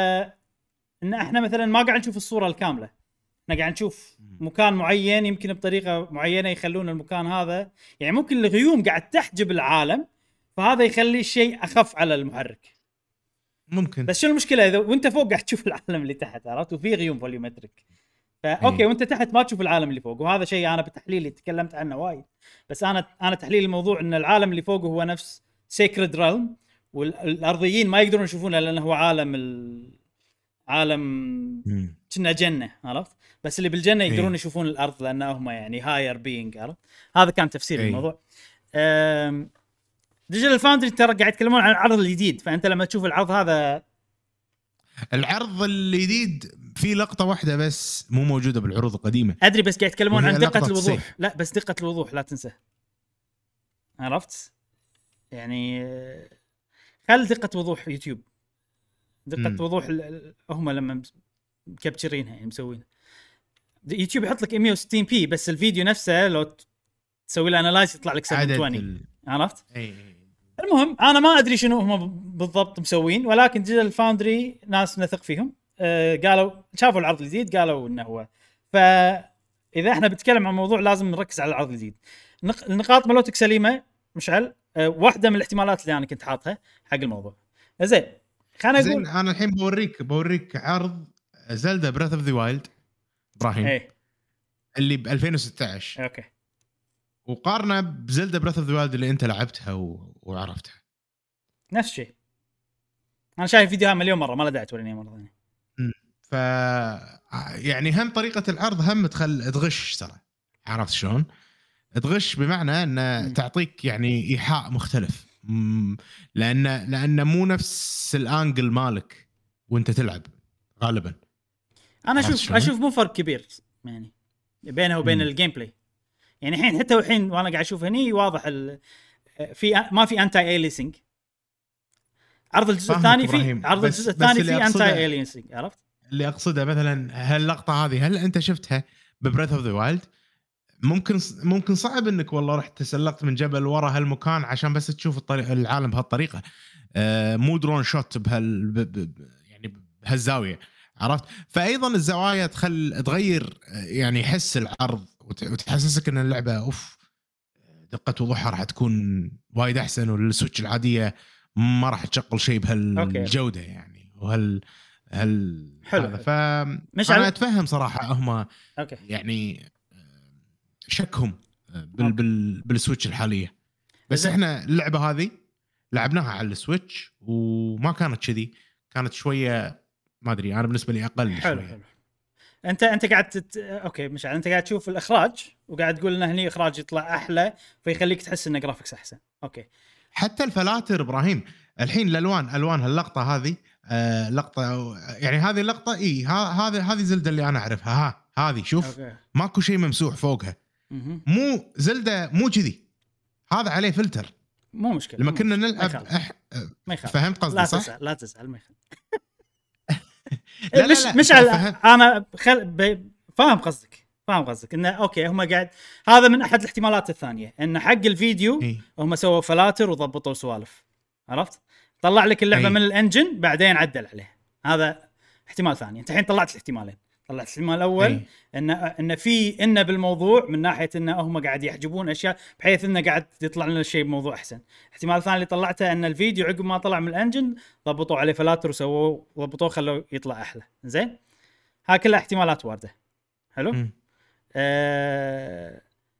ان احنا مثلا ما قاعد نشوف الصوره الكامله. احنا قاعد نشوف مكان معين يمكن بطريقه معينه يخلون المكان هذا يعني ممكن الغيوم قاعد تحجب العالم فهذا يخلي الشيء اخف على المحرك ممكن. بس شو المشكله اذا وانت فوق قاعد تشوف العالم اللي تحت عرفت وفي غيوم فوليومتريك فاوكي وانت تحت ما تشوف العالم اللي فوق. وهذا شيء انا بتحليلي تكلمت عنه وايد بس انا انا تحليل الموضوع ان العالم اللي فوق هو نفس سيكريد ريلم والارضيين ما يقدرون يشوفونه لانه هو عالم ال... عالم كنا جنه عرفت بس اللي بالجنه يقدرون يشوفون الارض لانه هم يعني هاير بينج عرفت. هذا كان تفسير أي. الموضوع. أم... ديجيتال فاوندري ترى قاعد يتكلمون عن العرض الجديد فانت لما تشوف العرض هذا العرض الجديد في لقطه واحده بس مو موجوده بالعروض القديمه ادري بس قاعد يتكلمون عن دقه الوضوح سيف. لا بس دقه الوضوح لا تنسى عرفت يعني خل دقه وضوح يوتيوب دقه م. وضوح هم لما مكابتشرينها يعني مسوينها يوتيوب يحط لك مية وستين بي بس الفيديو نفسه لو تسوي له انالايز يطلع لك سبعمية وعشرين ال... عرفت أي. المهم انا ما ادري شنو هم بالضبط مسوين ولكن ديجيتال فاوندري ناس نثق فيهم أه قالوا شافوا العرض الجديد قالوا انه هو فاذا احنا بنتكلم عن موضوع لازم نركز على العرض الجديد. نق... النقاط ملوتك سليمه مشعل أه واحده من الاحتمالات اللي انا كنت حاطها حق الموضوع زين خلينا نقول انا الحين بوريك بوريك عرض زلدا بريث اوف ذا وايلد ابراهيم ايه. اللي ب ألفين وستة عشر اوكي وقارنه بزلدا بريث اوف ذا وايلد اللي انت لعبتها و... وعرفتها نفس الشيء. انا شايف فيديوها مليون مره ما له داعي توريني مره ثانيه. ف يعني هم طريقه العرض هم تخل تغش ترى عرفت شلون تغش بمعنى ان م. تعطيك يعني ايحاء مختلف، م- لان لان مو نفس الانجل مالك وانت تلعب غالبا. انا عرفت اشوف شلون؟ اشوف مو فرق كبير يعني بينه وبين م. الجيم بلاي. يعني الحين حتى الحين وانا قاعد اشوف هني واضح ال... في ما في انتي اليسنج. عرض الجزء فاهمك الثاني في إبراهيم، عرض بس- الجزء بس الثاني اللي في أقصده- انتي اليسنج. عرفت اللي اقصده مثلا هاللقطه هذه هل انت شفتها ببريث اوف ذا وايلد؟ ممكن ممكن صعب انك والله رحت تسلقت من جبل ورا هالمكان عشان بس تشوف الطريق العالم بهالطريقه، آه مو درون شوت بهال ب... ب... يعني بهالزاويه. عرفت؟ فايضا الزوايا تخل تغير يعني حس العرض وت... وتحسسك ان اللعبه اوف دقه وضوحها راح تكون وايد احسن، والسويتش العاديه ما راح تشغل شيء بهالجوده يعني وهال هل حلو هذا. حلو. ف مش انا على- اتفهم صراحه هم اوكي يعني شكهم بال أوكي. بال بالسويتش الحاليه، بس زين. احنا اللعبه هذه لعبناها على السويتش وما كانت كذي، كانت شويه ما ادري، انا بالنسبه لي اقل حلو شويه. حلو. انت انت قاعد تت... اوكي مش انت قاعد تشوف الاخراج وقاعد تقول انه هني اخراج يطلع احلى فيخليك تحس انه جرافيكس احسن. اوكي حتى الفلاتر ابراهيم الحين الالوان الوان هاللقطه هذه آه لقطه يعني هذه اللقطه اي هذه هذه زلده اللي انا اعرفها، ها هذه شوف اوكي ماكو شيء ممسوح فوقها، مهم. مو زلده مو كذي، هذا عليه فلتر. مو مشكله لما مو كنا مشكلة. نلعب ما يخالف. أح... ما يخالف. فهمت قصدي لا صح؟ تزعل لا تزعل ما يخالف. لا لا مش لا مش ف- على فهم- انا خل... ب... فاهم قصدك فاهم قصدك انه اوكي هم قاعد هذا من احد الاحتمالات الثانيه ان حق الفيديو إيه. هم سووا فلاتر وضبطوا سوالف. عرفت؟ طلع لك اللعبه أي. من الانجن بعدين عدل عليه. هذا احتمال ثاني. انت الحين طلعت الاحتمالين. طلعت الاحتمال الاول أي. ان ان في ان بالموضوع من ناحيه ان هم قاعد يحجبون اشياء بحيث انه قاعد يطلع لنا شيء بموضوع احسن. الاحتمال الثاني اللي طلعته ان الفيديو عقب ما طلع من الانجن ضبطوا عليه فلاتر وسووا ضبطوه خلوه يطلع احلى. زين ها كلها احتمالات وارده. حلو. م. آه...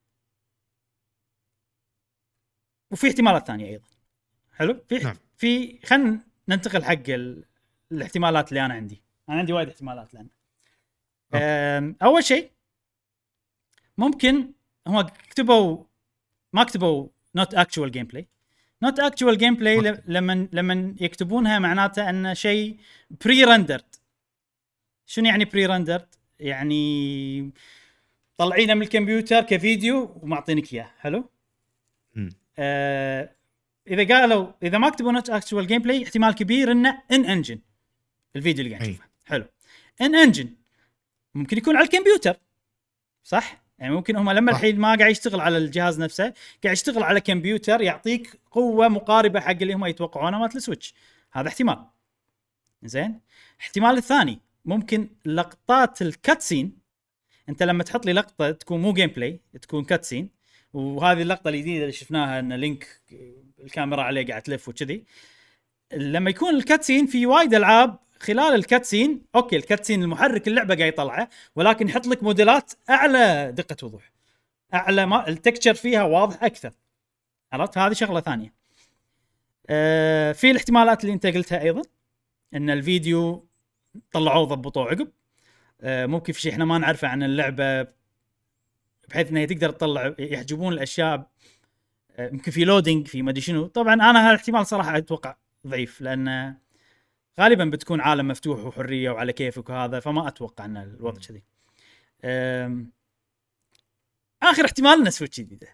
وفي احتمالات ثانيه ايضا. حلو. في نعم. في خلينا ننتقل حق ال... الاحتمالات اللي انا عندي. انا عندي وايد احتمالات لان آه... اول شيء ممكن هم كتبوا ما كتبوا not actual gameplay. not actual gameplay ل... لما لما يكتبونها معناته ان شيء pre rendered. شنو يعني pre rendered؟ يعني طلعينه من الكمبيوتر كفيديو ومعطينك اياه. حلو. م. آه اذا قالوا اذا ما كتبوا not actual gameplay احتمال كبير انه ان انجن الفيديو اللي قاعد نشوفه. حلو. ان انجن ممكن يكون على الكمبيوتر صح؟ يعني ممكن هم لما صح. الحين ما قاعد يشتغل على الجهاز نفسه قاعد يشتغل على كمبيوتر يعطيك قوه مقاربه حق اللي هم يتوقعونه مالت السويتش. هذا احتمال. زين. احتمال الثاني ممكن لقطات الكاتسين. انت لما تحط لي لقطه تكون مو جيم بلاي تكون كاتسين، وهذه اللقطه الجديده اللي شفناها ان لينك الكاميرا عليه قاعد تلف وكذي. لما يكون الكاتسين في وايد العاب خلال الكاتسين اوكي الكاتسين المحرك اللعبه قاعد يطلعه ولكن يحط لك موديلات اعلى دقه وضوح اعلى ما التكتشر فيها واضح اكثر. عرفت؟ هذه شغله ثانيه. أه في الاحتمالات اللي انت قلتها ايضا ان الفيديو طلعوه وضبطوه عقب. أه ممكن في شيء احنا ما نعرفه عن اللعبه بحيث انها تقدر تطلع يحجبون الاشياء. أه ممكن في لودينج في ما ادري شنو. طبعا انا هالاحتمال صراحه اتوقع ضعيف لان غالبا بتكون عالم مفتوح وحريه وعلى كيفك وهذا فما اتوقع ان الوضع كذي. اخر احتمال ان سويتش جديده.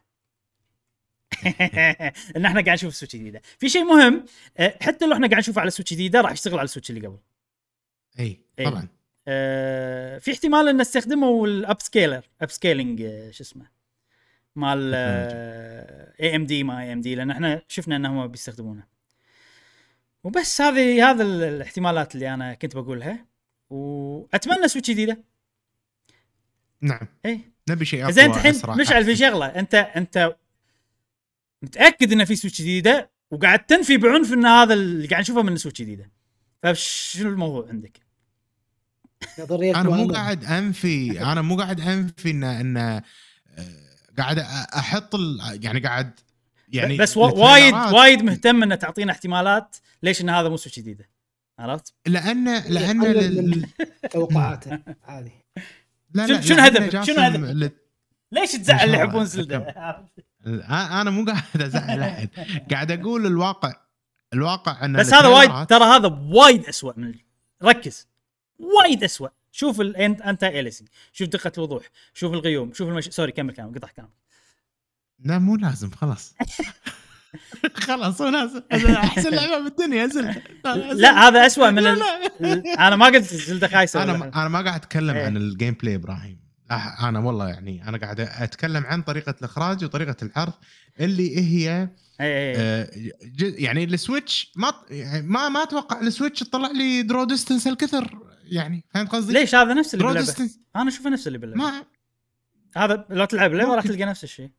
ان احنا قاعد نشوف سويتش جديده. في شيء مهم حتى لو احنا قاعد نشوفه على سويتش جديده راح يشتغل على السويتش اللي قبل. اي طبعا. أه في احتمال ان استخدموا الاب سكيلر اب سكيلينج شو اسمه مال اي ام دي ما اي ام دي لان احنا شفنا انهم بيستخدمونه. وبس هذه هذا الاحتمالات اللي انا كنت بقولها واتمنى سويتش جديده. نعم. اي نبي شيء اقوى. زين الحين مشعل في شغله انت انت متاكد ان في سويتش جديده وقاعد تنفي بعنف ان هذا اللي قاعد نشوفه من سويتش جديده. فشنو الموضوع عندك؟ انا مو قاعد انفي انا مو قاعد انفي ان ان قاعد احط يعني قاعد يعني بس وايد وايد مهتم انه تعطينا احتمالات ليش ان هذا مو سويتش جديده. عرفت؟ لان لان توقعاته هذه. لا شنو لا شنو هدفك؟ شنو هدفك؟ ليش تزعل اللي يحبون زلدة؟ انا مو قاعد ازعل احد، قاعد اقول الواقع. الواقع ان بس هذا وايد، ترى هذا وايد أسوأ من ركز، وايد أسوأ. شوف الانتي اليسنج، شوف دقة الوضوح، شوف الغيوم، شوف المش... سوري كمل كلام، قطع كلام. لا مو لازم، خلاص خلاص وناس احسن لعبه بالدنيا زلدة. لا هذا أسوأ من ال... انا ما قلت زلدة خايسه. انا انا ما قاعد اتكلم ايه. عن الجيم بلاي ابراهيم، انا والله يعني انا قاعد اتكلم عن طريقه الاخراج وطريقه العرض اللي هي ايه. آه يعني السويتش ما يعني ما ما اتوقع السويتش تطلع لي درو ديستنس الكثر، يعني فهمت قصدي؟ ليش هذا نفس اللي باللعبه؟ انا اشوفه نفس اللي باللعبه. ما هذا لو تلعب لعبه راح تلقى نفس الشيء.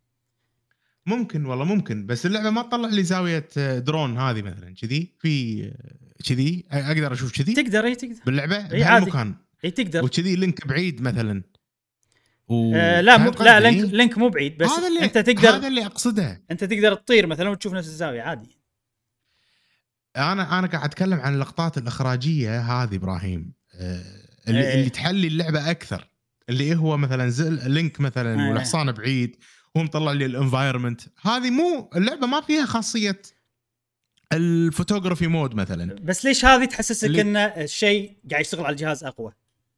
ممكن والله ممكن، بس اللعبه ما تطلع لي زاويه درون هذه مثلا كذي، في كذي اقدر اشوف كذي. تقدر اي تقدر باللعبه بهالمكان اي تقدر، وكذي لينك بعيد مثلا و... آه لا مو لا لينك لينك مو بعيد، بس اللي... انت تقدر، هذا اللي اقصده، انت تقدر تطير مثلا وتشوف نفس الزاويه عادي. انا انا قاعد اتكلم عن اللقطات الاخراجيه هذه ابراهيم، آه اللي ايه. اللي تحلي اللعبه اكثر، اللي هو مثلا زل لينك مثلا ايه. والحصان بعيد هو مطلع لي الانفايرمنت. هذه مو اللعبه ما فيها خاصيه الفوتوغرافي مود مثلا. بس ليش هذه تحسسك اللي... ان الشيء قاعد يشتغل على الجهاز اقوى؟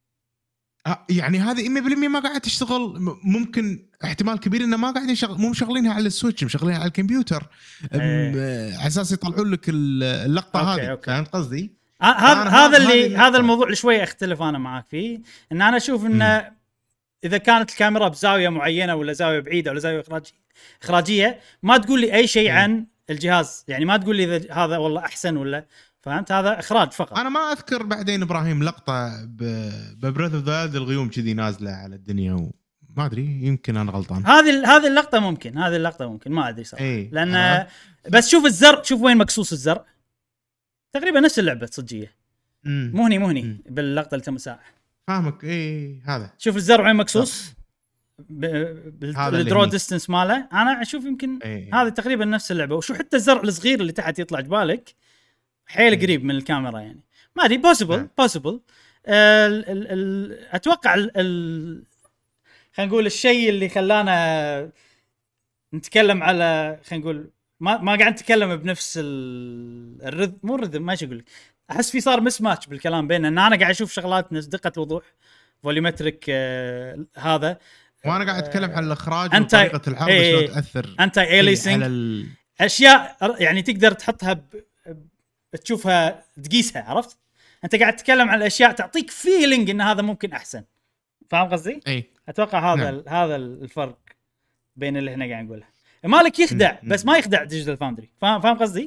يعني هذه مية بالمية ما قاعد تشتغل، ممكن احتمال كبير انه ما قاعد يشغل، مو مشغلينها على السويتش، مشغلينها على الكمبيوتر ايه. على اساس يطلعون لك اللقطه هذه. فهمت قصدي؟ هذا هذا اللي هذا الموضوع اللي شويه اختلف انا معك فيه، ان انا اشوف انه اذا كانت الكاميرا بزاويه معينه ولا زاويه بعيده ولا زاويه اخراجيه اخراجيه ما تقول لي اي شيء عن الجهاز، يعني ما تقول لي اذا هذا والله احسن ولا، فهمت؟ هذا اخراج فقط. انا ما اذكر بعدين ابراهيم لقطه ببريث اوف ذا الغيوم كذي نازله على الدنيا وما ادري، يمكن انا غلطان. هذه هذه اللقطه ممكن، هذه اللقطه ممكن ما ادري صراحه. ايه لان أه. بس شوف الزر، شوف وين مقصوص الزر، تقريبا نفس اللعبه صجيه، مو هني مو هني باللقطه اللي تم ساعه. فاهمك ايه. هذا شوف الزر وين مقصوص بالدرو ديستنس ماله، انا اشوف يمكن ايه. هذا تقريبا نفس اللعبه. وشو حتى الزر الصغير اللي تحت يطلع جبالك حيل قريب من الكاميرا، يعني ما ادري بوسيبل بوسيبل. اتوقع ال ال خلينا نقول الشيء اللي خلانا نتكلم على، خلينا نقول ما ما قاعد نتكلم بنفس الرذم، مو الرذم، ما ايش اقول لك، احس في صار مس ماتش بالكلام بيننا، ان انا قاعد اشوف شغلات دقه الوضوح فوليومتريك آه هذا، وانا قاعد اتكلم عن الاخراج وطريقه العرض شلون تاثر انت ايليسنج على ال... اشياء يعني تقدر تحطها ب... تشوفها تقيسها، عرفت؟ انت قاعد تتكلم عن الاشياء تعطيك فيلينج ان هذا ممكن احسن، فاهم قصدي؟ اي اتوقع هذا نعم. هذا الفرق بين اللي احنا قاعد نقوله. مالك يخدع م- بس ما يخدع ديجيتال فاوندري، فاهم فاهم قصدي؟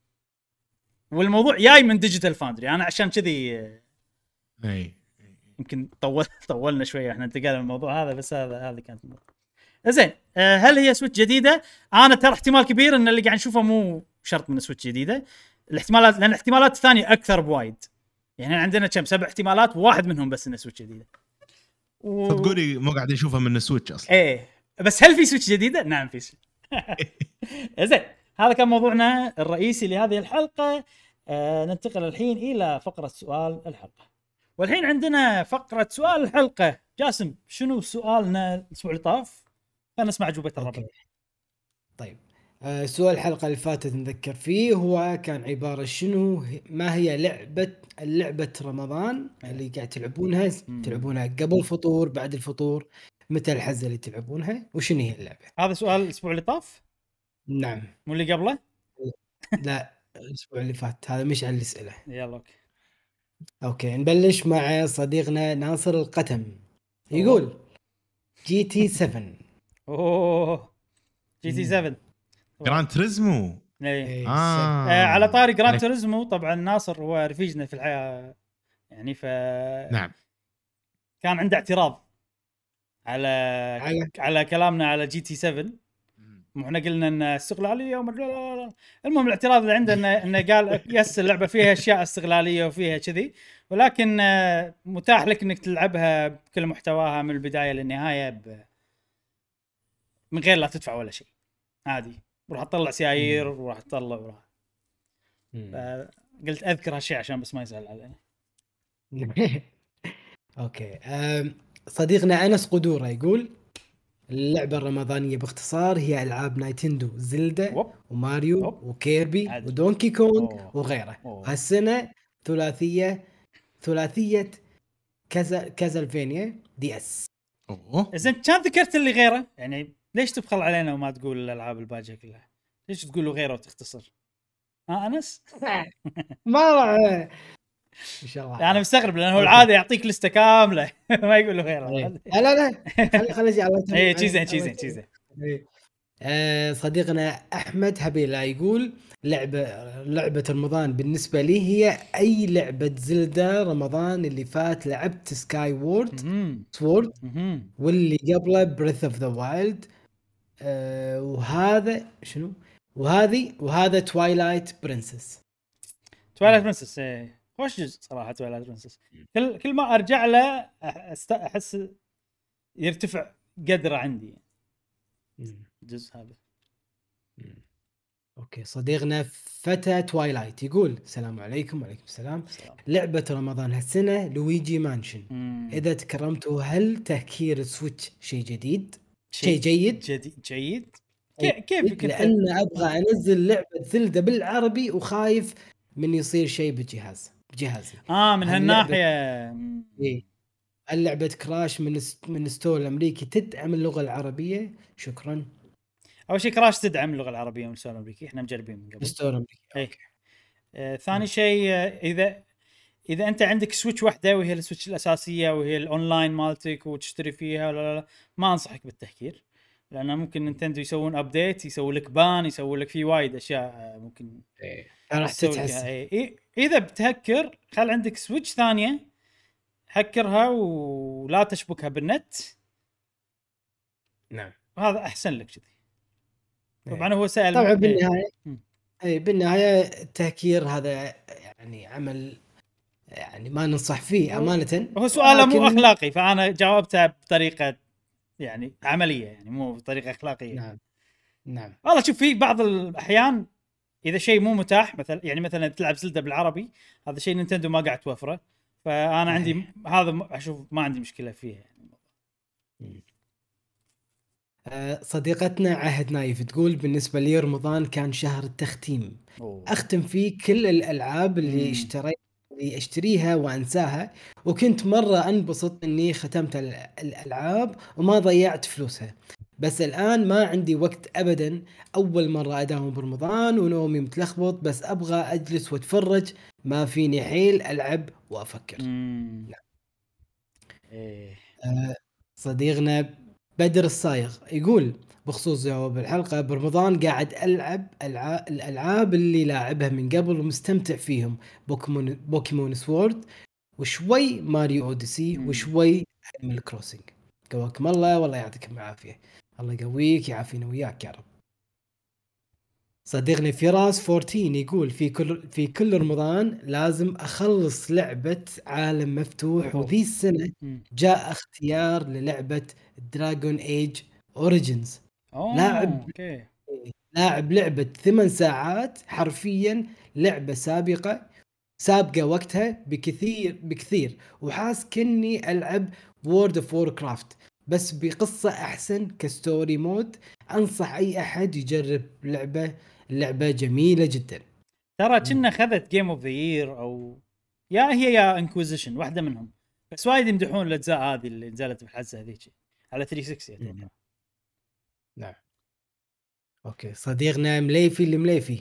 والموضوع جاي من ديجيتال فاوندري، انا عشان كذي اي يمكن طول طولنا شويه احنا انتقلنا من الموضوع هذا، بس هذا هذه كانت الموضوع. زين أه هل هي سويتش جديده؟ انا ترى احتمال كبير ان اللي قاعد نشوفه مو شرط من سويتش جديده، الاحتمالات لان الاحتمالات الثانيه اكثر بوايد، يعني عندنا كم سبع احتمالات واحد منهم بس انه سويتش جديده و... فتقولي مو قاعد نشوفها من السويتش اصلا. ايه بس هل في سويتش جديده؟ نعم في سويتش. زين هذا كان موضوعنا الرئيسي لهذه الحلقه. آه ننتقل الحين الى فقره سؤال الحلقه، والحين عندنا فقره سؤال الحلقه. جاسم شنو سؤالنا الاسبوع اللي طاف؟ خلينا نسمع اجوبه الربع. طيب آه سؤال الحلقه اللي فاتت نذكر فيه هو كان عباره شنو ما هي لعبه اللعبه رمضان اللي قاعد تلعبونها تلعبونها قبل الفطور بعد الفطور، متى الحزه اللي تلعبونها وشنو هي اللعبه؟ هذا سؤال الاسبوع اللي طاف؟ نعم. مو اللي قبله؟ لا الاسبوع اللي فات، هذا مش على الاسئله. يلا اوكي اوكي نبلش مع صديقنا ناصر القتم. يقول أوه. جي تي سبعة. اوه جي تي سبعة جراند توريزمو. ايه آه. آه على طاري جراند توريزمو، طبعا ناصر هو رفيجنا في الحياه يعني، ف نعم كان عنده اعتراض على على, على كلامنا على جي تي سبعة، مو احنا قلنا ان استغلاليه وما لا لا لا. المهم الاعتراض اللي عنده انه انه قال يس اللعبه فيها اشياء استغلاليه وفيها كذي، ولكن متاح لك انك تلعبها بكل محتواها من البدايه للنهايه ب... من غير لا تدفع ولا شيء عادي، وراح تطلع سيايير وراح تطلع وراح قلت اذكر هالشيء عشان بس ما يزعل علي. اوكي صديقنا انس قدوره يقول اللعبة الرمضانية باختصار هي ألعاب نايتندو زلدا ووب. وماريو ووب. وكيربي عادي. ودونكي كونغ أوه. وغيره. أوه. هالسنة ثلاثية ثلاثية كازا كازلفينيا دي اس. اوه زين كان ذكرت اللي غيره، يعني ليش تبخل علينا وما تقول الالعاب الباجيه كلها؟ ليش تقولوا غيره وتختصر؟ ها انس؟ ما راح ان شاء الله. يعني مستغرب لانه أوكي. العاده يعطيك لسته كامله ما يقولوا غيره. إيه. لا لا لا خلي خلي اجي على اي شي زين شي زين شي زين. إيه. آه صديقنا احمد حبيلا يقول لعبه لعبه رمضان بالنسبه لي هي اي لعبه زلدا رمضان اللي فات لعبت سكاي وورد مهم. سوورد مهم. واللي قبله بريث اوف ذا وايلد، وهذا شنو وهذه وهذا توايلايت برنسس. تويلايت برنسس ايه خوش جزء صراحه. تويلايت برنسس كل كل ما ارجع له أست- احس يرتفع قدره عندي الجزء هذا. اوكي صديقنا فتى توايلايت يقول السلام عليكم. وعليكم السلام. سلام. لعبة رمضان هالسنة لويجي مانشن. مم. إذا تكرمتوا هل تهكير سويتش شيء جديد؟ شيء جيد؟ جديد جيد كي- كيف كنت لأن أبغى أنزل لعبة زلدة بالعربي وخايف من يصير شيء بالجهاز بجهازي. اه من هاللعبة- هالناحيه. مم. إيه. اللعبة كراش من است... من ستور الأمريكي تدعم اللغة العربية؟ شكرا. اول شيء كراش تدعم اللغه العربيه من السوق الامريكي، احنا مجربين من قبل. ستور أمريكي. اي أوكي. آه ثاني شيء آه اذا اذا انت عندك سويتش واحده وهي السويتش الاساسيه وهي الاونلاين مالتك وتشتري فيها ولا لا، ما انصحك بالتهكير، لانه ممكن نينتندو يسوون ابديت، يسوي لك بان، يسوي لك في وايد اشياء آه، ممكن إيه. راح تسوي لك. تتحسن. إيه. إيه. اذا بتهكر خل عندك سويتش ثانيه هكرها ولا تشبكها بالنت، نعم. وهذا احسن لك كذي. إيه. طبعا هو سأل طبعا إيه. بالنهاية مم. اي بالنهايه التهكير هذا يعني عمل يعني ما ننصح فيه امانه. هو سؤاله مو ولكن- اخلاقي، فانا جاوبته بطريقه يعني عمليه، يعني مو بطريقه اخلاقيه. نعم نعم والله شوف في بعض الاحيان اذا شيء مو متاح، مثلا يعني مثلا تلعب زلدة بالعربي، هذا شيء نينتندو ما قاعد توفره، فانا عندي صحيح. هذا م- اشوف ما عندي مشكله فيه يعني. آه، صديقتنا عهد نايف تقول بالنسبه لي رمضان كان شهر التختيم، أوه. اختم فيه كل الالعاب اللي مم. اشتريت اللي اشتريها وانساها، وكنت مره انبسط اني ختمت ال- الالعاب وما ضيعت فلوسها. بس الان ما عندي وقت ابدا، اول مره اداوم برمضان ونومي متلخبط، بس ابغى اجلس واتفرج، ما فيني حيل العب وافكر. مم. إيه. آه، صديقنا بدر الصايغ يقول بخصوص جواب الحلقة برمضان قاعد ألعب الع- الألعاب اللي لاعبها من قبل ومستمتع فيهم، بوكيمون بوكيمون سوورد وشوي ماريو أوديسي مم. وشوي أنيمال كروسنج. قواكم الله والله يعطيكم العافية، الله يقويك يعافينا وياك يا رب. صديقنا فراس أربعة عشر يقول في كل في كل رمضان لازم أخلص لعبة عالم مفتوح، أوه. وذي السنة مم. جاء اختيار للعبة دراجون ايج اوريجينز. أوه. لاعب اوكي. لاعب لعبة ثمان ساعات حرفيا، لعبة سابقة سابقة وقتها بكثير بكثير، وحاس كني ألعب وورد اوف ووركرافت بس بقصة أحسن كستوري مود. أنصح أي أحد يجرب لعبة اللعبة جميلة جدا. ترى كنا خذت جيم اوف ذا يير او يا هي يا انكويزيشن واحده منهم، بس وايد يمدحون الاجزاء هذه اللي نزلت بالحزه هذيك على ثلاثمية وستين اتوقع. نعم. اوكي صديقنا مليفي المليفي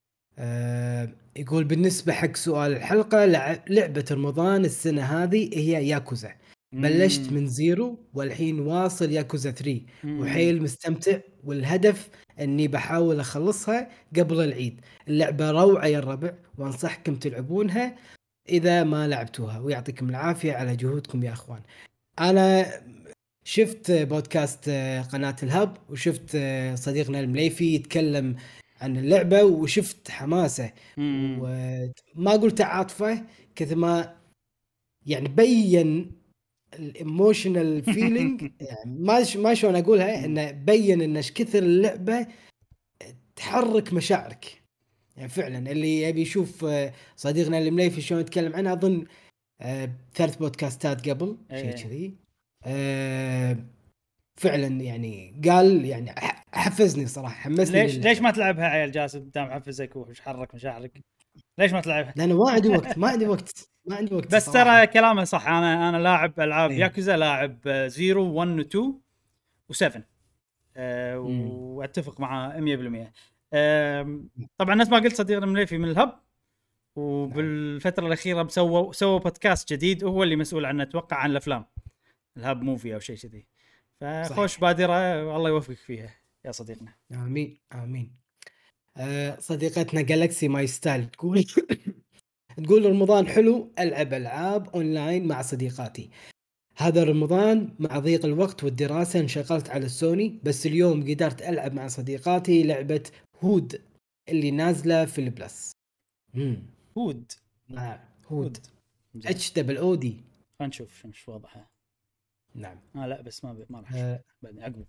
آه يقول بالنسبة حق سؤال الحلقة لع- لعبة رمضان السنة هذه هي ياكوزا. بلشت من زيرو والحين واصل ياكوزا ثلاثة مم. وحيل مستمتع، والهدف اني بحاول اخلصها قبل العيد. اللعبة روعة يا الربع وانصحكم تلعبونها اذا ما لعبتوها، ويعطيكم العافية على جهودكم يا اخوان. انا شفت بودكاست قناة الهب وشفت صديقنا المليفي يتكلم عن اللعبة وشفت حماسه، مم. وما قلت عاطفة كثر ما يعني بين الايموشنال فيلينج، يعني ما ش- ما شلون اقولها، انه بين ان ايش كثر اللعبة تحرك مشاعرك. يعني فعلا اللي يبي يشوف صديقنا المليفي شلون يتكلم عنها، اظن آه، ثلاث بودكاستات قبل شيء إيه. كذي. آه، فعلا يعني قال يعني حفزني صراحه، حمسني. ليش ليش ما تلعبها عيال جاسم دام حفزك وش حرك مشاعرك؟ ليش ما تلعبها؟ لانه ما عندي وقت ما عندي وقت ما عندي وقت بس صراحة. ترى كلامه صح. انا انا لاعب العاب إيه. ياكوزا، لاعب صفر واحد و2 و7 أه واتفق معاه مية بالمية. أه طبعا نفس ما قلت صديقنا مليفي من الهب، وبالفتره الاخيره مسووا سووا بودكاست جديد وهو اللي مسؤول عنه اتوقع عن الافلام، الهب موفي او شيء كذي. فخوش بادره والله يوفقك فيها يا صديقنا. امين امين. أه صديقتنا جالكسي ماي ستايل تقول تقول رمضان حلو، العب العاب اونلاين مع صديقاتي. هذا رمضان مع ضيق الوقت والدراسه انشغلت على السوني، بس اليوم قدرت العب مع صديقاتي لعبه هود اللي نازله في البلس. امم هود نعم هود هود اتش دبل او دي. خلينا نشوف شو وضعها. نعم اه لا بس ما ما راح أه بعدين عقب.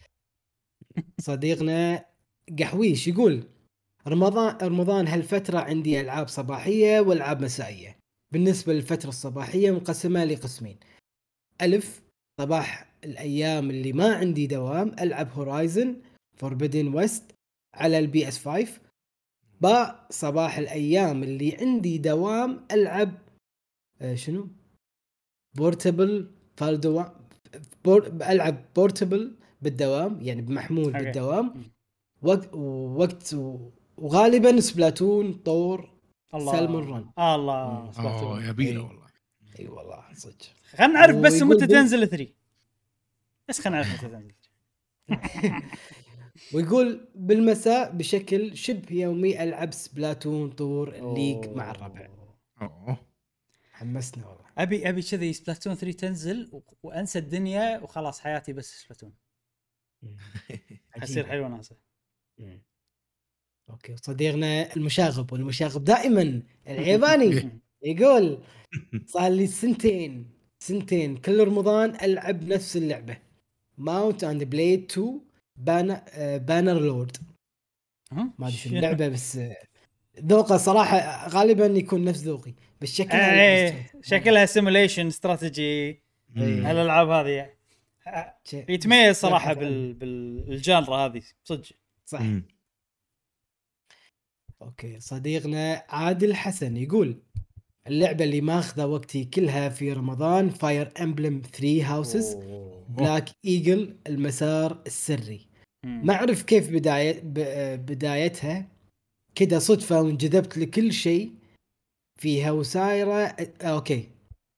صديقنا قحويش يقول رمضان رمضان هالفترة عندي ألعاب صباحية وألعاب مسائية. بالنسبة للفترة الصباحية مقسمة لقسمين: ألف صباح الأيام اللي ما عندي دوام ألعب هورايزن فوربيدن ويست على البي اس خمسة. باء صباح الأيام اللي عندي دوام ألعب آه شنو بورتبل فالدو بور... ألعب بورتبل بالدوام يعني بمحمول أوكي. بالدوام وقت ووقت وغالبا سبلاتون طور سلمون رن. الله الله اه سبلاتون. يبيله إيه. والله. اي والله صدق. خلينا نعرف بس ويقول متى بال- تنزل ثري، بس خلينا نعرف متى تنزل. ويقول بالمساء بشكل شبه يومي ألعب سبلاتون طور ليج مع الربع. اوه حمسنا والله. ابي ابي كذي سبلاتون ثري تنزل و... وانسى الدنيا وخلاص حياتي بس سبلاتون. حيصير حلوه ناسه. مم. اوكي صديقنا المشاغب والمشاغب دائما العيباني يقول صار لي سنتين سنتين كل رمضان العب نفس اللعبه ماونت اند بليد تو بان بانر لورد. ها ما ادري شو اللعبه بس ذوقه صراحه غالبا يكون نفس ذوقي بس شكلها ايه شكلها سيموليشن استراتيجي. الالعاب هذه يتميز صراحه بال بالجانرا هذه صدق صح. مم. اوكي صديقنا عادل حسن يقول اللعبه اللي ماخذه وقتي كلها في رمضان فاير امبلم ثري هاوسز بلاك ايجل المسار السري. ما اعرف كيف بدايه بدايتها كده صدفه وانجذبت لكل شيء فيها وصايره اوكي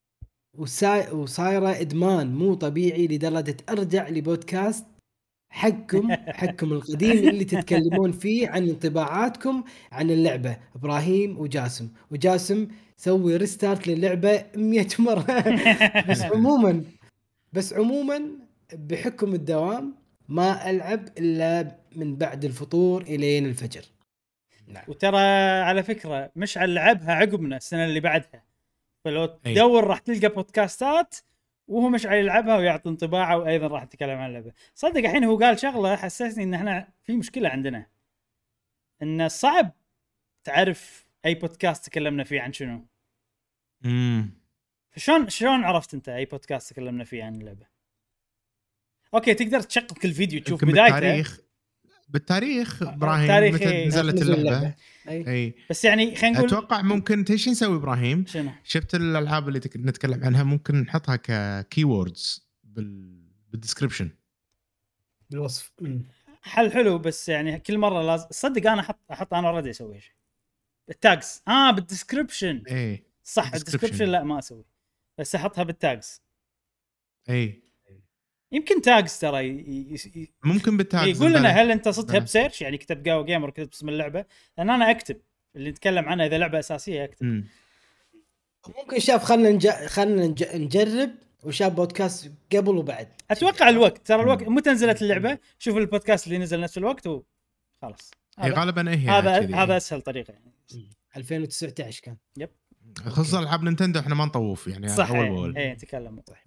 وصايره ادمان مو طبيعي لدرجه ارجع لبودكاست حقكم حقكم القديم اللي تتكلمون فيه عن انطباعاتكم عن اللعبه ابراهيم وجاسم وجاسم سوي ريستارت للعبه مية مره. بس عموما بس عموما بحكم الدوام ما العب الا من بعد الفطور الين الفجر. نعم. وترى على فكره مش لعبها عقبنا السنه اللي بعدها، فلو تدور راح تلقى بودكاستات وهو مش على يلعبها ويعطي انطباعه وايضا راح نتكلم عن اللعبه. صدق الحين هو قال شغله حسسني ان احنا في مشكله عندنا، ان صعب تعرف اي بودكاست تكلمنا فيه عن شنو. امم شلون شلون عرفت انت اي بودكاست تكلمنا فيه عن اللعبه؟ اوكي تقدر تشغل كل فيديو تشوف بدايته بالتاريخ بالتاريخ ابراهيم تاريخ متى إيه. نزلت اللعبه, اللعبة. أي. اي بس يعني خلينا نقول اتوقع ممكن ايش نسوي ابراهيم شنو؟ شفت الالعاب اللي تك... نتكلم عنها ممكن نحطها ككيوردز بال بالديسكربشن بالوصف. حل حلو بس يعني كل مره لازم صدق انا احط احط انا اوريدي اسوي شيء التاجز اه بالديسكربشن. اي صح الديسكربشن لا ما اسوي بس احطها بالتاجز. اي يمكن تاجز ترى ي... ي... ممكن بالتاجز يقول لنا هل انت صدتها بسيرش يعني كتب جاو جيمر كتب اسم اللعبه لان انا اكتب اللي نتكلم عنها اذا لعبه اساسيه اكتب. م. ممكن شاف خلنا نج... خلنا نج... نجرب وشاف بودكاست قبل وبعد. اتوقع الوقت ترى الوقت متى نزلت اللعبه شوف البودكاست اللي نزل نفس الوقت وخلاص. هي غالبا هي هذا هذا اسهل طريقه يعني. ألفين وتسعة عشر كان. يب خصوصا العاب نينتندو احنا ما نطوف يعني صح اول باول. ايه تكلم صح.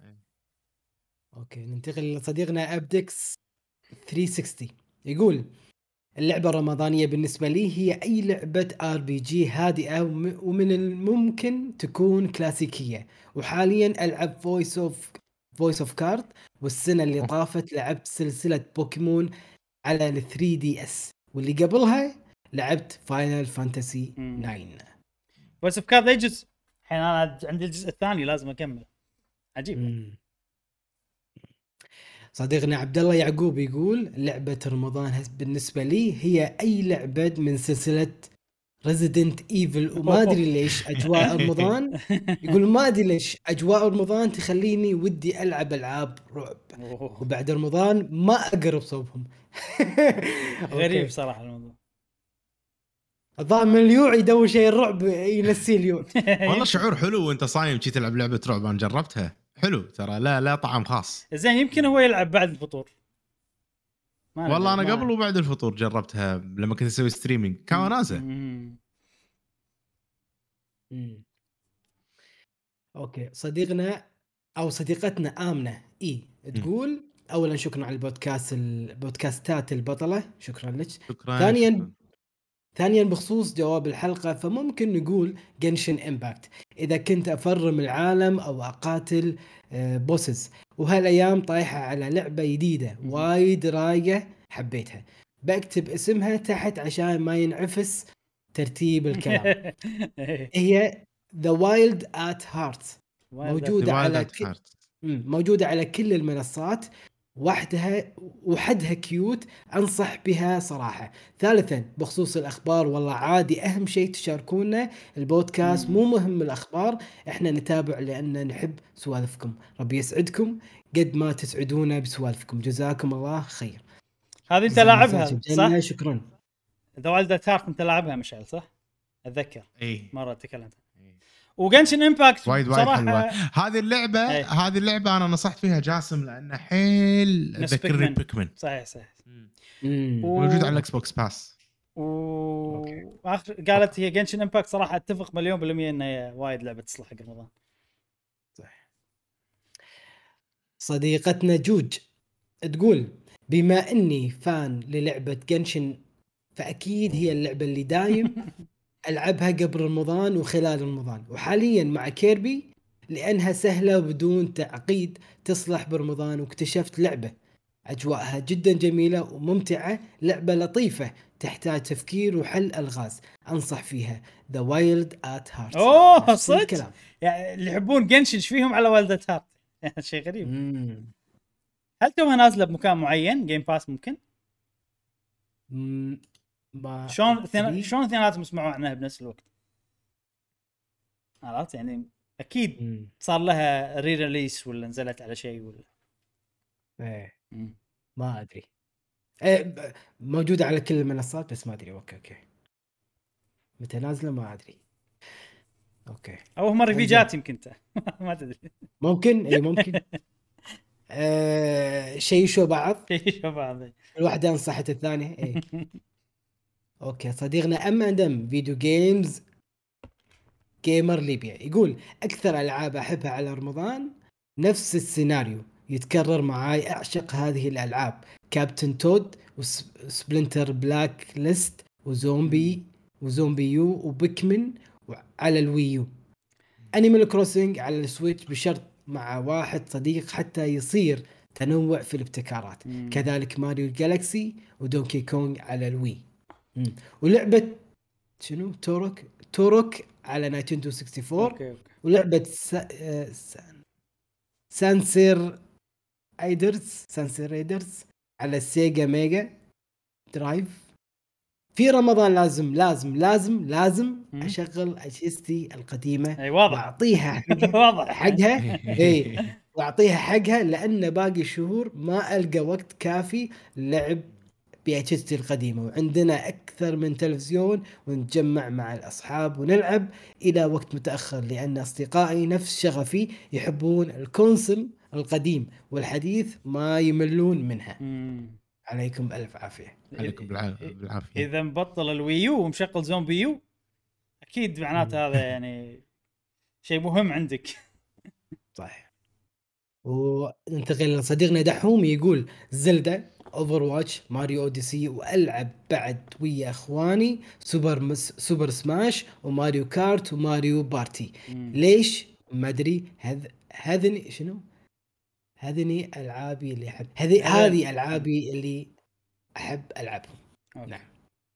اوكي ننتقل لصديقنا ابدكس ثلاثمية وستين يقول اللعبه الرمضانيه بالنسبه لي هي اي لعبه ار بي جي هادئه ومن الممكن تكون كلاسيكيه وحاليا العب فويس اوف فويس اوف كارد. والسنه اللي طافت لعبت سلسله بوكيمون على ال ثري دي اس، واللي قبلها لعبت فاينل فانتسي ناين. بس في كذا جزء الحين انا عندي الجزء الثاني لازم اكمل. عجيب. مم. صديقنا عبد الله يعقوب يقول لعبه رمضان بالنسبه لي هي اي لعبه من سلسله ريزيدنت ايفل، وما ادري ليش اجواء رمضان يقول ما ادري ليش اجواء رمضان تخليني ودي العب العاب رعب، وبعد رمضان ما اقرب صوبهم. غريب صراحه الموضوع. الظاهر من اليوع يدور شيء الرعب ينسي اليوع. والله شعور حلو وانت صايم شي تلعب لعبه رعب. انا جربتها حلو ترى، لا لا طعم خاص. زين يمكن هو يلعب بعد الفطور. والله انا قبل وبعد الفطور جربتها لما كنت اسوي ستريمينج كان وناسه. اوكي صديقنا او صديقتنا آمنة اي تقول اولا شكرا على البودكاست البودكاستات البطلة، شكرا لك. شكرا. ثانيا شكرا. ثانيا بخصوص جواب الحلقة، فممكن نقول جنشن امباكت اذا كنت افرم العالم او اقاتل بوسز، وهالايام طايحة على لعبة جديدة وايد رايقة حبيتها، بكتب اسمها تحت عشان ما ينعفس ترتيب الكلام. هي The Wild at Heart، موجودة على ك... موجودة على كل المنصات، وحدها وحدها كيوت، أنصح بها صراحة. ثالثا بخصوص الأخبار، والله عادي أهم شيء تشاركونا البودكاست، مو مهم الأخبار، إحنا نتابع لأن نحب سوالفكم. ربي يسعدكم قد ما تسعدونا بسوالفكم، جزاكم الله خير. هذه أنت لاعبها صح؟ شكرا. The Wild at Heart أنت لاعبها مشعل صح؟ أتذكر إيه مرة تكلمت. وجنشن امباكت وايد وايد حلوه هذه اللعبه. أي. هذه اللعبه انا نصحت فيها جاسم لانه حيل ذكرني بيكمن. صحيح صحيح. و... موجود على الاكس بوكس باس. واخر قالت هي جنشن امباكت صراحه اتفق مليون بالمية انها وايد لعبه تصلح حق رمضان. صح. صديقتنا جوج تقول بما اني فان للعبه جنشن فاكيد هي اللعبه اللي دايم ألعبها قبل رمضان وخلال رمضان، وحاليا مع كيربي لأنها سهلة وبدون تعقيد تصلح برمضان، واكتشفت لعبة أجواءها جدا جميلة وممتعة، لعبة لطيفة تحتاج تفكير وحل ألغاز، أنصح فيها The Wild at Heart. أوه صدق يعني اللي يحبون جنشن فيهم على Wild at Heart. شيء غريب. مم. هل توها نازلة بمكان معين جيم باس ممكن؟ مم. شلون ثنا... شلون اثنيناتهم يسمعوا عنها بنفس الوقت؟ عرفت يعني اكيد مم. صار لها ري ريليس ولا نزلت على شيء ولا ايه ما ادري. ايه موجوده على كل المنصات بس ما ادري. اوكي اوكي متى نازله ما ادري. اوكي او هم ريفيجات يمكن ما تدري. ممكن اي ممكن. آه شيء شو بعض شيء شو بعض الواحده نصحت الثانيه. اي اوكي صديقنا اما اندم فيديو جيمز جيمر ليبيا يقول اكثر العاب احبها على رمضان نفس السيناريو يتكرر معاي، اعشق هذه الالعاب كابتن تود وسبلنتر بلاك ليست وزومبي وزومبي يو وبيكمن على الويو، انيمال كروسنج على السويتش بشرط مع واحد صديق حتى يصير تنوع في الابتكارات. مم. كذلك ماريو جالاكسي ودونكي كونغ على الوي. مم. ولعبة شنو توروك توروك على نايتندو أربعة وستين. أوكي أوكي. ولعبة سا... سان... سانسير ايدرز سانسير ايدرز على السيجا ميجا درايف. في رمضان لازم لازم لازم لازم مم. اشغل اجهزتي القديمه. اي واضح. واعطيها حقها, حقها. اي واعطيها حقها لان باقي الشهور ما القى وقت كافي لعب بأجهزتي القديمة، وعندنا أكثر من تلفزيون ونتجمع مع الأصحاب ونلعب إلى وقت متأخر، لأن أصدقائي نفس شغفي يحبون الكونسول القديم والحديث ما يملون منها. مم. عليكم ألف عافية. عليكم بالعافية. إذا مبطل الويو ومشغل زومبي يو أكيد معناته هذا يعني شيء مهم عندك. صح. وننتقل لصديقنا دحوم يقول زلدة اوفر واتش ماريو اوديسي، والعب بعد ويا اخواني سوبر مس... سوبر سماش وماريو كارت وماريو بارتي. مم. ليش ما ادري هذ هذني شنو هذني العابي اللي احب هذه هذه العابي اللي احب العبهم. أوكي. نعم.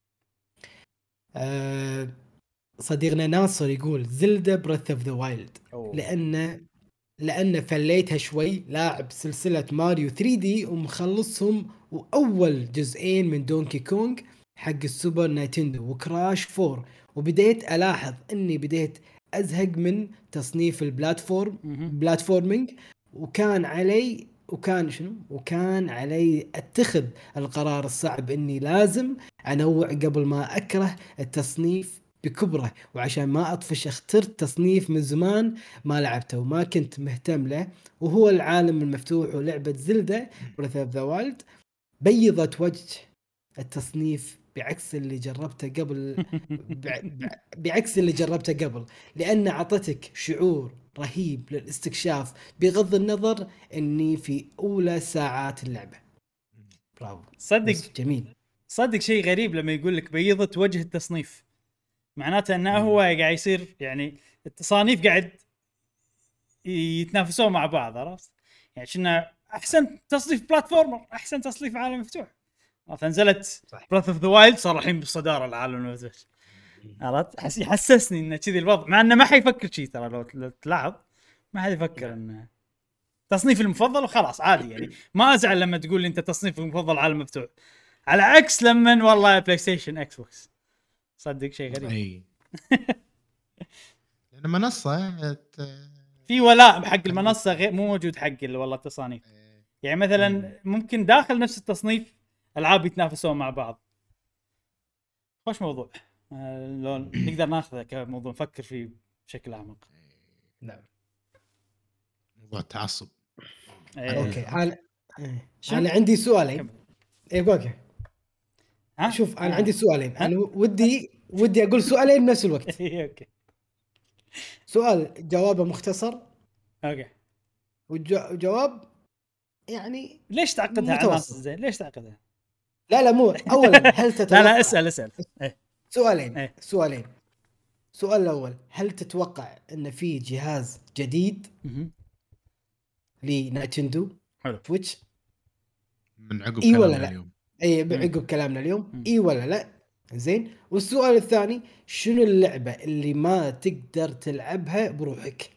أه صديقنا ناصر يقول زلدا بريث اوف ذا وايلد، لان لان فليتها شوي، لاعب سلسله ماريو ثري دي ومخلصهم، واول جزئين من دونكي كونغ حق السوبر نايتندو وكراش فور، وبديت الاحظ اني بديت ازهق من تصنيف البلاتفورم بلاتفورمينج، وكان علي وكان شنو وكان علي اتخذ القرار الصعب اني لازم انوع قبل ما اكره التصنيف بكبره، وعشان ما اطفش اخترت تصنيف من زمان ما لعبته وما كنت مهتم له، وهو العالم المفتوح ولعبة زلدا بريث اوف ذا وايلد. بيضت وجه التصنيف بعكس اللي جربته قبل بعكس اللي جربته قبل لأن عطتك شعور رهيب للاستكشاف بغض النظر اني في اولى ساعات اللعبة. برافو. صدق جميل. صدق شيء غريب لما يقول لك بيضت وجه التصنيف، معناته انه هو قاعد يصير يعني التصانيف قاعد يتنافسون مع بعض، عرفت يعني شنا احسن تصنيف بلاتفورمر، احسن تصنيف عالم مفتوح، فنزلت براث اوف ذا وايلد صار الحين بالصداره العالم المفتوح، عرفت حس يحسسني انه كذي الوضع، مع انه ما حيفكر شيء ترى، لو تلاحظ ما حد يفكر انه تصنيف المفضل وخلاص عادي يعني. ما ازعل لما تقول لي انت تصنيف المفضل عالم مفتوح، على عكس لما والله بلاي ستيشن اكس بوكس، صدق شيء غريب. اي لان منصه في ولاء حق المنصه غير مو موجود حق اللي والله التصانيف، يعني مثلا ممكن داخل نفس التصنيف العاب يتنافسون مع بعض. خوش موضوع لو نقدر ناخذه كموضوع نفكر فيه بشكل اعمق. نعم موضوع التعصب. اوكي انا انا عندي سؤالين. اي اوكي شوف انا عندي سؤالين، انا ودي ودي اقول سؤالين بنفس الوقت. اوكي سؤال جوابه مختصر، اوكي وجواب يعني ليش تعقدها على الناس زين؟ ليش تعقدها؟ لا لا مو اولا هل تتوقع لا لا اسال اسال ايه. سؤالين ايه. سؤالين السؤال الاول، هل تتوقع ان في جهاز جديد لنايتندو تويتش من عقب إيه كلامنا لا؟ اليوم؟ اي بعقب كلامنا اليوم مم. اي ولا لا؟ زين. والسؤال الثاني، شنو اللعبه اللي ما تقدر تلعبها بروحك؟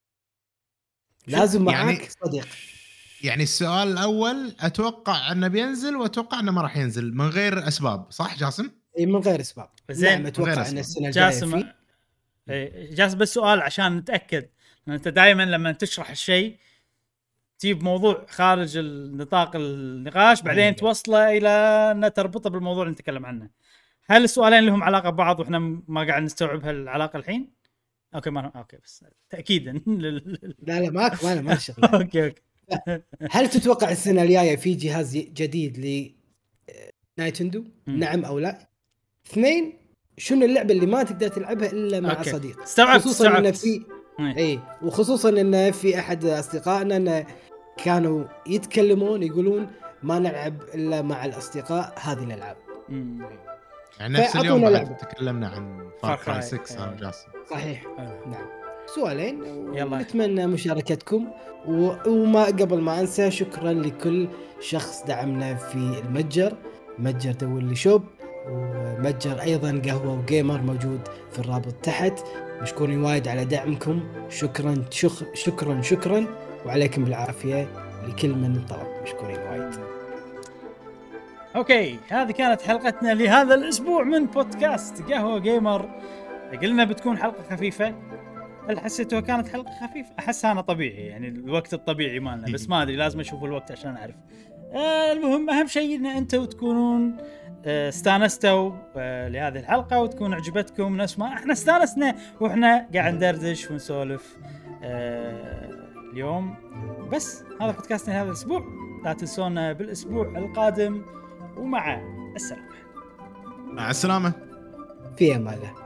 لازم معاك يعني صديق. يعني السؤال الاول اتوقع انه بينزل، واتوقع انه ما راح ينزل من غير اسباب، صح جاسم؟ اي من غير اسباب. زين اتوقع ان السنه الجايه جاسم اي جاسم بس سؤال عشان نتاكد، لان انت دائما لما تشرح الشيء تجيب موضوع خارج النطاق النقاش بعدين أيه. توصله الى ان تربطه بالموضوع اللي نتكلم عنه. هل السؤالين لهم علاقه ببعض واحنا ما قاعد نستوعب هالعلاقه الحين؟ اوكي ما اوكي بس تاكيدا لا لا ماك ما ما شغله. اوكي اوكي هل تتوقع السنه الجايه في جهاز جديد ل نايتندو؟ نعم او لا؟ اثنين، شنو اللعبه اللي ما تقدر تلعبها الا مع أوكي. صديق؟ استوعبت خصوصا استوعبت. ان في اي وخصوصا ان في احد اصدقائنا ان كانوا يتكلمون يقولون ما نلعب الا مع الاصدقاء هذه الالعاب. يعني نفس اليوم بعد تكلمنا عن فار كراي ستة انا جاسم. صحيح أه. نعم سؤالين نتمنى مشاركتكم و... وما قبل ما انسى شكرا لكل شخص دعمنا في المتجر، متجر دولي شوب، ومتجر ايضا قهوه وجيمر موجود في الرابط تحت. مشكورين وايد على دعمكم، شكرا شخ... شكرا شكرا وعليكم بالعافيه لكل من طلب. مشكورين وايد. اوكي هذه كانت حلقتنا لهذا الاسبوع من بودكاست قهوه جيمر. قلنا بتكون حلقه خفيفه، هل حسيتوها كانت حلقه خفيفه؟ احسها انا طبيعي يعني الوقت الطبيعي مالنا، بس ما ادري لازم اشوف الوقت عشان اعرف. آه المهم اهم شيء ان انتم تكونون آه استانستوا آه لهذه الحلقه وتكون عجبتكم نفس ما احنا استانسنا واحنا قاعد ندردش ونسولف آه اليوم. بس هذا بودكاستنا لهذا الاسبوع، لا تنسونا بالاسبوع القادم، ومع السلامه. مع السلامه في امان الله.